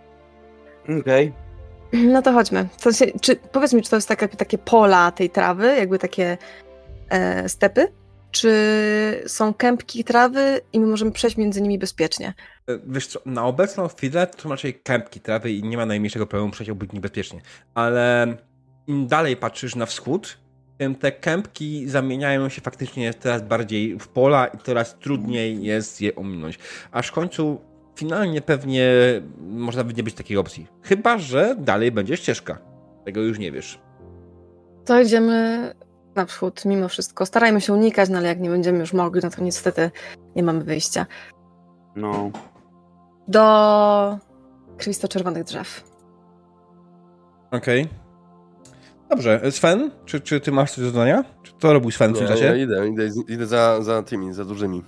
Okej. No to chodźmy. Powiedz mi, czy to jest takie pola tej trawy, jakby takie stepy? Czy są kępki trawy i my możemy przejść między nimi bezpiecznie? Wiesz co, na obecną chwilę to są raczej kępki trawy i nie ma najmniejszego problemu przejść obok nich bezpiecznie. Ale im dalej patrzysz na wschód, tym te kępki zamieniają się faktycznie coraz bardziej w pola i coraz trudniej jest je ominąć. Aż w końcu finalnie pewnie może nawet nie być takiej opcji. Chyba że dalej będzie ścieżka. Tego już nie wiesz. To idziemy na wschód mimo wszystko. Starajmy się unikać, no ale jak nie będziemy już mogli, no to niestety nie mamy wyjścia. No. Do krwisto-czerwonych drzew. Okej. Dobrze. Sven, czy ty masz coś do dodania? Czy to robił Sven w tym czasie? Ja idę za tymi, za dużymi.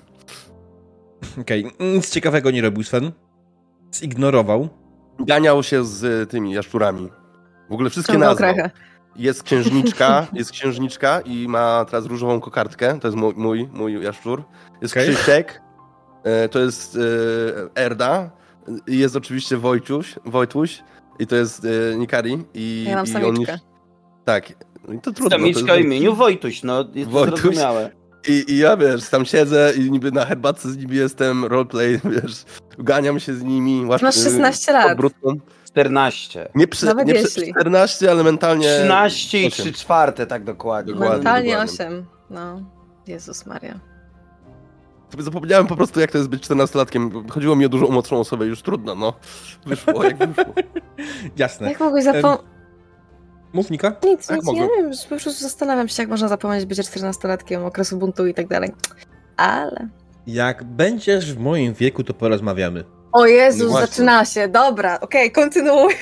Okej. Nic ciekawego nie robił Sven. Zignorował. Ganiał się z tymi jaszczurami. W ogóle wszystkie nazwał. Jest księżniczka i ma teraz różową kokardkę. To jest mój jaszczur. Jest Krzysiek. To jest Erda. I jest oczywiście Wojtuś. I to jest Nikari. Ja mam samiczkę. Tak. I to trudno. Samiczka o imieniu Wojtuś, no jest to zrozumiałe. I ja, wiesz, tam siedzę i niby na herbatce z nimi jestem, roleplay, wiesz, ganiam się z nimi. Masz 16 lat. 14. Nie 14, ale mentalnie... 13 i 3/4, tak dokładnie. Mentalnie 8. No, Jezus Maria. Sobie zapomniałem po prostu, jak to jest być 14-latkiem. Chodziło mi o dużo młodszą osobę, już trudno, no. Wyszło, jak wyszło. Jasne. Jak mogłeś zapomnieć? Mów, Nika? Nic, ja nie wiem, po prostu zastanawiam się, jak można zapomnieć bycie 14-latkiem, okresu buntu i tak dalej. Ale... Jak będziesz w moim wieku, to porozmawiamy. O Jezus, zaczyna się. Dobra, okej, kontynuuj.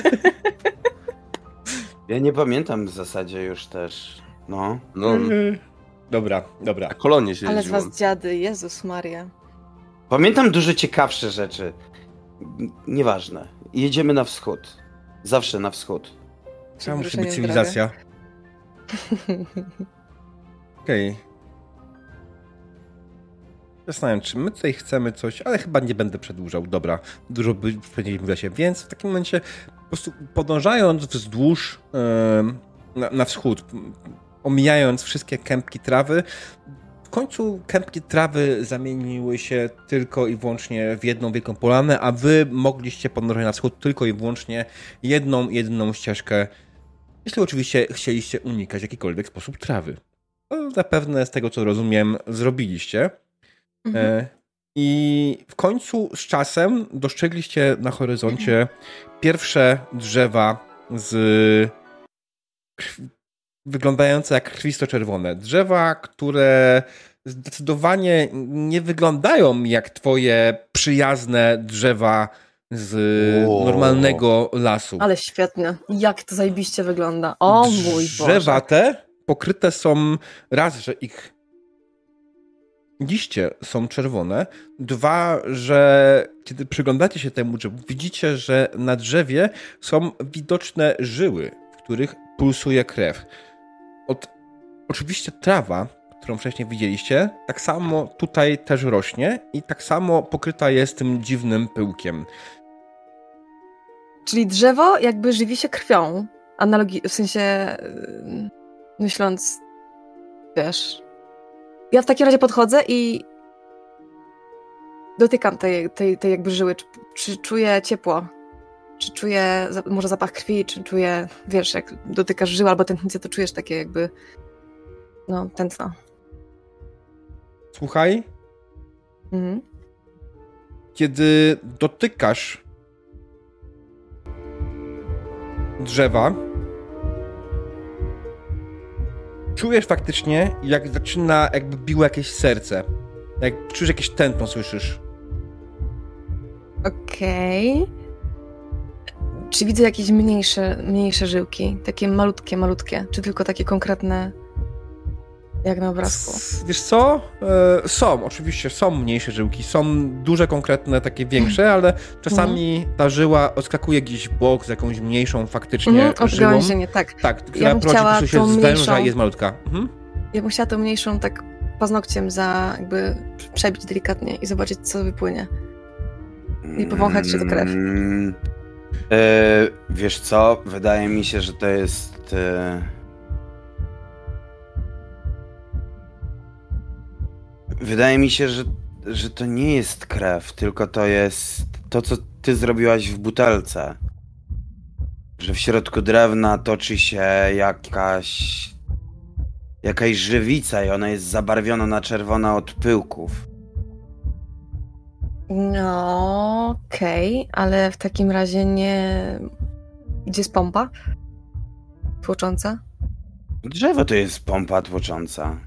Ja nie pamiętam w zasadzie już też. No. Dobra. Na kolonie się Ale jeździłem. z was dziady, Jezus Maria. Pamiętam dużo ciekawsze rzeczy. Nieważne. Jedziemy na wschód. Zawsze na wschód. Trzeba musi być cywilizacja. Okej. Zastanawiam, czy my tutaj chcemy coś, ale chyba nie będę przedłużał. Dobra, dużo powiedzieliśmy w lesie, więc w takim momencie po prostu podążając wzdłuż na wschód, omijając wszystkie kępki trawy, w końcu kępki trawy zamieniły się tylko i wyłącznie w jedną wielką polanę, a wy mogliście podążać na wschód tylko i wyłącznie jedyną ścieżkę, jeśli oczywiście chcieliście unikać w jakikolwiek sposób trawy. To zapewne z tego, co rozumiem, zrobiliście. I w końcu z czasem dostrzegliście na horyzoncie pierwsze drzewa wyglądające jak krwisto-czerwone. Drzewa, które zdecydowanie nie wyglądają jak twoje przyjazne drzewa z normalnego lasu. Ale świetnie. Jak to zajebiście wygląda. O mój Boże. Drzewa te pokryte są raz, że ich liście są czerwone. Dwa, że kiedy przyglądacie się temu drzewu, widzicie, że na drzewie są widoczne żyły, w których pulsuje krew. Oczywiście trawa, którą wcześniej widzieliście, tak samo tutaj też rośnie i tak samo pokryta jest tym dziwnym pyłkiem. Czyli drzewo jakby żywi się krwią. W sensie myśląc, wiesz... Ja w takim razie podchodzę i dotykam tej jakby żyły. Czy czuję ciepło? Czy czuję może zapach krwi? Czy czuję, wiesz, jak dotykasz żyły albo tętnicę, to czujesz takie jakby tętno. Słuchaj. Kiedy dotykasz drzewa, czujesz faktycznie, jak zaczyna, jakby biło jakieś serce. Jak czujesz jakieś tętno, słyszysz. Okej. Czy widzę jakieś mniejsze żyłki? Takie malutkie? Czy tylko takie konkretne, jak na obrazku? Wiesz co? Są, oczywiście, są mniejsze żyłki. Są duże, konkretne, takie większe, ale czasami ta żyła odskakuje gdzieś w bok z jakąś mniejszą faktycznie żyłą. Gałęzienie, tak. Tak, która prowadzi po prostu się zwęża i jest malutka. Ja bym chciała tą mniejszą tak paznokciem jakby przebić delikatnie i zobaczyć, co wypłynie. I powąchać się do krew. Wiesz co? Wydaje mi się, że to jest... Wydaje mi się, że to nie jest krew, tylko to jest to, co ty zrobiłaś w butelce. Że w środku drewna toczy się jakaś żywica i ona jest zabarwiona na czerwono od pyłków. No, okej, ale w takim razie nie... Gdzie jest pompa tłocząca? Drzewo to jest pompa tłocząca.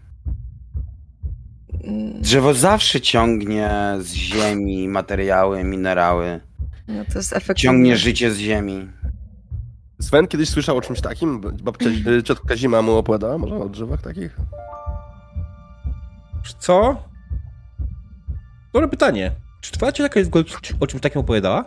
Drzewo zawsze ciągnie z ziemi materiały, minerały. No to jest efektywne. Ciągnie życie z ziemi. Sven kiedyś słyszał o czymś takim? Ciotka Zima mu opowiadała może o drzewach takich? Co? Dobre pytanie. Czy twoja ciotka o czymś takim opowiadała?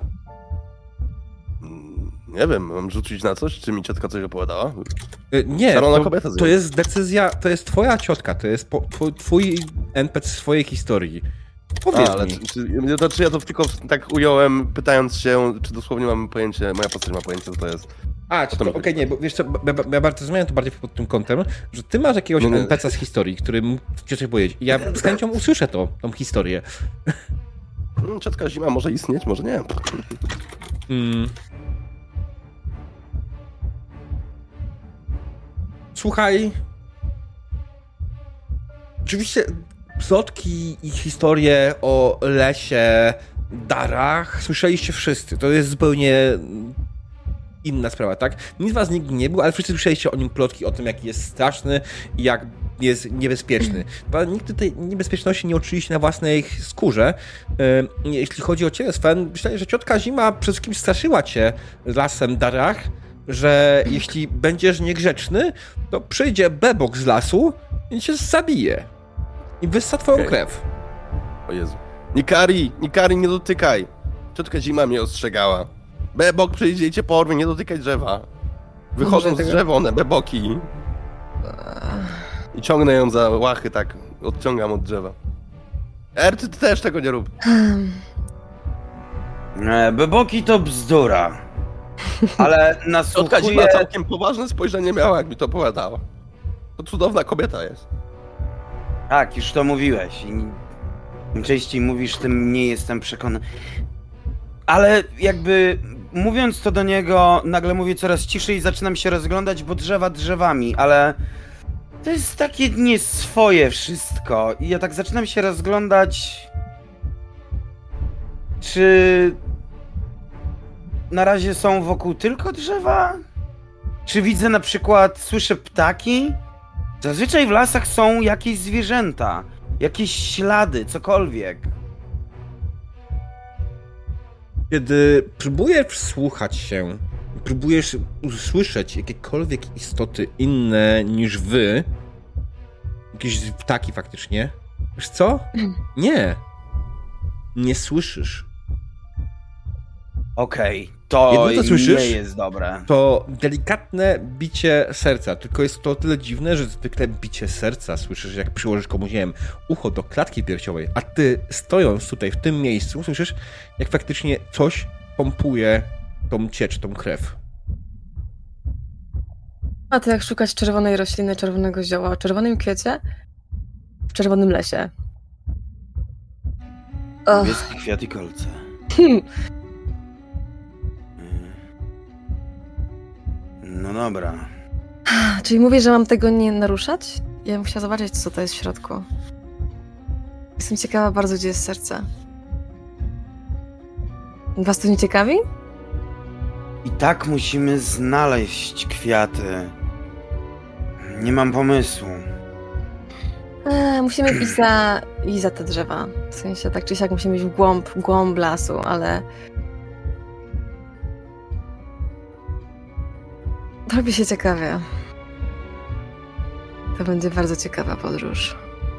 Nie wiem, mam rzucić na coś? Czy mi ciotka coś opowiadała? Nie, kobieta to jest decyzja, to jest twoja ciotka, to jest twój NPC swojej historii. Powiedz mi. Czy ja to tylko tak ująłem, pytając się, czy dosłownie mamy pojęcie, moja postać ma pojęcie, co to jest. Okej, nie, bo wiesz co, ja bardzo zmieniam to bardziej pod tym kątem, że ty masz jakiegoś NPC z historii, który mógł ci coś powiedzieć. I ja z chęcią usłyszę tą historię. Ciotka Zima może istnieć, może nie. Słuchaj. Oczywiście plotki i historie o lesie, darach słyszeliście wszyscy. To jest zupełnie inna sprawa, tak? Nic z was nigdy nie był, ale wszyscy słyszeliście o nim plotki, o tym, jaki jest straszny i jak jest niebezpieczny. Nigdy tej niebezpieczności nie odczuliście na własnej skórze. Jeśli chodzi o ciebie, Sven, myślę, że ciotka Zima przede wszystkim straszyła cię lasem darach, że jeśli będziesz niegrzeczny, to przyjdzie bebok z lasu i cię zabije. I wyssa twoją krew. O Jezu. Nikari, nie dotykaj. Ciotka Zima mnie ostrzegała. Bebok przyjdzie i cię porwie, nie dotykaj drzewa. Wychodzą z drzewa one, beboki. I ciągnę ją za łachy, tak. Odciągam od drzewa. Ty też tego nie rób. Beboki to bzdura. Ale Ciotka Zima nasłuchuje... całkiem poważne spojrzenie miała, jak mi to opowiadała. To cudowna kobieta jest. Tak, już to mówiłeś. Im częściej mówisz, tym mniej jestem przekonany. Ale jakby mówiąc to do niego, nagle mówię coraz ciszej i zaczynam się rozglądać, bo drzewa drzewami, ale to jest takie nieswoje wszystko. I ja tak zaczynam się rozglądać Czy na razie są wokół tylko drzewa? Czy widzę na przykład, słyszę ptaki? Zazwyczaj w lasach są jakieś zwierzęta, jakieś ślady, cokolwiek. Kiedy próbujesz wsłuchać się, próbujesz usłyszeć jakiekolwiek istoty inne niż wy, jakieś ptaki faktycznie, wiesz co? Nie słyszysz. Okej, to Jedno, co słyszysz, nie jest dobre. To delikatne bicie serca, tylko jest to o tyle dziwne, że zwykle bicie serca słyszysz, jak przyłożysz komuś, nie wiem, ucho do klatki piersiowej, a ty stojąc tutaj w tym miejscu słyszysz, jak faktycznie coś pompuje tą ciecz, tą krew. A to jak szukać czerwonej rośliny, czerwonego zioła o czerwonym kwiecie w czerwonym lesie. Niebieski kwiat i kolce. No dobra. Czyli mówisz, że mam tego nie naruszać? Ja bym chciała zobaczyć, co to jest w środku. Jestem ciekawa bardzo, gdzie jest serce. Was to nie ciekawi? I tak musimy znaleźć kwiaty. Nie mam pomysłu. Musimy iść za te drzewa. W sensie tak czy siak musimy iść w głąb lasu, ale... Robi się ciekawie. To będzie bardzo ciekawa podróż.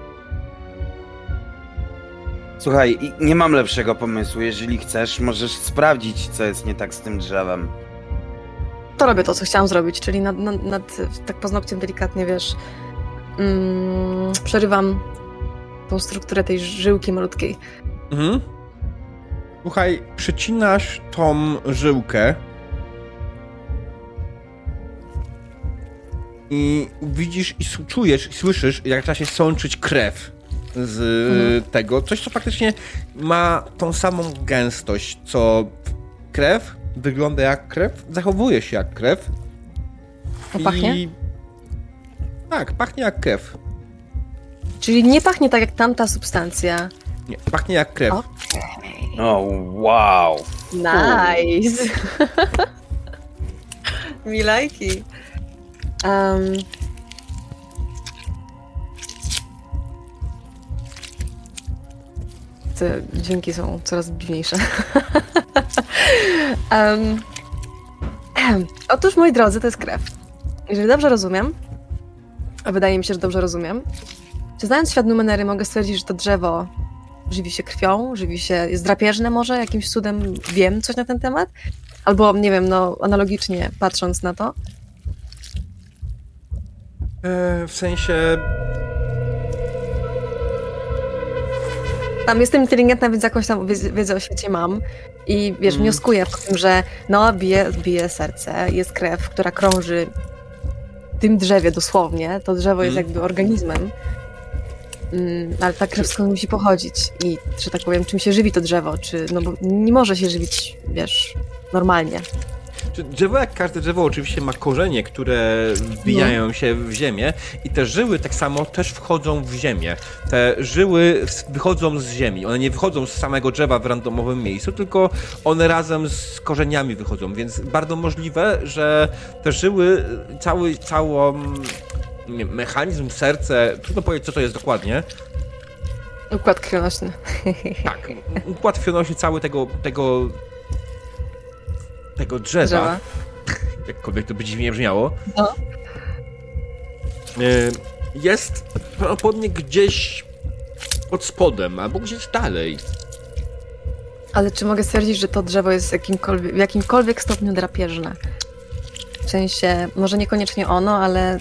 Słuchaj, nie mam lepszego pomysłu. Jeżeli chcesz, możesz sprawdzić, co jest nie tak z tym drzewem. To robię to, co chciałam zrobić, czyli nad tak paznokciem delikatnie, wiesz, przerywam tą strukturę tej żyłki malutkiej. Mhm. Słuchaj, przecinasz tą żyłkę i widzisz i czujesz i słyszysz, jak zaczyna się sączyć krew z tego. Coś, co faktycznie ma tą samą gęstość, co krew, wygląda jak krew, zachowuje się jak krew. A pachnie? Tak, pachnie jak krew. Czyli nie pachnie tak jak tamta substancja. Nie, pachnie jak krew. O, wow. Nice! Milajki. Te dźwięki są coraz dziwniejsze. Otóż, moi drodzy, to jest krew. Jeżeli dobrze rozumiem, a wydaje mi się, że dobrze rozumiem, czy znając świat Numenery mogę stwierdzić, że to drzewo żywi się krwią, jest drapieżne może, jakimś cudem wiem coś na ten temat? Albo, nie wiem, no analogicznie patrząc na to. W sensie... Tam jestem inteligentna, więc jakąś tam wiedzę o świecie mam i wiesz, wnioskuję po tym, że no bije serce, jest krew, która krąży w tym drzewie dosłownie, to drzewo jest jakby organizmem, ale ta krew skąd musi pochodzić i, że tak powiem, czym się żywi to drzewo, no bo nie może się żywić, wiesz, normalnie. Drzewo, jak każde drzewo, oczywiście ma korzenie, które wbijają się w ziemię i te żyły tak samo też wchodzą w ziemię. Te żyły wychodzą z ziemi. One nie wychodzą z samego drzewa w randomowym miejscu, tylko one razem z korzeniami wychodzą, więc bardzo możliwe, że te żyły, mechanizm, serce, trudno powiedzieć, co to jest dokładnie. Układ krwionośny. Tak, układ krwionośny cały tego drzewa. Jakkolwiek to by dziwnie brzmiało. No. Jest prawdopodobnie gdzieś pod spodem, albo gdzieś dalej. Ale czy mogę stwierdzić, że to drzewo jest w jakimkolwiek stopniu drapieżne? W sensie, może niekoniecznie ono, ale...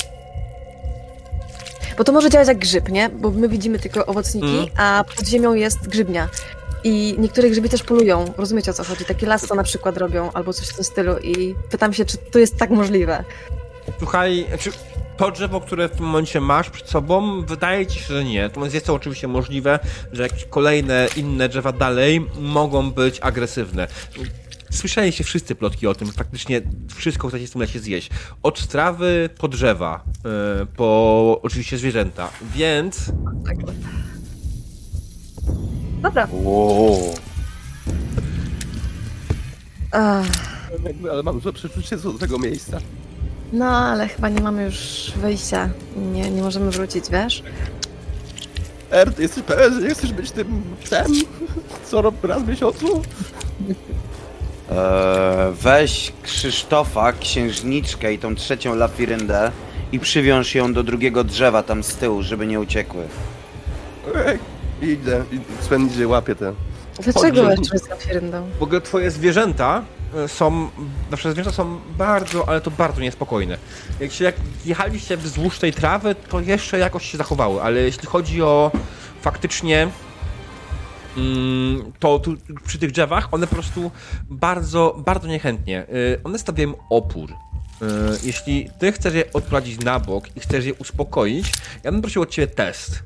Bo to może działać jak grzyb, nie? Bo my widzimy tylko owocniki, a pod ziemią jest grzybnia. I niektóre grzyby też polują. Rozumiecie, o co chodzi? Takie lasso na przykład robią, albo coś w tym stylu. I pytam się, czy to jest tak możliwe. Słuchaj, to drzewo, które w tym momencie masz przed sobą, wydaje ci się, że nie. Natomiast jest to oczywiście możliwe, że jakieś kolejne, inne drzewa dalej mogą być agresywne. Słyszeliście wszyscy plotki o tym, faktycznie wszystko chcecie w tym lesie zjeść. Od trawy po drzewa, po oczywiście zwierzęta, więc... Tak. Dobra. Wow. Ach, Ale mam złe przeczucie co do tego miejsca. no, ale chyba nie mamy już wyjścia. Nie możemy wrócić, wiesz? Ty jesteś pewien, że nie chcesz być tym psem? Co raz w miesiącu? Weź Krzysztofa, księżniczkę i tą trzecią lafiryndę i przywiąż ją do drugiego drzewa tam z tyłu, żeby nie uciekły. Idę. Sven idzie, łapie te. Dlaczego Chodź, jeszcze z lafiryndą? W ogóle twoje zwierzęta są, nasze zwierzęta są bardzo, ale to bardzo niespokojne. Jak jechaliście wzdłuż tej trawy, to jeszcze jakoś się zachowały, ale jeśli chodzi o faktycznie to tu, przy tych drzewach, one po prostu bardzo, bardzo niechętnie. One stawiają opór. Jeśli ty chcesz je odprowadzić na bok i chcesz je uspokoić, ja bym prosił od ciebie test.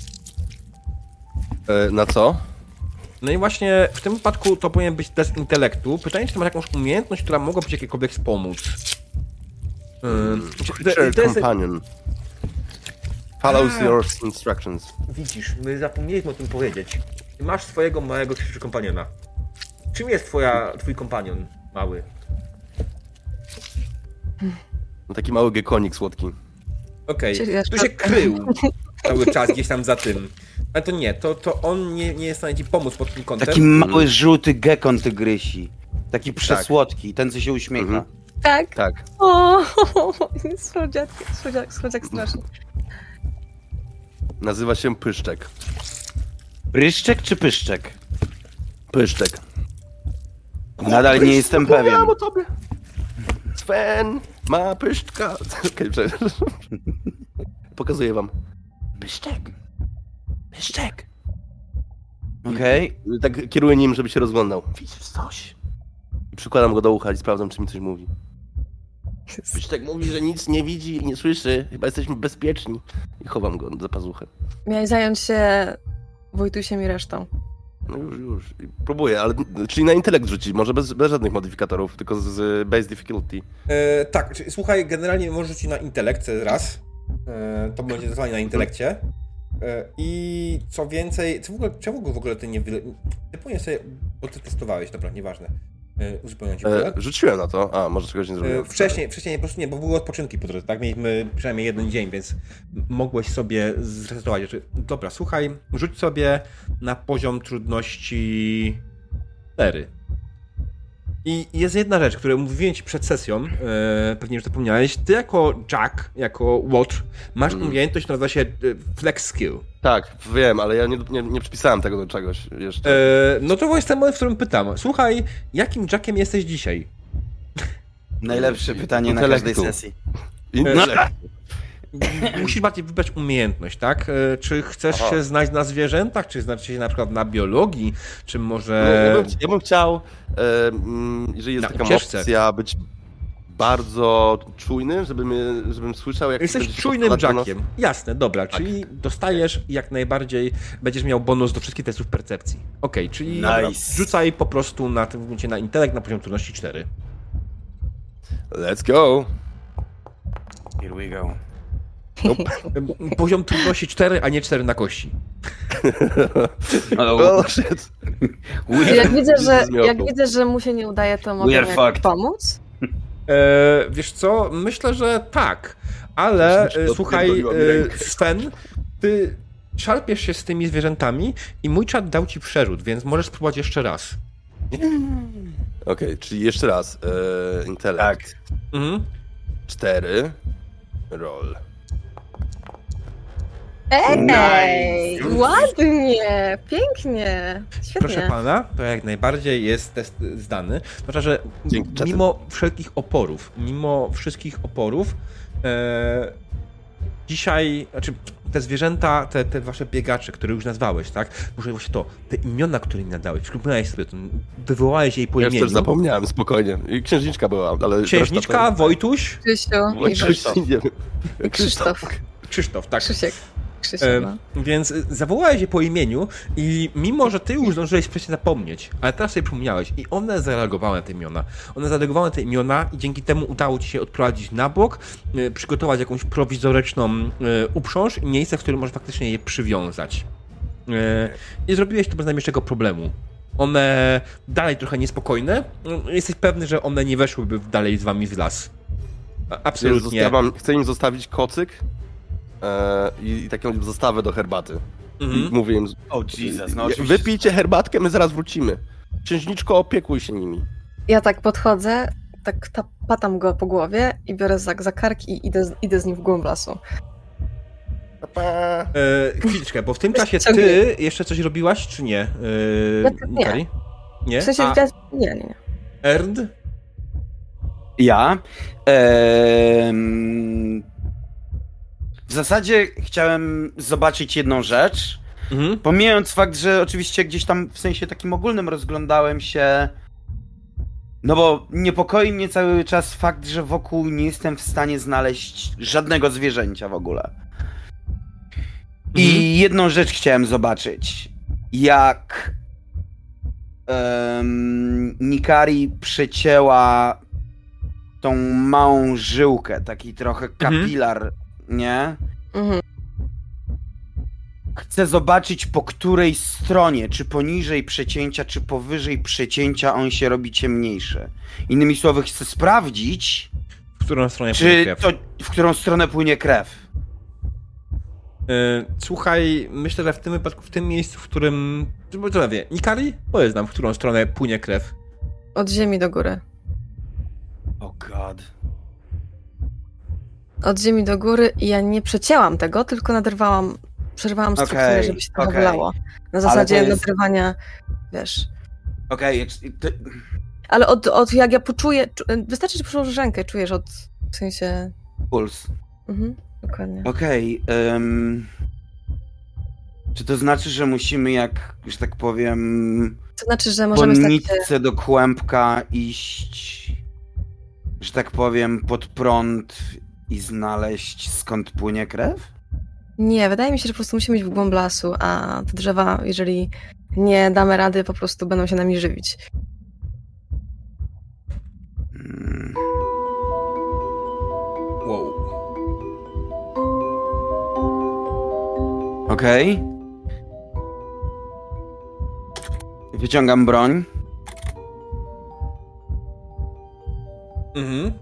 Na co? No i właśnie w tym wypadku to powinien być test intelektu. Pytanie, czy ty masz jakąś umiejętność, która mogłaby ci jakiekolwiek wspomóc. Creature companion. Follows your instructions. Widzisz, my zapomnieliśmy o tym powiedzieć. Ty masz swojego małego kompaniona. Czym jest twój kompanion mały? No taki mały gekonik słodki. Okej, Czyli tu się krył cały czas gdzieś tam za tym. Ale to nie, to on nie jest w stanie ci pomóc pod tym kątem. Taki mały, żółty gekon tygrysi. Taki przesłodki, ten co się uśmiecha. Tak? Tak. O, słodziak straszny. Nazywa się Pyszczek. Pryszczek czy pyszczek? Pyszczek. Nadal nie jestem pewien. Mówiłam o tobie. Sven ma pyszczka. Okej, przepraszam. Pokazuję wam. Pyszczek. Pyszczek. Okej. Tak kieruję nim, żeby się rozglądał. Widzisz coś? I przykładam go do ucha i sprawdzam, czy mi coś mówi. Pyszczek mówi, że nic nie widzi i nie słyszy. Chyba jesteśmy bezpieczni. I chowam go za pazuchę. Miałeś zająć się Wojtusiem i resztą. No już. Próbuję, ale czyli na intelekt rzucić, może bez żadnych modyfikatorów, tylko z base difficulty. Tak, słuchaj, generalnie możesz rzucić na intelekt raz. To będzie zadanie na intelekcie. I co więcej, czemu w ogóle ty nie ty powinieneś sobie, bo ty testowałeś, dobra, nieważne. Uzupełniać Rzuciłem na to, może czegoś nie zrobiłem. Wcześniej po prostu nie, bo były odpoczynki po drodze, tak? Mieliśmy przynajmniej jeden dzień, więc mogłeś sobie zresetować. Dobra, słuchaj, rzuć sobie na poziom trudności 4. I jest jedna rzecz, którą mówiłem ci przed sesją, pewnie już zapomniałeś. Ty jako Jack, jako Watch, masz umiejętność, która nazywa się Flex Skill. Tak, wiem, ale ja nie przypisałem tego do czegoś jeszcze. No to jest ten moment, w którym pytam. Słuchaj, jakim Jackiem jesteś dzisiaj? Najlepsze pytanie na każdej sesji. Intelekt. Musisz bardziej wybrać umiejętność, tak? Czy chcesz się znać na zwierzętach, czy znać się na przykład na biologii, czy może... Ja bym chciał, jeżeli jest taka opcja, być bardzo czujny, żebym słyszał, jak... Jesteś czujnym Jackiem. Jasne, dobra, tak. Czyli dostajesz jak najbardziej, będziesz miał bonus do wszystkich testów percepcji. Okej, czyli nice. Rzucaj po prostu na tym momencie na intelekt na poziom trudności 4. Let's go! Here we go. Nope. Poziom trudności 4, a nie 4 na kości. Oh shit. Jak widzę, że mu się nie udaje, to mogę pomóc? Wiesz co, myślę, że tak, ale słuchaj, Sven, ty szarpiesz się z tymi zwierzętami i mój czat dał ci przerzut, więc możesz spróbować jeszcze raz. Okej, czyli jeszcze raz. Intelekt. Tak. 4. Roll. Ej, ładnie, pięknie, świetnie. Proszę pana, to jak najbardziej jest test zdany. Znaczy, że mimo wszystkich oporów, dzisiaj, znaczy te zwierzęta, te wasze biegacze, które już nazwałeś, tak? Może właśnie te imiona, które im nadałeś, przypomniałeś sobie to, wywołałeś jej po imieniu. Ja też zapomniałem, spokojnie. I księżniczka była, ale... Księżniczka, Wojtuś? Krzysztof, tak. Krzysiek, no. Więc zawołałeś je po imieniu i mimo, że ty już zdążyłeś wcześniej zapomnieć, ale teraz sobie przypomniałeś i one zareagowały na te imiona. One zareagowały na te imiona i dzięki temu udało ci się odprowadzić na bok, przygotować jakąś prowizoryczną uprząż i miejsce, w którym możesz faktycznie je przywiązać. I zrobiłeś to bez najmniejszego problemu. one dalej trochę niespokojne, jesteś pewny, że one nie weszłyby dalej z wami w las. Absolutnie. Chcę im zostawić kocyk i taką zastawę do herbaty. Mhm. Mówię im, Jesus, no oczywiście. wypijcie herbatkę, my zaraz wrócimy. Księżniczko, opiekuj się nimi. Ja tak podchodzę, tak patam go po głowie i biorę za kark i idę z nim w głąb lasu. Chwileczkę, bo w tym czasie ty jeszcze coś robiłaś, czy nie? Nie. Kari? Nie? W sensie, nie. Erd? Ja? W zasadzie chciałem zobaczyć jedną rzecz. Mhm. Pomijając fakt, że oczywiście gdzieś tam w sensie takim ogólnym rozglądałem się. No bo niepokoi mnie cały czas fakt, że wokół nie jestem w stanie znaleźć żadnego zwierzęcia w ogóle. I jedną rzecz chciałem zobaczyć. Jak Nikari przecięła tą małą żyłkę, taki trochę kapilar, nie? Mhm. Chcę zobaczyć, po której stronie, czy poniżej przecięcia, czy powyżej przecięcia on się robi ciemniejszy. Innymi słowy, chcę sprawdzić, W którą stronę płynie krew? w którą stronę płynie krew. Słuchaj, myślę, że w tym wypadku, w tym miejscu, w którym... Co wie, Nikari? Powiedz nam, w którą stronę płynie krew. Od ziemi do góry. Oh god. Od ziemi do góry i ja nie przecięłam tego, tylko przerwałam strukturę, żeby się to wylało. Na zasadzie nadrywania, wiesz. Okej, Ale od jak ja poczuję, wystarczy, że przyłożysz rękę, czujesz w sensie... puls. Mhm, dokładnie. Okej, czy to znaczy, że musimy że tak powiem, To znaczy, że po możemy stać się... nitce do kłębka iść, że tak powiem, pod prąd i znaleźć, skąd płynie krew? Nie, wydaje mi się, że po prostu musimy iść w głąb lasu, a te drzewa, jeżeli nie damy rady, po prostu będą się nami żywić. Wow. Okej. Wyciągam broń. Mhm.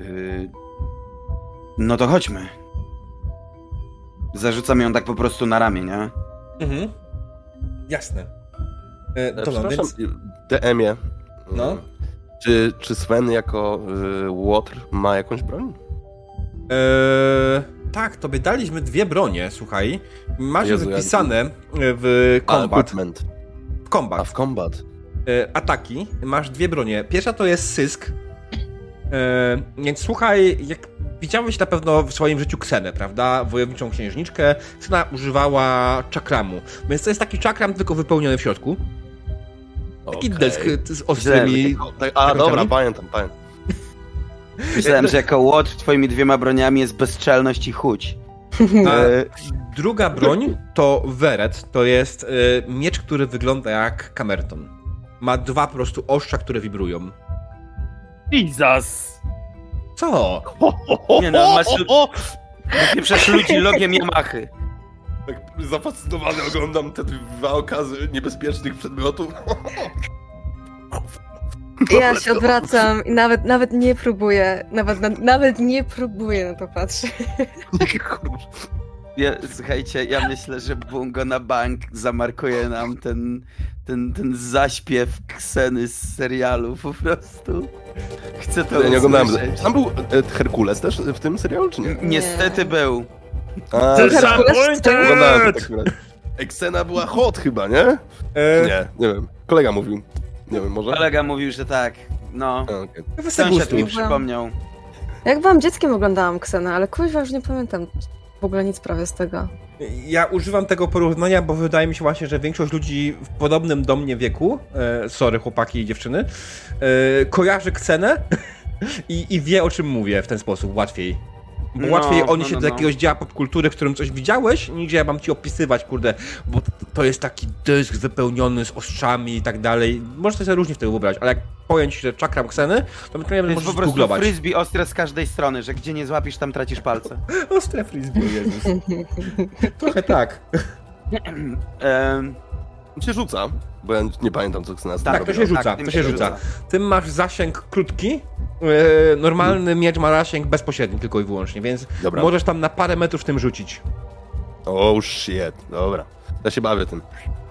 No to chodźmy. Zarzucam ją tak po prostu na ramię, nie? Mhm. Jasne. Dobra, Przepraszam, więc... DM-ie. No. Czy Sven jako Łotr ma jakąś broń? Tak, tobie daliśmy 2 bronie, słuchaj. Masz je Jezu, wypisane w combat. W combat. A w combat. Ataki. Masz 2 bronie. Pierwsza to jest Sysk. Więc słuchaj, jak widziałeś na pewno w swoim życiu Ksenę, prawda? Wojowniczą księżniczkę. Ksena używała czakramu. Więc to jest taki czakram, tylko wypełniony w środku. Taki desk z ostrymi... Dobra, pamiętam. Myślałem, że jako Łotr twoimi 2 broniami jest bezczelność i chuć. Druga broń to Weret. To jest miecz, który wygląda jak kamerton. Ma 2 po prostu ostrza, które wibrują. Jesus! Co? Nie no, masz... Przecież ludzi logiem Yamahy. Tak zafascynowany oglądam te 2 okazy niebezpiecznych przedmiotów. Ja się odwracam i nawet nie próbuję, nawet nie próbuję na to patrzeć. Słuchajcie, ja myślę, że Bungo na bank zamarkuje nam ten zaśpiew Kseny z serialu po prostu. Chcę to Ja nie oglądałem. usłyszeć. Tam był Herkules też w tym serialu, czy nie? Niestety był. Oglądałem to tak naprawdę. Ksena była hot chyba, nie? Nie wiem. Kolega mówił. Nie wiem, może? Kolega mówił, że tak. No. Okay. Sąsiad mi przypomniał. Jak byłam dzieckiem oglądałam Ksenę, ale kuźwa już nie pamiętam w ogóle nic prawie z tego. Ja używam tego porównania, bo wydaje mi się właśnie, że większość ludzi w podobnym do mnie wieku, sorry chłopaki i dziewczyny, kojarzy Ksenę i wie, o czym mówię w ten sposób, łatwiej. Bo łatwiej odnieść się do jakiegoś dzieła popkultury, w którym coś widziałeś, niż ja mam ci opisywać, kurde, bo to jest taki dysk wypełniony z ostrzami i tak dalej. Możesz sobie różnie wtedy wybrać, ale jak powiem ci, że czakram Kseny, to możesz po prostu googlować. frisbee ostre z każdej strony, że gdzie nie złapisz, tam tracisz palce. Ostre frisbee, Jezus. Trochę tak. Się rzuca, bo ja nie pamiętam, co Xena Tak, to się rzuca, tym to się rzuca. Ty masz zasięg krótki, normalny miecz ma zasięg bezpośredni tylko i wyłącznie, więc Dobra. możesz tam na parę metrów tym rzucić. Oh shit, dobra. Ja się bawię tym.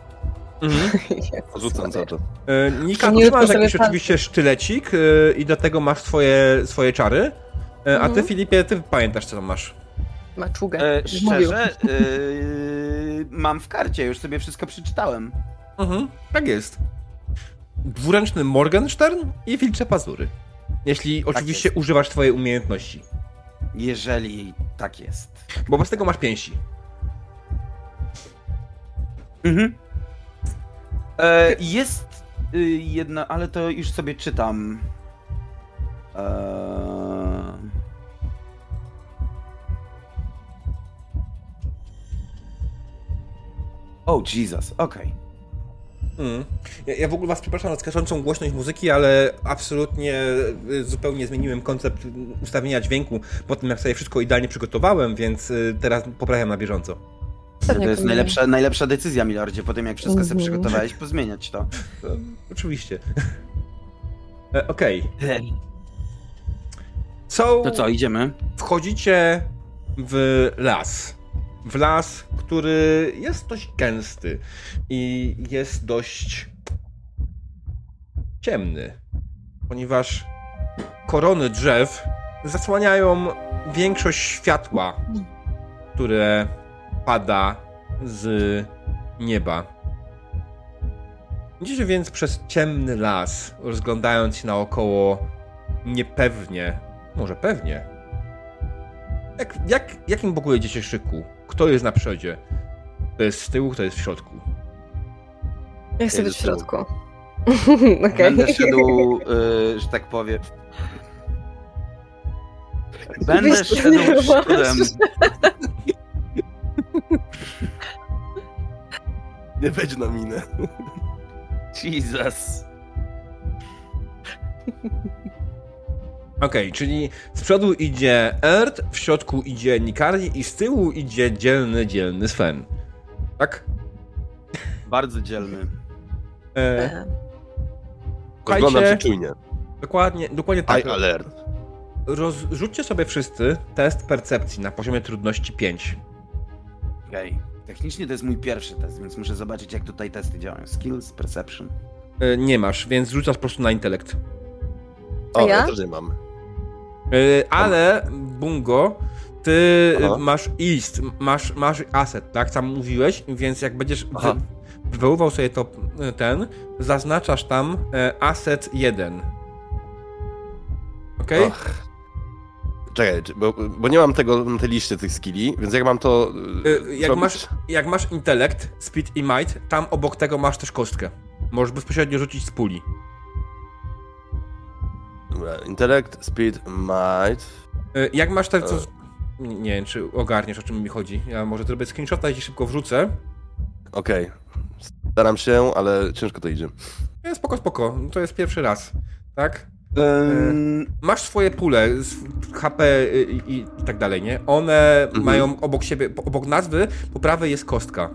Rzucam cały czas. Nika, Nie masz sobie jakiś palce. oczywiście sztylecik i do tego masz swoje czary, a ty, Filipie, ty pamiętasz, co tam masz. Maczugę. Szczerze, mam w karcie, już sobie wszystko przeczytałem. Tak jest. Dwuręczny Morgenstern i filtrze pazury. Jeśli oczywiście używasz twojej umiejętności. Jeżeli tak jest. Bo bez tego masz pięści. Jest jedna, ale to już sobie czytam. Oh Jesus, okej. Ja w ogóle was przepraszam za skaczącą głośność muzyki, ale absolutnie zupełnie zmieniłem koncept ustawienia dźwięku po tym, jak sobie wszystko idealnie przygotowałem, więc teraz poprawiam na bieżąco. To jest najlepsza decyzja, milordzie, po tym jak wszystko sobie przygotowałeś, pozmieniać to. Oczywiście. Okej. To co, idziemy? Wchodzicie w las. W las, który jest dość gęsty i jest dość ciemny, ponieważ korony drzew zasłaniają większość światła, które pada z nieba. Idziecie więc przez ciemny las, rozglądając się naokoło niepewnie, może pewnie. Jakim w ogóle idziecie szyku? Kto jest na przodzie? Kto jest z tyłu, kto jest w środku? Ja chcę być w środku. Okay. Będę szedł, że tak powiem... Będę szedł przodem. Nie wejdź na minę. Jesus. Okej, czyli z przodu idzie Erd, w środku idzie Nikari i z tyłu idzie dzielny Sven. Tak? Bardzo dzielny. Oglądam się czujnie. Dokładnie tak. High alert. Rzućcie sobie wszyscy test percepcji na poziomie trudności 5. Okej. Technicznie to jest mój pierwszy test, więc muszę zobaczyć, jak tutaj testy działają. Skills, perception. Nie masz, więc rzucasz po prostu na intelekt. A O, ja? ja też nie mam. Ale, Bungo, ty Aha. masz East, masz asset, tak? Tam mówiłeś, więc jak będziesz wywoływał sobie to zaznaczasz tam asset 1. Okej? Czekaj, bo nie mam tego na tej liście tych skilli, więc jak mam to Jak masz intelekt, speed i might, tam obok tego masz też kostkę. Możesz bezpośrednio rzucić z puli. Dobra, intelekt, speed, might. Jak masz te co... Nie wiem, czy ogarniesz, o czym mi chodzi. Ja może zrobię screenshota i ci szybko wrzucę. Okej. Staram się, ale ciężko to idzie. Spoko. To jest pierwszy raz, tak? Masz swoje pule, HP i tak dalej, nie? One mają obok siebie, obok nazwy, po prawej jest kostka.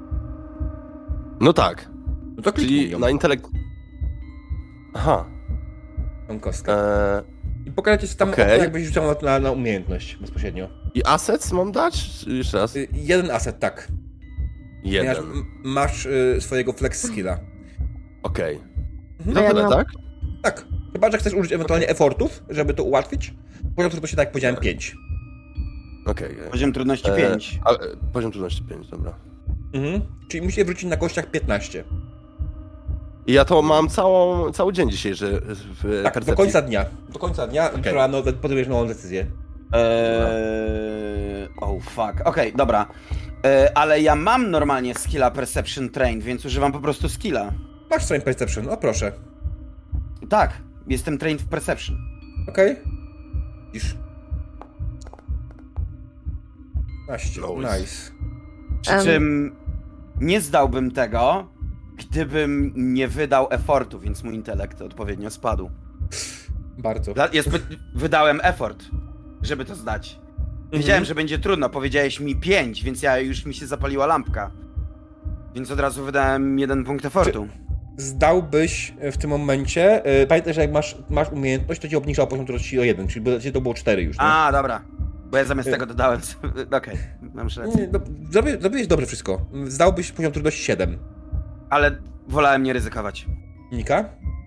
No tak. No to kliknij Czyli ją, na intelekt... Aha. tą kostkę. I pokażę ci tam, jakbyś rzucał na umiejętność bezpośrednio. I assets mam dać? Jeszcze raz. Jeden asset, tak. Jeden. Masz swojego flex skilla. Okej. To ja Tyle, mam- tak? Tak. Chyba, że chcesz użyć ewentualnie effortów, żeby to ułatwić. Poziom trudności, tak jak powiedziałem, 5. Okej. Poziom trudności 5. Poziom trudności 5, dobra. Czyli musisz wrócić na kościach 15. I ja to mam cały dzień dzisiejszy w Tak, percepcji. do końca dnia. Do końca dnia rano podejmiesz nową decyzję. Oh fuck. Okej, dobra. Ale ja mam normalnie skilla Perception Train, więc używam po prostu skilla. Masz strength perception, o proszę. Tak, jestem trained w Perception. Okej. Iż. 15, Nice. nice. Przy czym nie zdałbym tego, gdybym nie wydał effortu, więc mój intelekt odpowiednio spadł. Bardzo. Wydałem effort, żeby to zdać. Wiedziałem, że będzie trudno, powiedziałeś mi 5, więc już mi się zapaliła lampka. Więc od razu wydałem 1 punkt efortu. Zdałbyś w tym momencie, pamiętaj, że jak masz umiejętność, to ci obniża poziom trudności o 1, czyli by to było 4 już. A, dobra. Bo ja zamiast tego dodałem Okej, mam rację. Zrobiłeś dobrze wszystko. Zdałbyś poziom trudności 7. Ale wolałem nie ryzykować. Nika?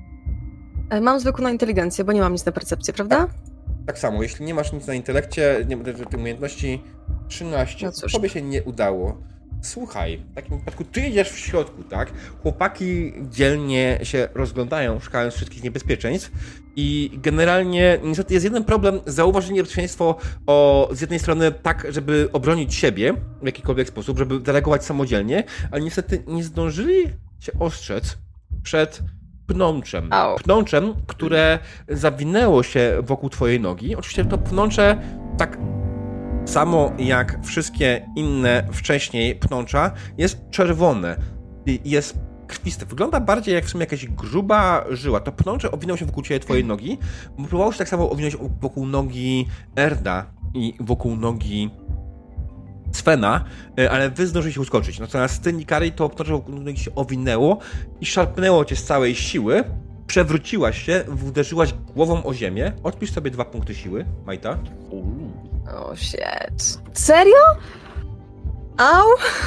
Mam zwykłą inteligencję, bo nie mam nic na percepcję, prawda? Tak samo, jeśli nie masz nic na intelekcie, nie ma tej umiejętności, 13, No cóż. tobie się nie udało. Słuchaj, w takim wypadku ty jedziesz w środku, tak? Chłopaki dzielnie się rozglądają, szukając wszystkich niebezpieczeństw i generalnie niestety jest jeden problem, zauważ niebezpieczeństwo z jednej strony tak, żeby obronić siebie w jakikolwiek sposób, żeby zareagować samodzielnie, ale niestety nie zdążyli się ostrzec przed pnączem. Au. Pnączem, które zawinęło się wokół twojej nogi. Oczywiście to pnącze tak samo jak wszystkie inne wcześniej pnącza, jest czerwone i jest krwiste. Wygląda bardziej jak w sumie jakaś gruba żyła. To pnącze owinęło się wokół ciebie twojej nogi. Próbowało się tak samo owinąć wokół nogi Erda i wokół nogi Svena, ale wy zdążyliście uskoczyć. Natomiast ty, Nikari, to pnącze wokół nogi się owinęło i szarpnęło cię z całej siły. Przewróciłaś się, uderzyłaś głową o ziemię. Odpisz sobie 2 punkty siły, Majta. Oh shit. Serio? Au!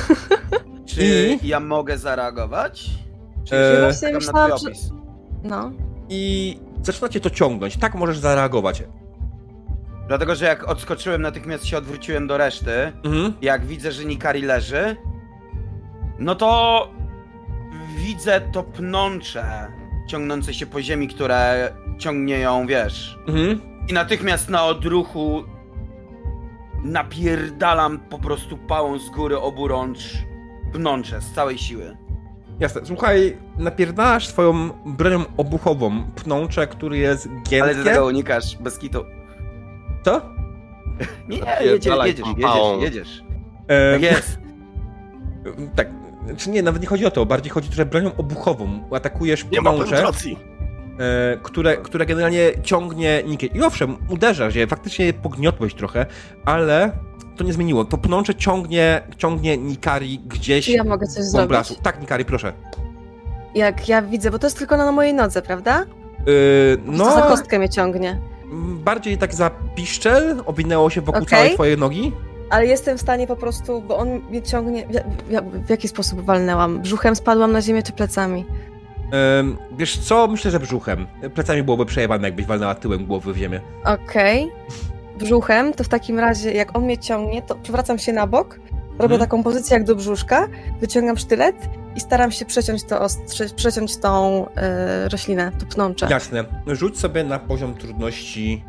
Czy ja mogę zareagować? Czy właśnie czekam myślałam, na że- twój opis? No. I zaczyna cię to ciągnąć. Tak możesz zareagować. Dlatego, że jak odskoczyłem, natychmiast się odwróciłem do reszty. Jak widzę, że Nikari leży, no to widzę to pnącze ciągnące się po ziemi, które ciągnie ją, wiesz. I natychmiast na odruchu napierdalam po prostu pałą z góry oburącz pnącze z całej siły. Jasne. Słuchaj, napierdalasz swoją bronią obuchową pnącze, który jest giętkie. Ale ty tego unikasz bez kitu. Co? Nie, Napierdalaj tą pałą. jedziesz. E, Tak jest. tak. Czy nie, nawet nie chodzi o to. Bardziej chodzi o to, że bronią obuchową atakujesz Nie ma pnącze, penetracji. które generalnie ciągnie Nikę. I owszem, uderzasz je, faktycznie je pogniotłeś trochę, ale to nie zmieniło. To pnącze ciągnie Nikari gdzieś Czy ja mogę coś w zrobić? blasu. Tak, Nikari, proszę. Jak ja widzę, bo to jest tylko na mojej nodze, prawda? No, To za kostkę mnie ciągnie. bardziej tak za piszczel owinęło się wokół Okej. całej twojej nogi. Ale jestem w stanie po prostu, bo on mnie ciągnie... W jaki sposób walnęłam? Brzuchem spadłam na ziemię czy plecami? Wiesz co? Myślę, że brzuchem. Plecami byłoby przejebane, jakbyś walnęła tyłem głowy w ziemię. Okej. Brzuchem, to w takim razie jak on mnie ciągnie, to przewracam się na bok, robię taką pozycję jak do brzuszka, wyciągam sztylet i staram się przeciąć tą roślinę, to pnącze. Jasne. Rzuć sobie na poziom trudności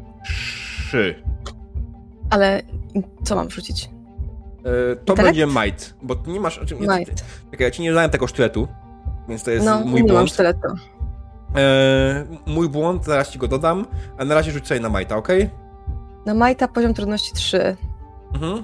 3. Ale co mam rzucić? To Intelekt? będzie might, bo ty nie masz... Might. Czekaj, ja ci nie dałem tego sztyletu, więc to jest No, mój nie mam błąd. sztyletu. Mój błąd, zaraz ci go dodam, a na razie rzuć sobie na mighta, okej? Na Majta poziom trudności 3. Mhm.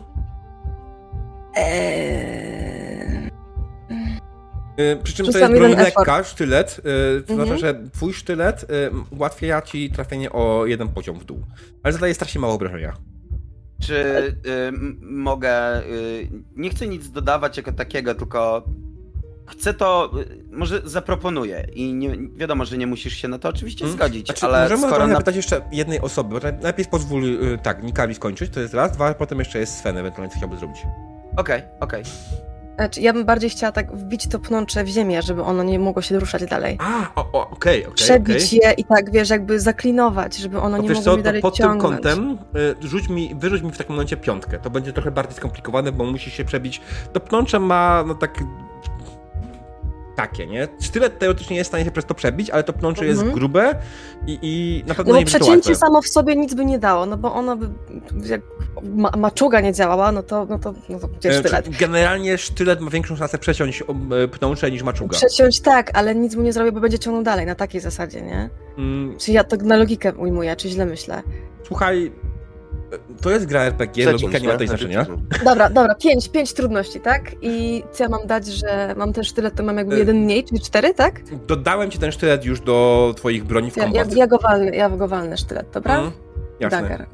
Przy czym to Rzucam jest broń jeden lekka, effort. sztylet, to Mhm. znaczy, że twój sztylet ułatwia ci trafienie o 1 poziom w dół. Ale zadaje strasznie mało obrażenia. Czy mogę... nie chcę nic dodawać jako takiego, tylko chcę to... może zaproponuję i nie, wiadomo, że nie musisz się na to oczywiście zgodzić, Znaczy, ale możemy skoro... zapytać jeszcze jednej osoby, bo najpierw pozwól tak, Nikari skończyć, to jest raz, dwa, a potem jeszcze jest Sven ewentualnie, co chciałby zrobić. Okej. Znaczy, ja bym bardziej chciała tak wbić to pnącze w ziemię, żeby ono nie mogło się ruszać dalej. Okej. Przebić je i tak, wiesz, jakby zaklinować, żeby ono nie Wiesz mogło co, mi to dalej pod tym ciągnąć. kątem wyrzuć mi w takim momencie 5. To będzie trochę bardziej skomplikowane, bo musisz się przebić. To pnącze ma, no tak... Takie, nie? Sztylet teoretycznie jest w stanie się przez to przebić, ale to pnącze jest grube i na pewno No bo nie będzie to przecięcie łatwe. samo w sobie nic by nie dało, no bo ono by, jak maczuga nie działała, no to gdzie sztylet? Generalnie sztylet ma większą szansę przeciąć pnącze niż maczuga. Przeciąć tak, ale nic mu nie zrobię, bo będzie ciągnął dalej, na takiej zasadzie, nie? Czy ja to na logikę ujmuję, czy źle myślę? Słuchaj, to jest gra RPG, logika nie ma tutaj znaczenia. Dobra, 5 trudności, tak? I co ja mam dać, że mam ten sztylet, to mam jakby jeden mniej, czyli 4, tak? Dodałem ci ten sztylet już do twoich broni w kombat. Ja go walnę sztylet, dobra? Jasne. Dagger.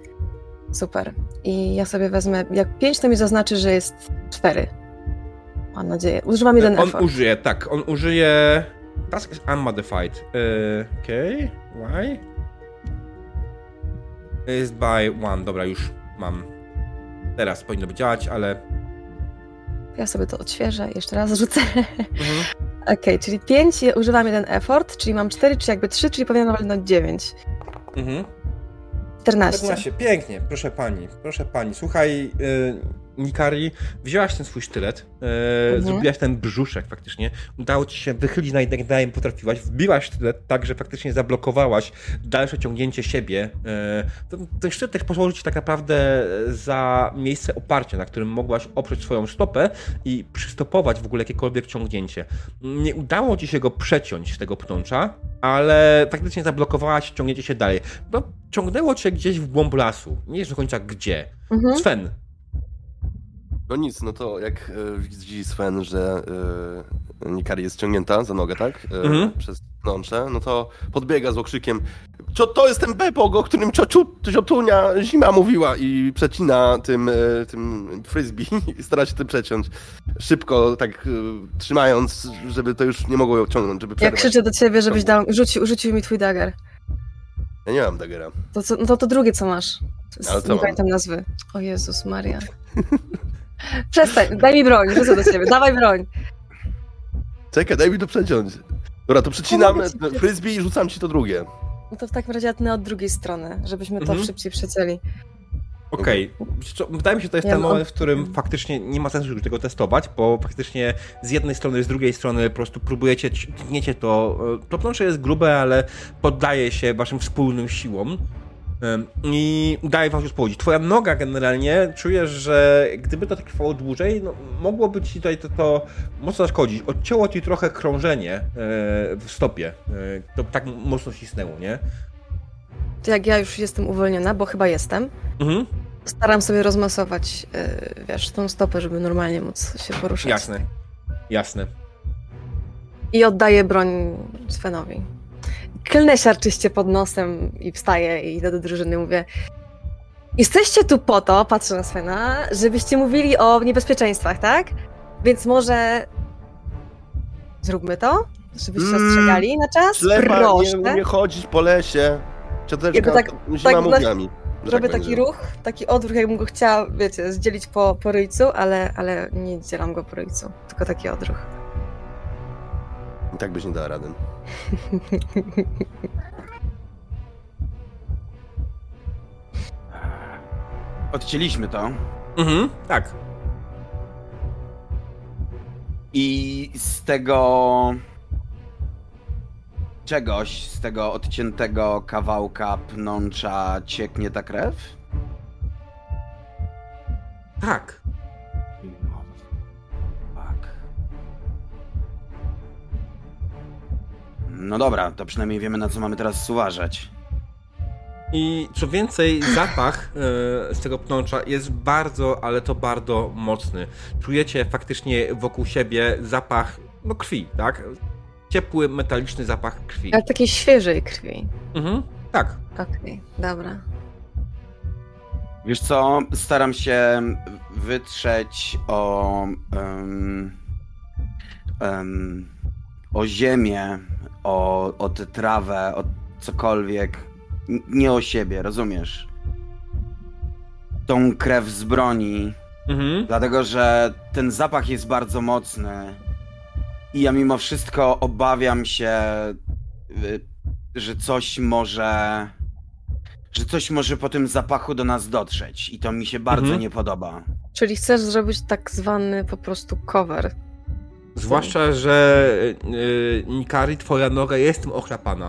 Super. I ja sobie wezmę, jak 5 to mi zaznaczy, że jest 4. Mam nadzieję. Używam jeden effort. On użyje... Task is unmodified. Okej, why? Is by 1, dobra, już mam. Teraz powinno by działać, ale... Ja sobie to odświeżę, jeszcze raz rzucę. Okej, czyli 5, używam jeden effort, czyli mam 4, czy jakby 3, czyli powinnam walnąć 9. 14. Pięknie, proszę pani. Słuchaj, Nikari, wzięłaś ten swój sztylet, zrobiłaś ten brzuszek faktycznie, udało ci się wychylić najdalej potrafiłaś, wbiłaś sztylet tak, że faktycznie zablokowałaś dalsze ciągnięcie siebie. Ten sztylet też posłużył ci tak naprawdę za miejsce oparcia, na którym mogłaś oprzeć swoją stopę i przystopować w ogóle jakiekolwiek ciągnięcie. Nie udało ci się go przeciąć, tego pnącza, ale faktycznie zablokowałaś ciągnięcie się dalej. No, ciągnęło cię gdzieś w głąb lasu, nie wiesz do końca gdzie. Sven. No nic, no to jak widzi Sven, że Nikari jest ciągnięta za nogę, tak? Przez pnącze, no to podbiega z okrzykiem: to jest ten bebog, o którym ciotunia Zima mówiła, i przecina tym frisbee i stara się tym przeciąć. Szybko, tak trzymając, żeby to już nie mogło ją ciągnąć, żeby przerwać. Jak krzyczę do ciebie, żebyś rzucił mi twój dagger. Ja nie mam daggera. To drugie, co masz. Ale co nie pamiętam nazwy. O Jezus Maria. Przestań, daj mi broń, rzucę do ciebie, dawaj broń. Czekaj, daj mi to przeciąć. Dobra, to przecinam frisbee i rzucam ci to drugie. No to w takim razie ja tnę od drugiej strony, żebyśmy to szybciej przecięli. Okej. Wydaje mi się, że to jest ten moment, w którym faktycznie nie ma sensu tego testować, bo faktycznie z jednej strony, z drugiej strony po prostu próbujecie, tniecie to. To pnącze jest grube, ale poddaje się waszym wspólnym siłom. I udaje wam się połodzić. Twoja noga generalnie, czujesz, że gdyby to trwało dłużej, no, mogłoby ci tutaj to mocno zaszkodzić. Odcięło ci trochę krążenie w stopie. To tak mocno ścisnęło, nie? To jak ja już jestem uwolniona, bo chyba jestem, staram sobie rozmasować, tą stopę, żeby normalnie móc się poruszać. Jasne. I oddaję broń Svenowi. Klnę siarczyście pod nosem i wstaję i idę do drużyny, mówię: jesteście tu po to, patrzę na Svena, żebyście mówili o niebezpieczeństwach, tak? Więc może zróbmy to, żebyście ostrzegali na czas? Ślepa Proszę. nie umie chodzić po lesie. Cioteczka tak mówi mi. Robię taki ruch, taki odruch, jakbym go chciała, zdzielić po ryjcu, ale nie dzielam go po ryjcu, tylko taki odruch. I tak byś nie dała rady. Odcięliśmy to. Tak. I z tego czegoś, z tego odciętego kawałka pnącza cieknie ta krew? Tak. No dobra, to przynajmniej wiemy, na co mamy teraz uważać. I co więcej, zapach z tego pnącza jest bardzo, ale to bardzo mocny. Czujecie faktycznie wokół siebie zapach, krwi, tak? Ciepły, metaliczny zapach krwi. Ale takiej świeżej krwi. Tak. Okej, dobra. Wiesz co, staram się wytrzeć o ziemię, o tę trawę, o cokolwiek. Nie o siebie, rozumiesz? Tą krew z broni, dlatego że ten zapach jest bardzo mocny i ja mimo wszystko obawiam się, że coś może po tym zapachu do nas dotrzeć i to mi się bardzo nie podoba. Czyli chcesz zrobić tak zwany po prostu cover. Zwłaszcza, że Nikari, twoja noga jest tym ochlapana.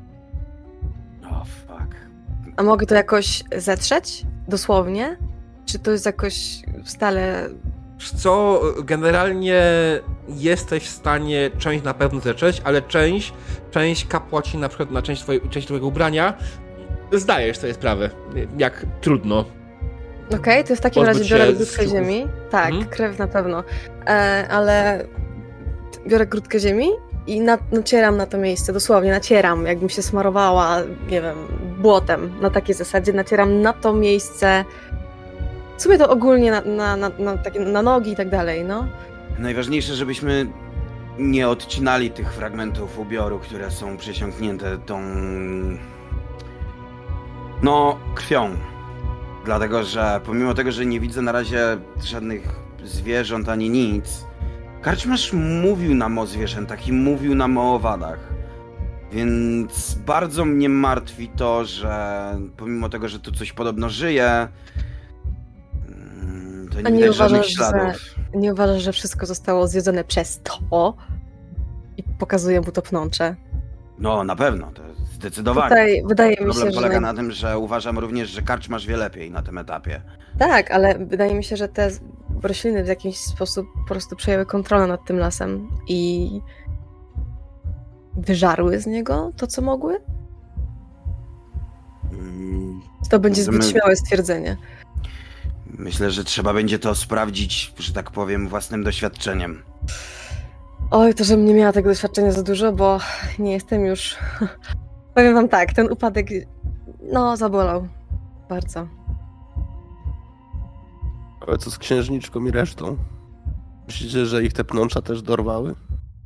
Fuck. A mogę to jakoś zetrzeć? Dosłownie? Czy to jest jakoś stale... Co, generalnie jesteś w stanie część na pewno zetrzeć, ale część kapła ci na przykład na część twojego ubrania. Zdajesz sobie sprawę, jak trudno. Okej, to w takim razie biorę grudkę ziemi. Tak, krew na pewno. Ale biorę grudkę ziemi i nacieram na to miejsce, dosłownie nacieram, jakbym się smarowała, nie wiem, błotem. Na takiej zasadzie nacieram na to miejsce, w sumie to ogólnie na nogi i tak dalej, no. Najważniejsze, żebyśmy nie odcinali tych fragmentów ubioru, które są przesiąknięte tą... no, krwią. Dlatego, że pomimo tego, że nie widzę na razie żadnych zwierząt ani nic, karczmarz mówił nam o zwierzętach i mówił nam o owadach. Więc bardzo mnie martwi to, że pomimo tego, że tu coś podobno żyje, to nie widać żadnych śladów. Nie uważasz, że wszystko zostało zjedzone przez to? I pokazuje mu to pnącze. No, na pewno, to zdecydowanie. Tutaj wydaje mi Problem się, polega że... na tym, że uważam również, że karczmarz wie lepiej na tym etapie. Tak, ale wydaje mi się, że te rośliny w jakiś sposób po prostu przejęły kontrolę nad tym lasem i wyżarły z niego to, co mogły? To będzie zbyt śmiałe stwierdzenie. Myślę, że trzeba będzie to sprawdzić, że tak powiem, własnym doświadczeniem. Oj, to żebym nie miała tego doświadczenia za dużo, bo nie jestem już... Powiem wam tak, ten upadek, no, zabolał. Bardzo. Ale co z księżniczką i resztą? Myślicie, że ich te pnącza też dorwały?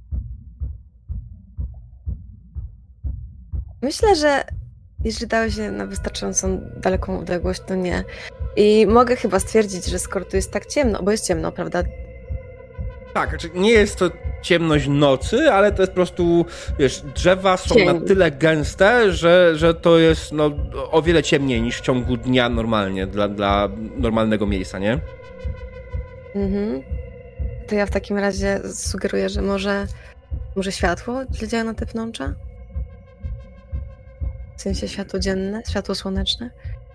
Myślę, że jeżeli dały się na wystarczającą daleką odległość, to nie. I mogę chyba stwierdzić, że skoro tu jest tak ciemno, bo jest ciemno, prawda? Tak, znaczy nie jest to ciemność nocy, ale to jest po prostu, wiesz, drzewa są Cień. na tyle gęste, że to jest no, o wiele ciemniej niż w ciągu dnia normalnie dla normalnego miejsca, nie? Mhm. To ja w takim razie sugeruję, że może światło działa na te pnącza? W sensie światło dzienne, światło słoneczne?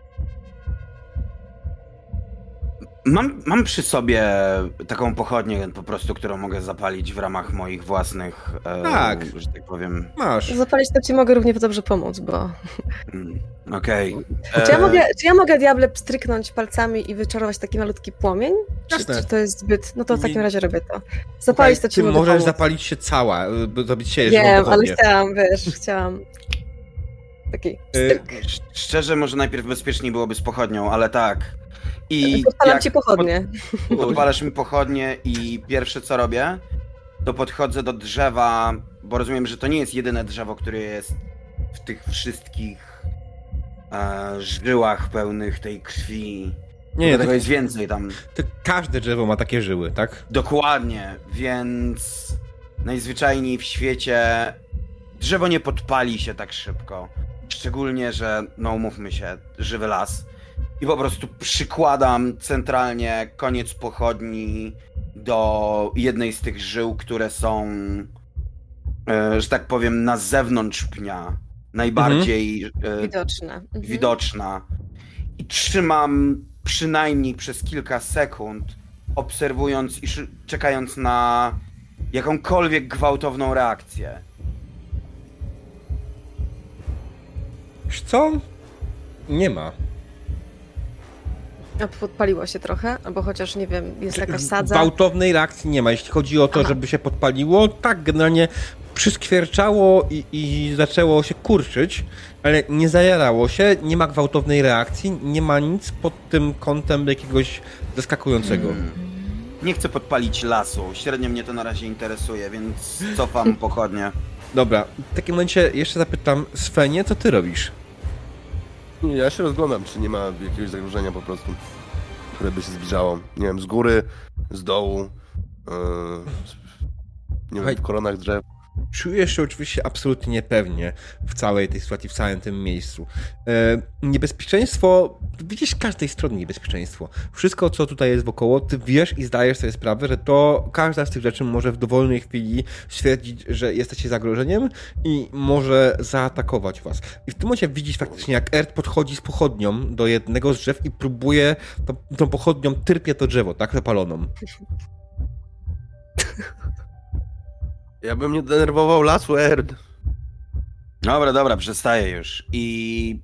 Mam przy sobie taką pochodnię po prostu, którą mogę zapalić w ramach moich własnych, Tak. że tak powiem... Masz. Zapalić to ci mogę równie dobrze pomóc, bo... Okej. Czy ja mogę diable pstryknąć palcami i wyczarować taki malutki płomień? Jasne. Czy to jest zbyt... No to w takim razie robię to. Zapalić to ci Ty mogę możesz pomóc. zapalić się cała, zrobić się Wiem, ale chciałam... Taki pstryk. Szczerze, może najpierw bezpieczniej byłoby z pochodnią, ale tak. I Podpalam ci pochodnie. Podpalasz mi pochodnie i pierwsze co robię, to podchodzę do drzewa, bo rozumiem, że to nie jest jedyne drzewo, które jest w tych wszystkich żyłach pełnych tej krwi. Nie, tego jest więcej tam. Każde drzewo ma takie żyły, tak? Dokładnie, więc najzwyczajniej w świecie drzewo nie podpali się tak szybko. Szczególnie, że, no umówmy się, żywy las. I po prostu przykładam centralnie koniec pochodni do jednej z tych żył, które są, że tak powiem, na zewnątrz pnia. Najbardziej widoczna. I trzymam przynajmniej przez kilka sekund, obserwując i czekając na jakąkolwiek gwałtowną reakcję. Wiesz co? Nie ma. A podpaliło się trochę? Albo chociaż, nie wiem, jest jakaś sadza? Gwałtownej reakcji nie ma. Jeśli chodzi o to, żeby się podpaliło, tak, generalnie przyskwierczało i zaczęło się kurczyć, ale nie zajarało się, nie ma gwałtownej reakcji, nie ma nic pod tym kątem jakiegoś zaskakującego. Nie chcę podpalić lasu, średnio mnie to na razie interesuje, więc cofam pochodnie. Dobra, w takim momencie jeszcze zapytam Svenie, co ty robisz? Ja się rozglądam, czy nie ma jakiegoś zagrożenia po prostu, które by się zbliżało. Nie wiem, z góry, z dołu, nie wiem, w koronach drzew. Czujesz się oczywiście absolutnie niepewnie w całej tej sytuacji, w całym tym miejscu. Niebezpieczeństwo, widzisz z każdej strony niebezpieczeństwo. Wszystko, co tutaj jest wokoło, ty wiesz i zdajesz sobie sprawę, że to każda z tych rzeczy może w dowolnej chwili stwierdzić, że jesteście zagrożeniem i może zaatakować was. I w tym momencie widzisz faktycznie, jak Erd podchodzi z pochodnią do jednego z drzew i próbuje tą pochodnią tyrpie to drzewo, tak, zapaloną. Ja bym nie denerwował lasu, Erd. Dobra, przestaję już. I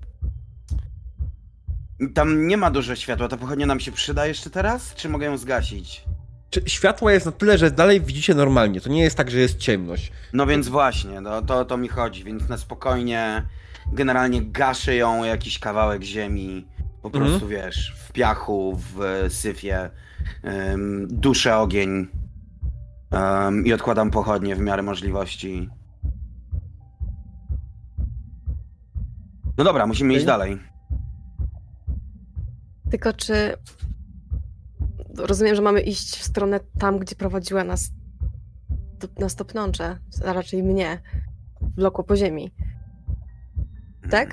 tam nie ma dużo światła. Ta pochodnia nam się przyda jeszcze teraz? Czy mogę ją zgasić? Światło jest na tyle, że dalej widzicie normalnie. To nie jest tak, że jest ciemność. No więc właśnie, to mi chodzi. Więc na spokojnie generalnie gaszę ją o jakiś kawałek ziemi. Po prostu, wiesz, w piachu, w syfie. Duszę ogień. I odkładam pochodnie w miarę możliwości. No dobra, musimy iść dalej. Tylko czy... Rozumiem, że mamy iść w stronę tam, gdzie prowadziła nas to pnącze, a raczej mnie, wlokło po ziemi. Tak?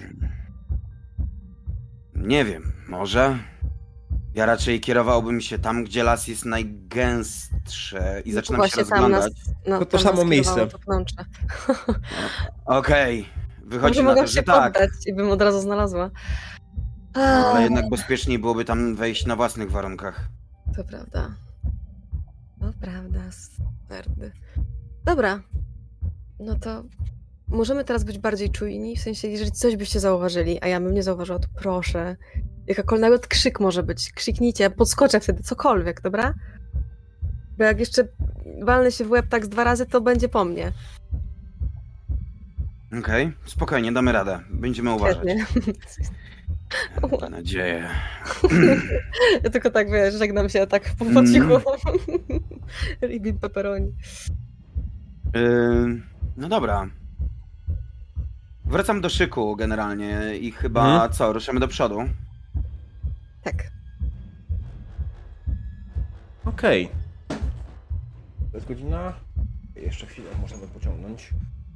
Nie wiem, może. Ja raczej kierowałbym się tam, gdzie las jest najgęstszy i zaczynam się rozglądać. To tam samo nas miejsce. kierowało to pnącze. Okej, wychodzi Może na mogłam to, się że tak. poddać i bym od razu znalazła. Ale jednak bezpieczniej byłoby tam wejść na własnych warunkach. To prawda. To prawda, sterdy. Dobra. No to możemy teraz być bardziej czujni, w sensie, jeżeli coś byście zauważyli, a ja bym nie zauważyła, to proszę. Nawet krzyk może być. Krzyknijcie, ja podskoczę wtedy, cokolwiek, dobra? Bo jak jeszcze walnę się w łeb tak z 2 razy, to będzie po mnie. Okej, spokojnie, damy radę. Będziemy uważać. Świetnie. Mam nadzieję. Ja tylko tak, wiesz, żegnam się tak po cichu. Ribin pepperoni. No dobra. Wracam do szyku generalnie i chyba ruszymy do przodu. Tak. Okej. To jest godzina. Jeszcze chwilę możemy pociągnąć.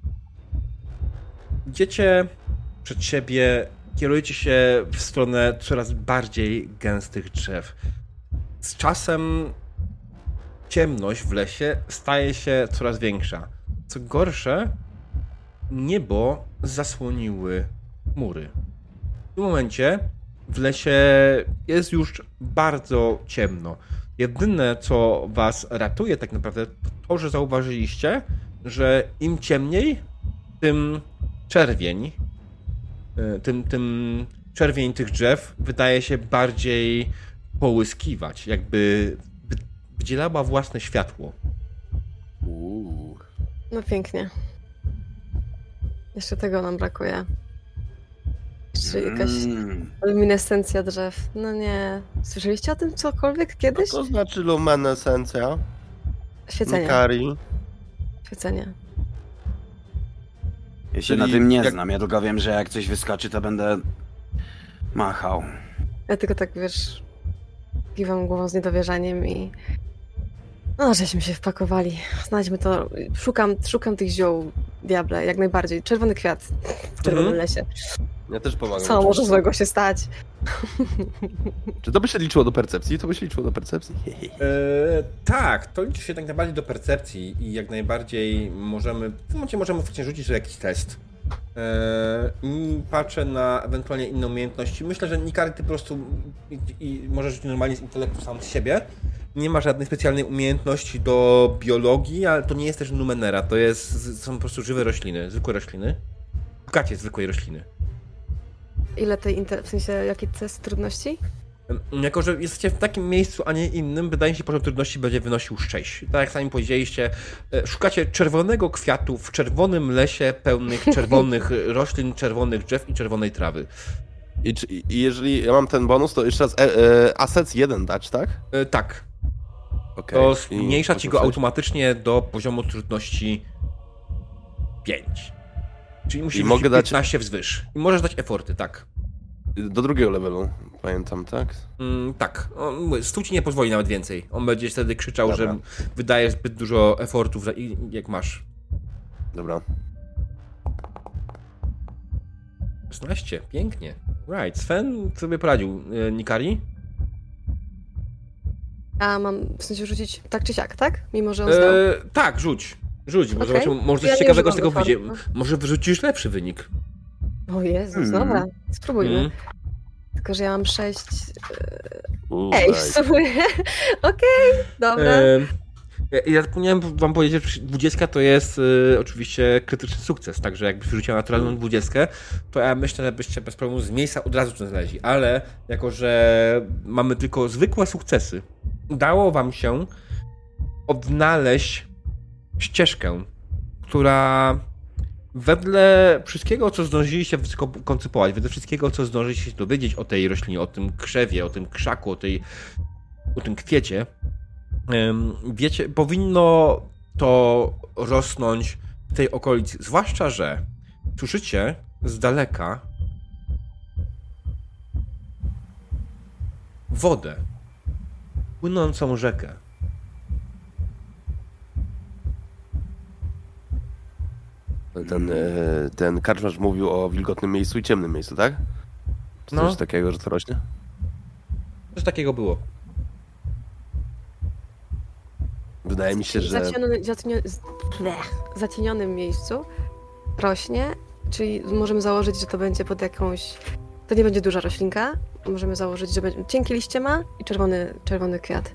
Idziecie przed siebie, kierujecie się w stronę coraz bardziej gęstych drzew. Z czasem ciemność w lesie staje się coraz większa. Co gorsze, niebo zasłoniły chmury. W tym momencie w lesie jest już bardzo ciemno. Jedyne, co was ratuje tak naprawdę, to to, że zauważyliście, że im ciemniej, tym czerwień, tym czerwień tych drzew wydaje się bardziej połyskiwać, jakby wydzielała własne światło. No pięknie. Jeszcze tego nam brakuje. Jeszcze jakaś luminescencja drzew. No nie. Słyszeliście o tym cokolwiek kiedyś? Co to znaczy luminescencja? Świecenie. Nikari. Świecenie. Ja się Czyli na tym nie jak- znam, ja tylko wiem, że jak coś wyskoczy, to będę machał. Ja tylko tak, wiesz, kiwam głową z niedowierzaniem i... No, żeśmy się wpakowali. Znajdźmy to. Szukam tych ziół, diable, jak najbardziej. Czerwony kwiat w czerwonym lesie. Ja też pomagam. Co może złego się stać? Czy to by się liczyło do percepcji? To by się liczyło do percepcji? Tak, to liczy się tak najbardziej do percepcji i jak najbardziej możemy, w tym momencie możemy faktycznie rzucić sobie jakiś test. I patrzę na ewentualnie inne umiejętności. Myślę, że Nikari, ty po prostu i możesz rzucić normalnie z intelektu sam z siebie. Nie ma żadnej specjalnej umiejętności do biologii, ale to nie jest też numenera, są po prostu żywe rośliny, zwykłe rośliny. Szukacie zwykłej rośliny. Ile w sensie, jaki test trudności? Jako, że jesteście w takim miejscu, a nie innym, wydaje się, że poziom trudności będzie wynosił 6. Tak jak sami powiedzieliście, szukacie czerwonego kwiatu w czerwonym lesie pełnych czerwonych roślin, czerwonych drzew i czerwonej trawy. I jeżeli ja mam ten bonus, to jeszcze raz assets 1 dać, tak? Tak. Okay. To zmniejsza ci go automatycznie do poziomu trudności 5. Czyli musisz mogę dać 15 wzwyż. I możesz dać eforty, tak. Do drugiego levelu, pamiętam, tak? Tak. Stół ci nie pozwoli nawet więcej. On będzie wtedy krzyczał, Dobra. że wydaje zbyt dużo efortów, jak masz. Dobra. 16, pięknie. Right. Sven sobie poradził. Nikari? A mam w sensie rzucić tak czy siak, tak? Mimo, że on zdał. Tak, rzuć, bo Okej. zobaczymy, może coś Ja nie ciekawego z używam tego wyjdzie. efortu. Może wyrzucisz lepszy wynik. O Jezus, dobra, spróbujmy. Tylko, że ja mam 6... Ej, w sumie. Okej, dobra. Ja zapomniałem wam powiedzieć, że 20 to jest oczywiście krytyczny sukces, także jakbyś wyrzuciła naturalną 20, to ja myślę, że byście bez problemu z miejsca od razu to znaleźli, ale jako, że mamy tylko zwykłe sukcesy, udało wam się odnaleźć ścieżkę, która wedle wszystkiego, co zdążyliście koncypować, wedle wszystkiego, co zdążyliście się dowiedzieć o tej roślinie, o tym krzewie, o tym krzaku, o tym kwiecie, Wiecie, powinno to rosnąć w tej okolicy, zwłaszcza, że słyszycie z daleka wodę, płynącą rzekę. Ten karczmarz mówił o wilgotnym miejscu i ciemnym miejscu, tak? Czy coś takiego, że to rośnie? Coś takiego było. Wydaje mi się, W że... zacienionym miejscu rośnie, czyli możemy założyć, że to będzie pod jakąś... To nie będzie duża roślinka. Możemy założyć, że będzie... cienkie liście ma i czerwony kwiat.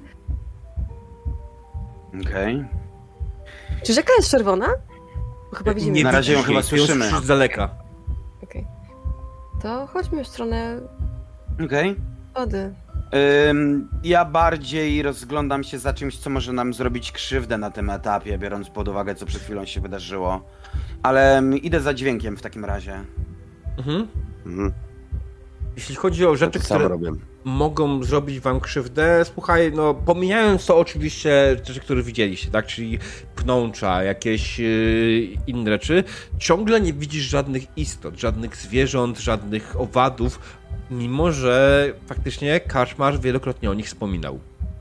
Okej. Czy rzeka jest czerwona? Bo chyba widzimy. Na razie ją widzisz chyba jej, ją słyszymy. słyszysz z daleka. Okej. To chodźmy w stronę Okej. wody. Ja bardziej rozglądam się za czymś, co może nam zrobić krzywdę na tym etapie, biorąc pod uwagę, co przed chwilą się wydarzyło. Ale idę za dźwiękiem w takim razie. Mhm. Mhm. Jeśli chodzi o rzeczy, To samo które robię. mogą zrobić wam krzywdę, słuchaj, no pomijając to oczywiście rzeczy, które widzieliście, tak, czyli pnącza, jakieś inne rzeczy, ciągle nie widzisz żadnych istot, żadnych zwierząt, żadnych owadów, mimo że faktycznie karczmarz wielokrotnie o nich wspominał.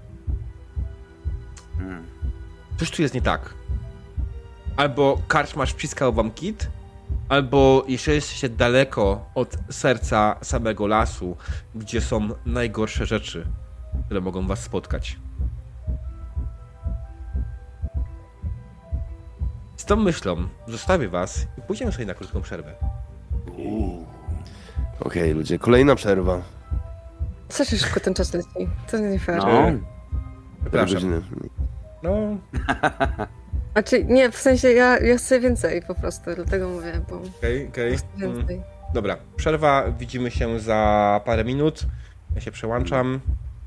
Coś tu jest nie tak. Albo karczmarz wciskał wam kit, albo jeszcze jesteście daleko od serca samego lasu, gdzie są najgorsze rzeczy, które mogą was spotkać. Z tą myślą zostawię was i pójdziemy sobie na krótką przerwę. Okej, ludzie, kolejna przerwa. Co się szybko ten czas leci? To nie fair. No. Pół Przepraszam. godziny. No, Znaczy, nie, w sensie ja chcę więcej po prostu, dlatego mówię, bo okej. więcej. Dobra, przerwa, widzimy się za parę minut. Ja się przełączam.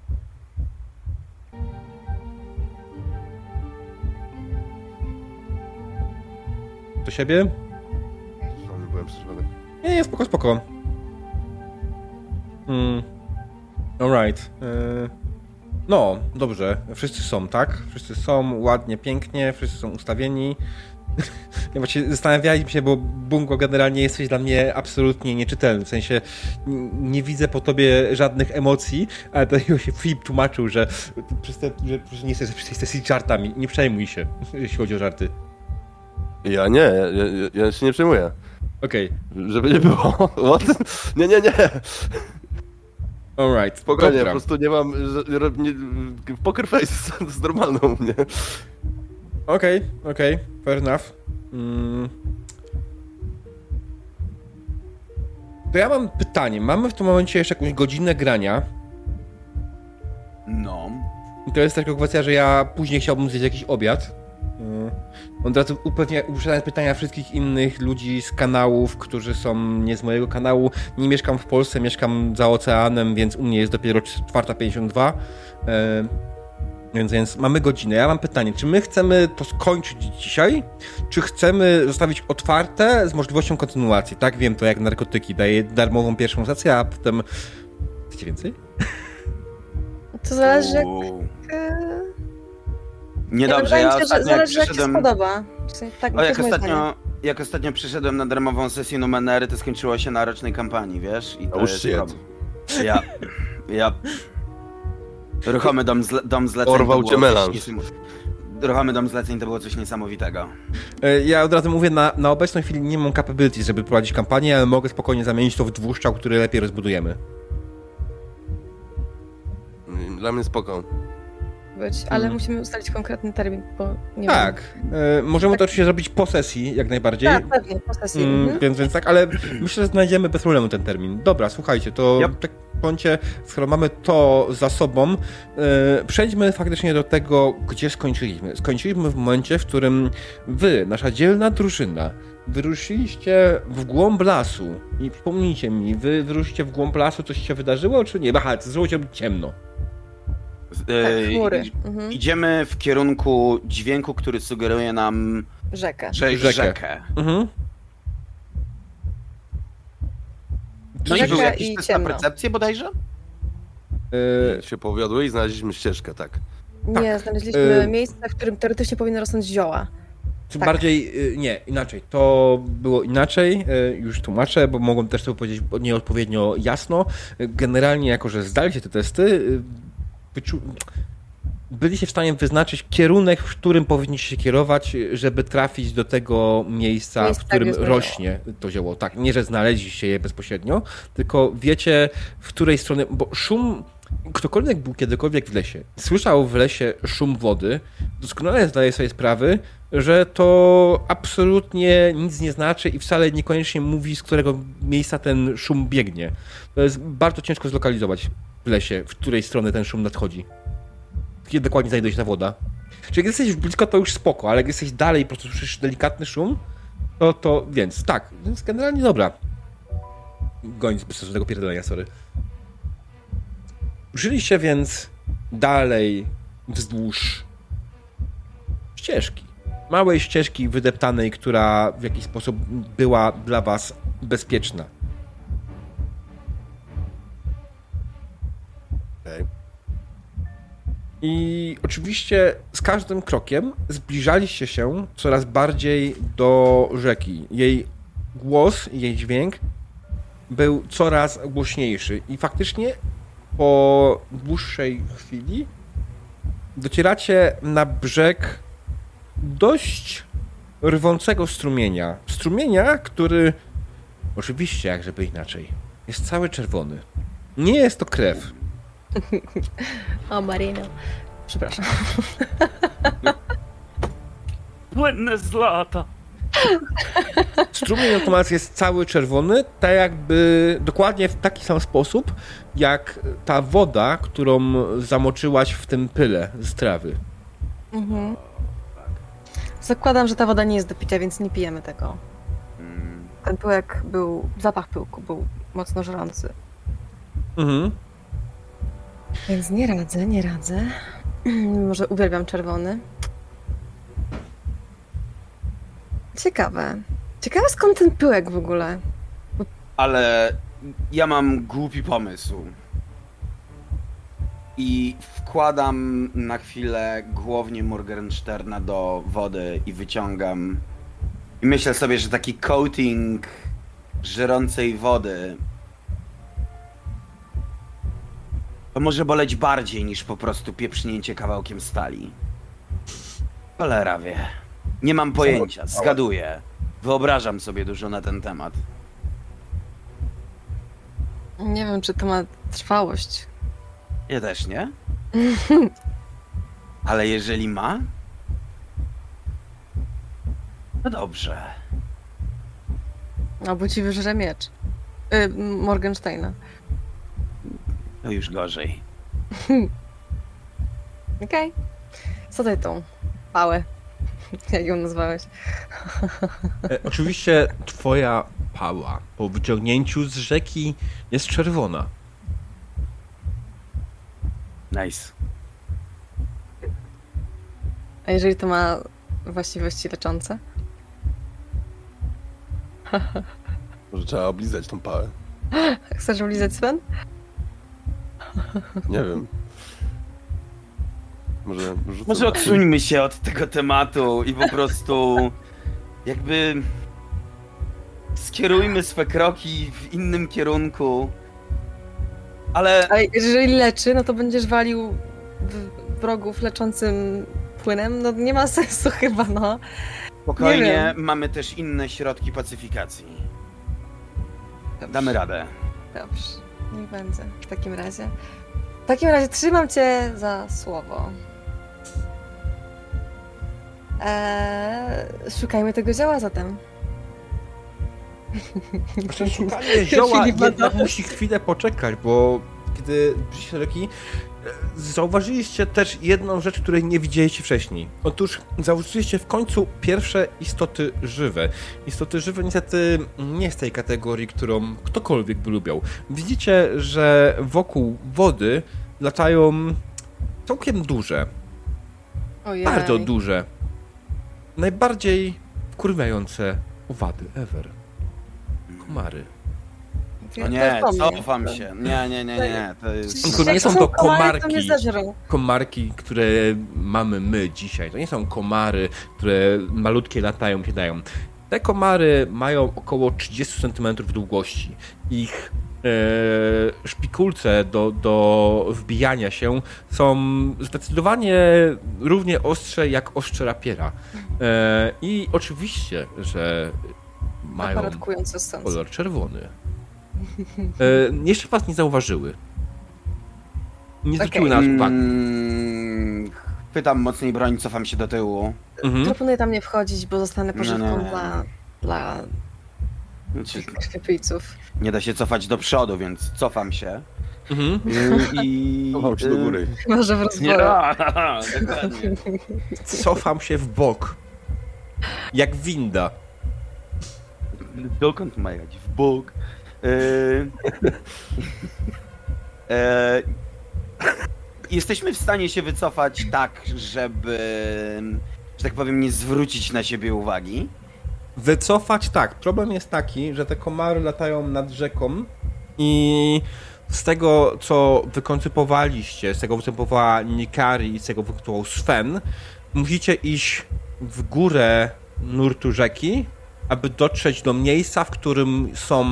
Do siebie? No, nie byłem przyszedł. Nie, spoko, spoko. Alright. No, dobrze. Wszyscy są, tak? Wszyscy są, ładnie, pięknie, wszyscy są ustawieni. Ja właśnie zastanawiałem się, bo Bungo, generalnie jesteś dla mnie absolutnie nieczytelny. W sensie nie widzę po tobie żadnych emocji, ale to się Filip tłumaczył, że że nie jesteś przy tej sesji żartami. Nie przejmuj się, jeśli chodzi o żarty. Ja nie, ja się nie przejmuję. Okej, Żeby nie było. What? Nie. alright. Spokojnie, Dobra. po prostu nie mam... Poker face jest normalną u mnie. Okej, fair enough. To ja mam pytanie. Mamy w tym momencie jeszcze jakąś godzinę grania. No. I to jest taka kwestia, że ja później chciałbym zjeść jakiś obiad. Od razu uprzedzając pytania wszystkich innych ludzi z kanałów, którzy są nie z mojego kanału. Nie mieszkam w Polsce, mieszkam za oceanem, więc u mnie jest dopiero 4:52. Więc mamy godzinę. Ja mam pytanie, czy my chcemy to skończyć dzisiaj, czy chcemy zostawić otwarte z możliwością kontynuacji? Tak, wiem, to jak narkotyki. Daję darmową pierwszą sesję, a potem... Chcecie więcej? To zależy jak... Niedobrze, wydaje ja mi się, że ostatnio jak zależy jak się przyszedłem... spodoba. W sensie, tak, to jest moje zdanie. Jak ostatnio przyszedłem na darmową sesję Numenery, to skończyło się na rocznej kampanii, wiesz? I to Oh jest shit. problem. Ja... Ruchomy dom zleceń Porwał to cię było melanż. Ruchomy dom zleceń to było coś niesamowitego. Ja od razu mówię, na obecną chwilę nie mam capability, żeby prowadzić kampanię, ale mogę spokojnie zamienić to w dwuszczał, który lepiej rozbudujemy. Dla mnie spoko. Ale musimy ustalić konkretny termin, bo nie Tak, możemy to oczywiście zrobić po sesji, jak najbardziej. wiem. Tak, pewnie, po sesji. Więc tak, ale myślę, że znajdziemy bez problemu ten termin. Dobra, słuchajcie, to Yep. tak w kącie, skoro mamy to za sobą, przejdźmy faktycznie do tego, gdzie skończyliśmy. Skończyliśmy w momencie, w którym wy, nasza dzielna drużyna, wyruszyliście w głąb lasu. I przypomnijcie mi, wy wyruszyliście w głąb lasu, coś się wydarzyło, czy nie? Aha, zrobiło się ciemno. Tak, chmury. Idziemy w kierunku dźwięku, który sugeruje nam Rzekę. rzekę. Mhm. No i Rzekę był jakiś i test na ciemno. percepcję bodajże? Się powiodły i znaleźliśmy ścieżkę, tak. Nie, znaleźliśmy Y- miejsce, w którym teoretycznie powinny rosnąć zioła. Czy Tak. bardziej, nie, inaczej. To było inaczej, już tłumaczę, bo mogłem też to powiedzieć nieodpowiednio jasno. Generalnie, jako że zdaliście te testy, byliście w stanie wyznaczyć kierunek, w którym powinniście się kierować, żeby trafić do tego miejsca, w którym gdzie jest rośnie to zioło. Tak, nie, że znaleźliście je bezpośrednio, tylko wiecie, w której stronie, bo szum, ktokolwiek był kiedykolwiek w lesie, słyszał w lesie szum wody, doskonale zdaje sobie sprawy, że to absolutnie nic nie znaczy i wcale niekoniecznie mówi, z którego miejsca ten szum biegnie. To jest bardzo ciężko zlokalizować w lesie, w której strony ten szum nadchodzi. Kiedy dokładnie znajduje się ta woda. Czyli jak jesteś blisko, to już spoko, ale jak jesteś dalej i po prostu słyszysz delikatny szum, więc tak, więc generalnie dobra. Goniec bez sensu tego pierdolenia, sorry. Ruszyliście więc dalej wzdłuż ścieżki. Małej ścieżki wydeptanej, która w jakiś sposób była dla was bezpieczna. Okej. I oczywiście z każdym krokiem zbliżaliście się coraz bardziej do rzeki. Jej głos, jej dźwięk był coraz głośniejszy i faktycznie po dłuższej chwili docieracie na brzeg dość rwącego strumienia. Strumienia, który oczywiście, jak żeby inaczej, jest cały czerwony. Nie jest to krew. O, Marino. Przepraszam. Płynne z lata. Strumień automatycznie jest cały czerwony, tak jakby dokładnie w taki sam sposób, jak ta woda, którą zamoczyłaś w tym pyle z trawy. Mhm. Zakładam, że ta woda nie jest do picia, więc nie pijemy tego. Ten pyłek zapach pyłku był mocno żrący. Mhm. Więc nie radzę. Może uwielbiam czerwony. Ciekawe skąd ten pyłek w ogóle. Ale ja mam głupi pomysł. I wkładam na chwilę głownię Morgensterna do wody i wyciągam. I myślę sobie, że taki coating żerącej wody to może boleć bardziej niż po prostu pieprznięcie kawałkiem stali. Cholera wie. Nie mam pojęcia, zgaduję. Wyobrażam sobie dużo na ten temat. Nie wiem, czy to ma trwałość. Ja też nie. Ale jeżeli ma, to dobrze. Albo ci wyżre miecz. Morgensteina. To już gorzej. Okej. Co daj tą pałę? Jak ją nazwałeś? Oczywiście twoja pała po wyciągnięciu z rzeki jest czerwona. Nice. A jeżeli to ma właściwości leczące? Może trzeba oblizać tą pałę. Chcesz ulizać Sven? Nie wiem. Może rzucę Może na- odsuńmy się od tego tematu i po prostu jakby skierujmy swe kroki w innym kierunku. Ale Ale jeżeli leczy, no to będziesz walił wrogów leczącym płynem? No nie ma sensu chyba, no. Nie spokojnie, wiem. mamy też inne środki pacyfikacji. Damy radę. Dobrze, niech będzie w takim razie. W takim razie trzymam cię za słowo. Szukajmy tego zioła zatem. Szukanie zioła Filip jednak Badał. musi chwilę poczekać, bo kiedy przyszliście do rzeki, zauważyliście też jedną rzecz, której nie widzieliście wcześniej. Otóż zauważyliście w końcu pierwsze istoty żywe. Istoty żywe niestety nie z tej kategorii, którą ktokolwiek by lubiał. Widzicie, że wokół wody latają całkiem duże, Ojej. bardzo duże, najbardziej wkurwiające owady ever. Komary. O nie, cofam się. Nie. To jest... Nie są to komary, to mnie komarki, zeżrą. komarki, które mamy my dzisiaj. To nie są komary, które malutkie latają, kiedają. Te komary mają około 30 cm długości. Ich szpikulce do wbijania się są zdecydowanie równie ostrze jak ostrze rapiera. I oczywiście, że mają kolor czerwony. Jeszcze was nie zauważyły. Nie zwróciły na nas uwagi. Pytam mocniej broń, cofam się do tyłu. Proponuję tam nie wchodzić, bo zostanę pożywką dla krwiopijców. Nie da się cofać do przodu, więc cofam się. I... Cofam się do góry. Może w Nie rozwoju. da, dokładnie. Cofam się w bok. Jak winda. Dokąd ma jechać? W bok. Jesteśmy w stanie się wycofać tak, żeby, że tak powiem, nie zwrócić na siebie uwagi. Wycofać tak. Problem jest taki, że te komary latają nad rzeką i z tego, co wykoncypowaliście, z tego występowała Nikari i z tego wykoncypował Sven, musicie iść w górę nurtu rzeki, aby dotrzeć do miejsca, w którym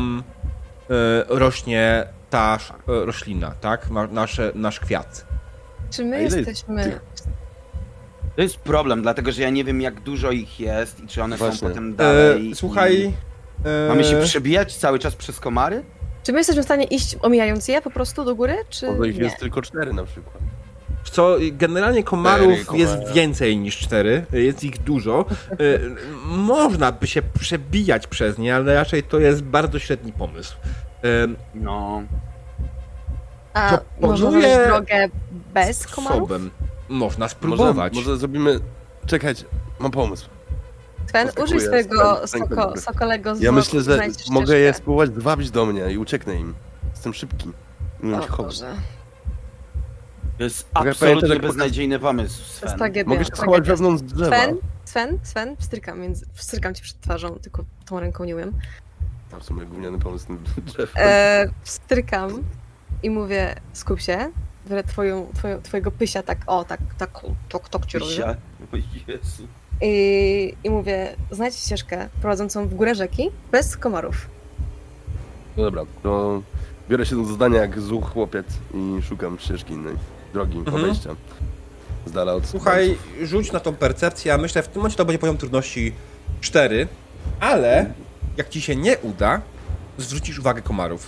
rośnie ta roślina, tak? Nasz kwiat. Czy my jesteśmy... To jest problem, dlatego że ja nie wiem, jak dużo ich jest i czy one Właśnie. są potem dalej. Słuchaj... Mamy się przebijać cały czas przez komary? Czy my jesteśmy w stanie iść, omijając je po prostu do góry, czy Może ich nie? jest tylko 4 na przykład. Co, generalnie komarów 4 komary. jest więcej niż 4, jest ich dużo. Można by się przebijać przez nie, ale raczej to jest bardzo średni pomysł. No. A można Proponuję znaleźć drogę bez komarów? Sposobem. Można spróbować. Może zrobimy... Czekajcie, mam pomysł. Sven, użyj swojego Sven, sokolego Ja wzroku, myślę, że znajdź mogę je ścieżkę. spróbować zwabić do mnie i ucieknę im. Jestem szybki. Umiem się O chować. Boże, To jest Mogę absolutnie pamiętać, jak beznadziejny pomysł, to jest Sven. tragedia. Mogę się schować wewnątrz drzewa. Sven, pstrykam ci przed twarzą, tylko tą ręką nie umiem. To w sumie gówniany pomysł na drzewo. Pstrykam i mówię, skup się, biorę twojego pysia tak cię robię. Pisia. O Jezu. I mówię, znajdź ścieżkę prowadzącą w górę rzeki bez komarów. No dobra, to biorę się do zadania jak zły chłopiec i szukam ścieżki innej, drogi, obejścia. Z dala od Słuchaj, skarbców. rzuć na tą percepcję, ja myślę, w tym momencie to będzie poziom trudności 4, ale jak ci się nie uda, zwrócisz uwagę komarów.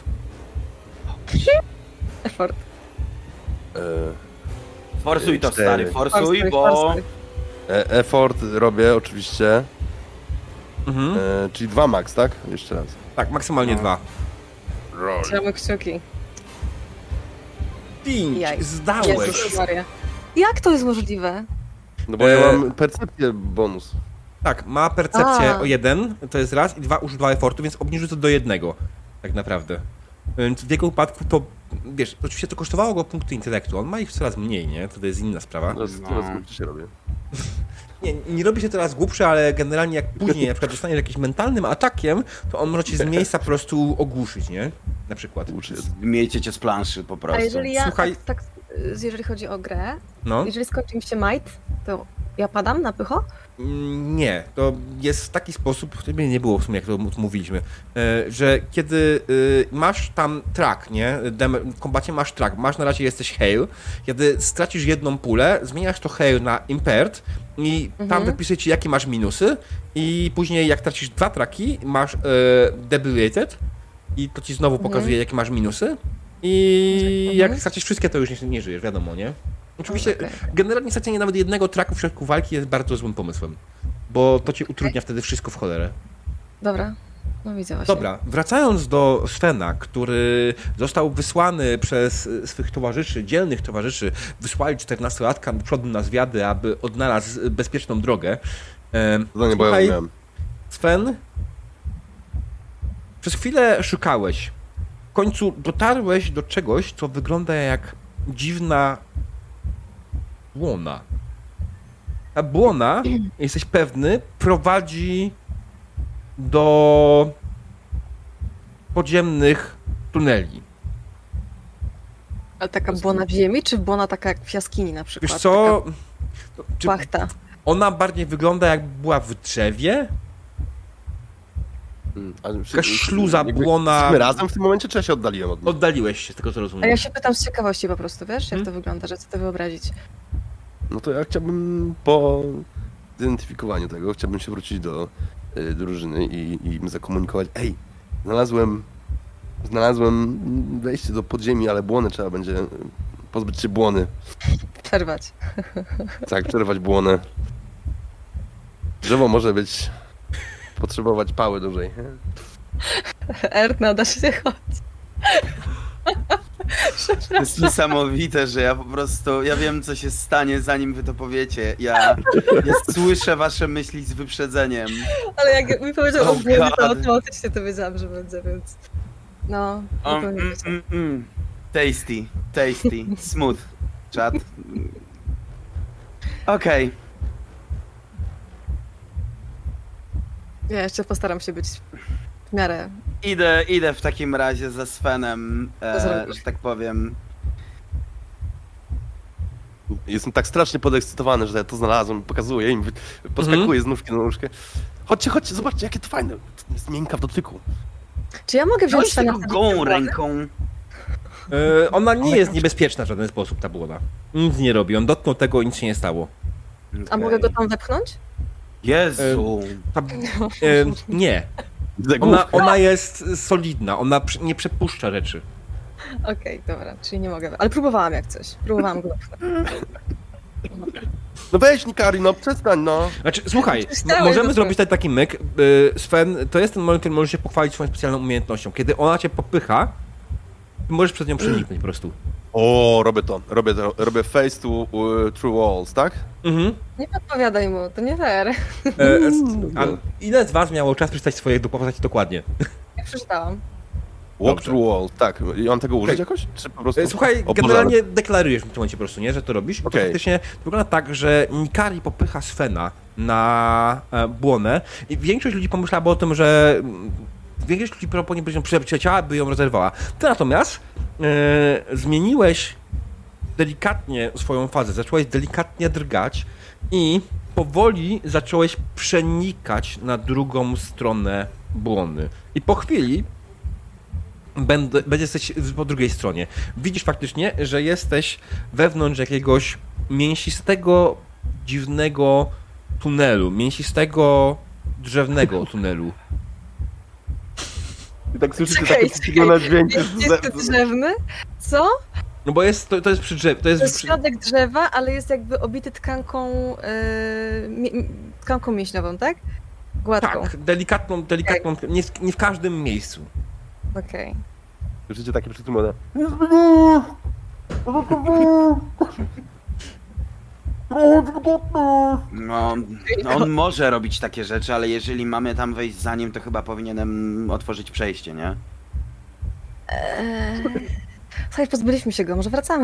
Effort. Forsuj to, 4. stary, forsuj, bo... Effort robię oczywiście, czyli 2 max, tak? Jeszcze raz. Tak, maksymalnie 2. Trzymamy kciuki. 5, Jaj. zdałeś. Jezus Maria. Jak to jest możliwe? No bo ja mam percepcję bonus. Tak, ma percepcję A. o 1, to jest raz, i 2 używa effortu, więc obniży to do 1, tak naprawdę. Więc w jego wypadku to, wiesz, oczywiście to kosztowało go punkty intelektu, on ma ich coraz mniej, nie? To jest inna sprawa. Teraz głupszy się robię. Nie robi się teraz głupszy, ale generalnie jak później na przykład dostaniesz jakimś mentalnym atakiem, to on może cię z miejsca po prostu ogłuszyć, nie? Na przykład. Miejcie cię z planszy po prostu. A jeżeli ja, Słuchaj. jeżeli chodzi o grę, No. jeżeli skończy mi się might, to ja padam na pycho? Nie, to jest w taki sposób, to nie było w sumie, jak to mówiliśmy, że kiedy masz tam track, nie? W kombacie masz track, masz na razie jesteś hail, kiedy stracisz jedną pulę, zmieniasz to hail na impaired i tam wypisuje ci, jakie masz minusy i później jak tracisz 2 traki, masz debilitated i to ci znowu pokazuje, jakie masz minusy i jak stracisz wszystkie, to już nie żyjesz, wiadomo, nie? Oczywiście generalnie stracenie nawet jednego traku w środku walki jest bardzo złym pomysłem, bo to ci utrudnia wtedy wszystko w cholerę. Dobra, no widzę właśnie. Dobra, wracając do Svena, który został wysłany przez swych towarzyszy, dzielnych towarzyszy, wysłali 14-latka do przodu na zwiady, aby odnalazł bezpieczną drogę. Zadanie bojowe miałem. Sven, przez chwilę szukałeś. W końcu dotarłeś do czegoś, co wygląda jak dziwna błona. Ta błona, jesteś pewny, prowadzi do podziemnych tuneli. Ale taka błona w ziemi, czy błona taka jak w jaskini na przykład? Wiesz co? Taka Czy płachta. ona bardziej wygląda jakby była w drzewie? Taka śluza, błona... Jesteśmy razem w tym momencie, czy ja się oddaliłem od niej? Oddaliłeś się z tego, co A rozumiem. ja się pytam z ciekawości po prostu, wiesz, jak to wygląda, że chcę to wyobrazić. No to ja chciałbym po zidentyfikowaniu tego, chciałbym się wrócić do drużyny i im zakomunikować, ej, znalazłem wejście do podziemi, ale błony trzeba będzie pozbyć się błony. Przerwać. Tak, przerwać błonę. Drzewo może potrzebować pały dłużej. Erna, da się chodź. To jest niesamowite, że ja po prostu, ja wiem, co się stanie, zanim wy to powiecie. Ja słyszę wasze myśli z wyprzedzeniem. Ale jak mi powiedział Oh o błędzie, to God. automatycznie to wiedziałam, że będzie, więc... No, zupełnie wiedziałam. Tasty, smooth, czat. Okej. Ja jeszcze postaram się być w miarę... Idę w takim razie za Svenem, To zrobisz. że tak powiem. Jestem tak strasznie podekscytowany, że ja to znalazłem, pokazuję im, podskakuję z nóżki na nóżkę. Chodźcie, zobaczcie, jakie to fajne. Jest miękka w dotyku. Czy ja mogę wziąć Wziąć tego gołą ręką. Ona nie jest niebezpieczna w żaden sposób, ta błona. Nic nie robi, on dotknął tego i nic się nie stało. A mogę go tam wepchnąć? Jezu. Ta, nie. Ona jest solidna, ona nie przepuszcza rzeczy. Okej, dobra, czyli nie mogę. Ale próbowałam jak coś. Próbowałam go wepchnąć. No weź, Nikari, no przestań, no. Znaczy, słuchaj, Przestałeś możemy zupełnie. zrobić taki myk. Sven, to jest ten moment, który możesz się pochwalić swoją specjalną umiejętnością. Kiedy ona cię popycha, ty możesz przez nią przeniknąć po prostu. O, robię to. Robię face to through walls, tak? Mhm. Nie podpowiadaj mu, to nie fair. A ile z was miało czas przeczytać swoje postaci dokładnie? Ja przeczytałam. Walk Dobrze. through walls, tak. I mam tego użyć jakoś? Czy po prostu... Słuchaj, O, generalnie deklarujesz w tym momencie po prostu, nie? Że to robisz. To Okej. faktycznie wygląda tak, że Nikari popycha Svena na błonę i większość ludzi pomyślałaby o tym, że większość ludzi prawdopodobnie przyleciała, by ją rozerwała. Ty natomiast zmieniłeś delikatnie swoją fazę, zacząłeś delikatnie drgać i powoli zacząłeś przenikać na drugą stronę błony. I po chwili jesteś po drugiej stronie. Widzisz faktycznie, że jesteś wewnątrz jakiegoś mięsistego, dziwnego tunelu. Mięsistego, drzewnego tunelu. I tak słyszycie Czekaj, takie przyglądane dźwięki. Jest drzewny? Co? No bo to jest przy drzewie. To jest środek drzewa, ale jest jakby obity tkanką, tkanką mięśniową, tak? Gładką. Tak, delikatną, nie w każdym miejscu. Okej. Słyszycie takie przytłumione. No, on może robić takie rzeczy, ale jeżeli mamy tam wejść za nim, to chyba powinienem otworzyć przejście, nie? Słuchaj, pozbyliśmy się go, może wracamy.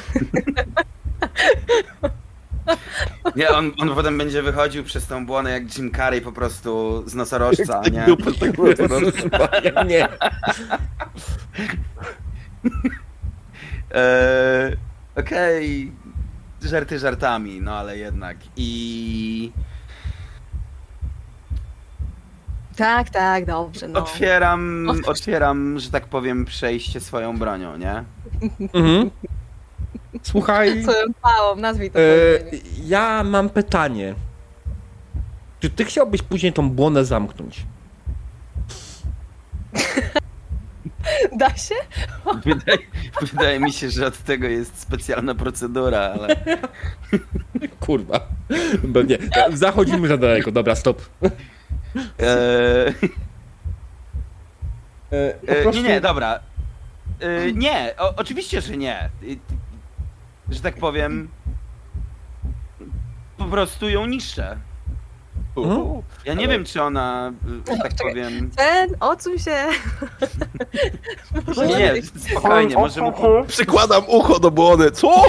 Nie, on potem będzie wychodził przez tą błonę jak Jim Carrey po prostu z nosorożca, nie? Nie. Okej, żarty żartami, no ale jednak. I Tak, dobrze, no. otwieram, że tak powiem, przejście swoją bronią, nie? Mhm. Słuchaj, Swoją pałą, nazwij to. ja mam pytanie. Czy ty chciałbyś później tą błonę zamknąć? Da się? Wydaje mi się, że od tego jest specjalna procedura, ale... Kurwa. No nie, zachodzimy za daleko, dobra, stop. Nie, dobra. Nie, oczywiście, że nie. Że tak powiem... Po prostu ją niszczę. Ja nie wiem, czy ona, że tak Czekaj. powiem... Odsuń się. Nie, spokojnie, może mu... Przykładam ucho do błony. Co?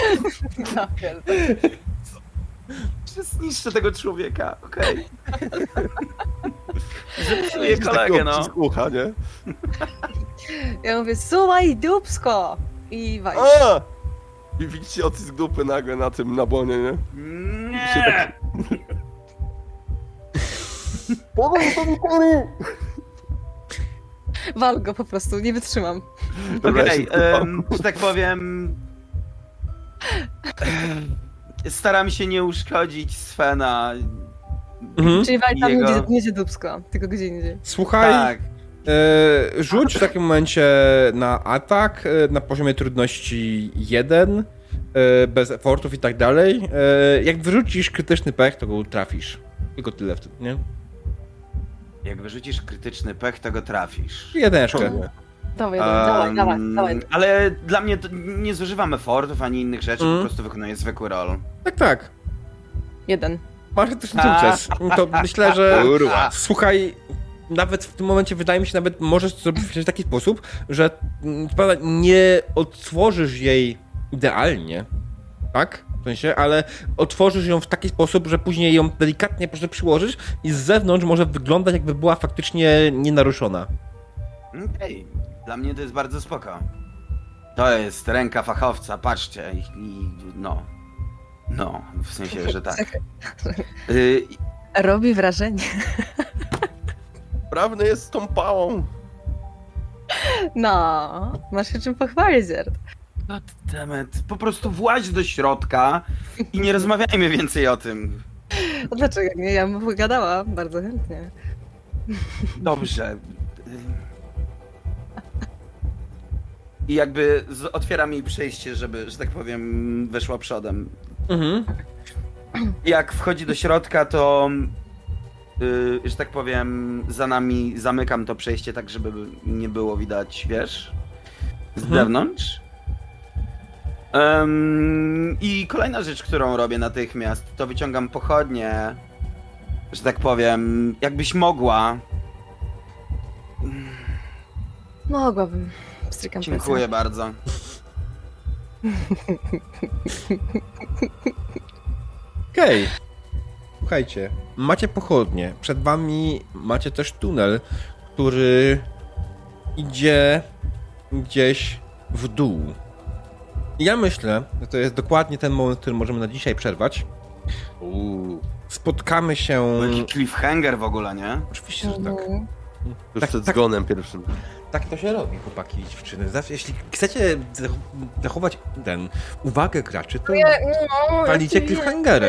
Zniszczę tego człowieka, okej. Zepsuję kolegę, no. Ucha, nie? Ja mówię, słuchaj, dupsko! I wali. A! I widzicie odcisk dupy nagle na tym nabonie, nie? Nie! Wal go po prostu, nie wytrzymam. Dobra, Okej, ja się że tak powiem... Staram się nie uszkodzić Svena. Czyli wali tam Jego- nie gdzie dupsko, tylko gdzie indziej. Słuchaj, Tak. rzuć w takim momencie na atak na poziomie trudności 1, bez effortów i tak dalej. Jak wyrzucisz krytyczny pech, to go trafisz. Tylko tyle wtedy, nie? Jak wyrzucisz krytyczny pech, to go trafisz. Jedyneczkę. Dawaj, dawaj. Ale dla mnie to nie zużywam effortów ani innych rzeczy, po prostu wykonuję zwykły roll. Tak. 1. Masz krytyczny sukces. To myślę, że... Kurwa. Słuchaj, nawet w tym momencie wydaje mi się, nawet możesz to zrobić w taki sposób, że prawda, nie otworzysz jej idealnie, tak? W sensie, ale otworzysz ją w taki sposób, że później ją delikatnie po prostu przyłożysz i z zewnątrz może wyglądać, jakby była faktycznie nienaruszona. Okej, dla mnie to jest bardzo spoko. To jest ręka fachowca, patrzcie. No, w sensie, że tak. Robi wrażenie. Prawny jest z tą pałą. No, masz się czym pochwalić, Zerd. Goddammit, po prostu właź do środka i nie rozmawiajmy więcej o tym. No dlaczego nie? Ja bym pogadała bardzo chętnie. Dobrze. I jakby otwieram jej przejście, żeby, że tak powiem, weszła przodem. Mhm. Jak wchodzi do środka, to że tak powiem, za nami zamykam to przejście tak, żeby nie było widać, wiesz, z zewnątrz. I kolejna rzecz, którą robię natychmiast, to wyciągam pochodnie, że tak powiem, jakbyś mogła. Mogłabym. Strykam Dziękuję bardzo. Okej. Słuchajcie, macie pochodnie, przed wami macie też tunel, który idzie gdzieś w dół. I ja myślę, że to jest dokładnie ten moment, w którym możemy na dzisiaj przerwać. Spotkamy się... Taki cliffhanger w ogóle, nie? Oczywiście, że tak. Już Tak, przed tak. zgonem pierwszym. Tak to się robi, chłopaki i dziewczyny. Zawsze, jeśli chcecie zachować uwagę graczy, to walicie cliffhangerem.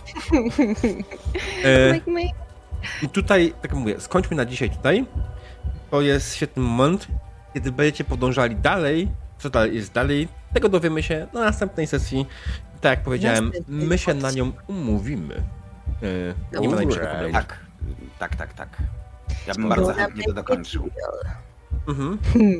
I tutaj, tak jak mówię, skończmy na dzisiaj tutaj. To jest świetny moment, kiedy będziecie podążali dalej. Co dalej jest dalej, tego dowiemy się na następnej sesji. Tak jak powiedziałem, my się na nią umówimy. Nie ma najmniejszego problemu. Tak. Ja bym bardzo chętnie to dokończył. Mhm.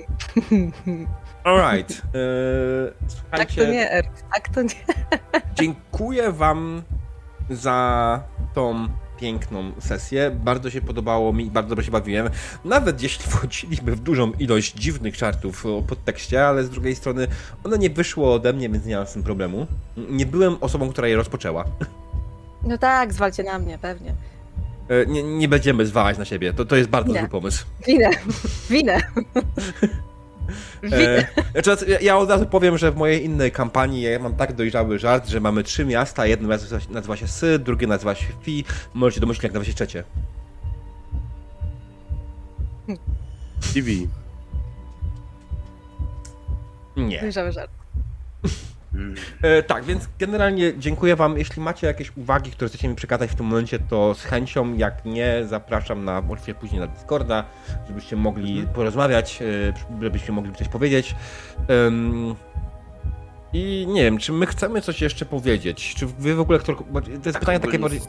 Alright. Tak Słuchajcie, to nie, Erd. Tak to nie. dziękuję wam za tą piękną sesję. Bardzo się podobało mi i bardzo dobrze się bawiłem. Nawet jeśli wchodziliśmy w dużą ilość dziwnych żartów o podtekście, ale z drugiej strony one nie wyszło ode mnie, więc nie mam z tym problemu. Nie byłem osobą, która je rozpoczęła. No tak, zwalcie na mnie, pewnie. Nie będziemy zwalać na siebie. To jest bardzo Nie. zły pomysł. Winę. Znaczy, ja od razu powiem, że w mojej innej kampanii ja mam tak dojrzały żart, że mamy 3 miasta, jedno nazywa się Sy, drugie nazywa się Fi. Możecie domyślić, jak nazywa się trzecie. TV. Nie. Dojrzały żart. Tak, więc generalnie dziękuję wam. Jeśli macie jakieś uwagi, które chcecie mi przekazać w tym momencie, to z chęcią. Jak nie, zapraszam na możliwie później na Discorda, żebyście mogli porozmawiać, żebyście mogli coś powiedzieć. I nie wiem, czy my chcemy coś jeszcze powiedzieć? Czy wy w ogóle... To jest pytanie takie bardziej...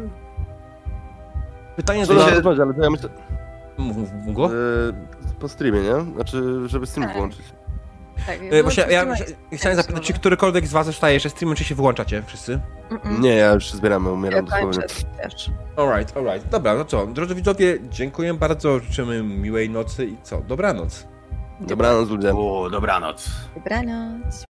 Pytanie Co do... ale to ja myślę... Mów go? Po streamie, nie? Znaczy, żeby stream włączyć. Tak, Właśnie, ja chciałem zapytać, czy którykolwiek z was zostaje jeszcze streamem, czy się wyłączacie wszyscy? Nie, ja już się zbieramy, umieram dosłownie. Alright. Alright. Dobra, no co, drodzy widzowie, dziękuję bardzo, życzymy miłej nocy i co, dobranoc. Dobranoc ludzie. Dobranoc. Dobranoc.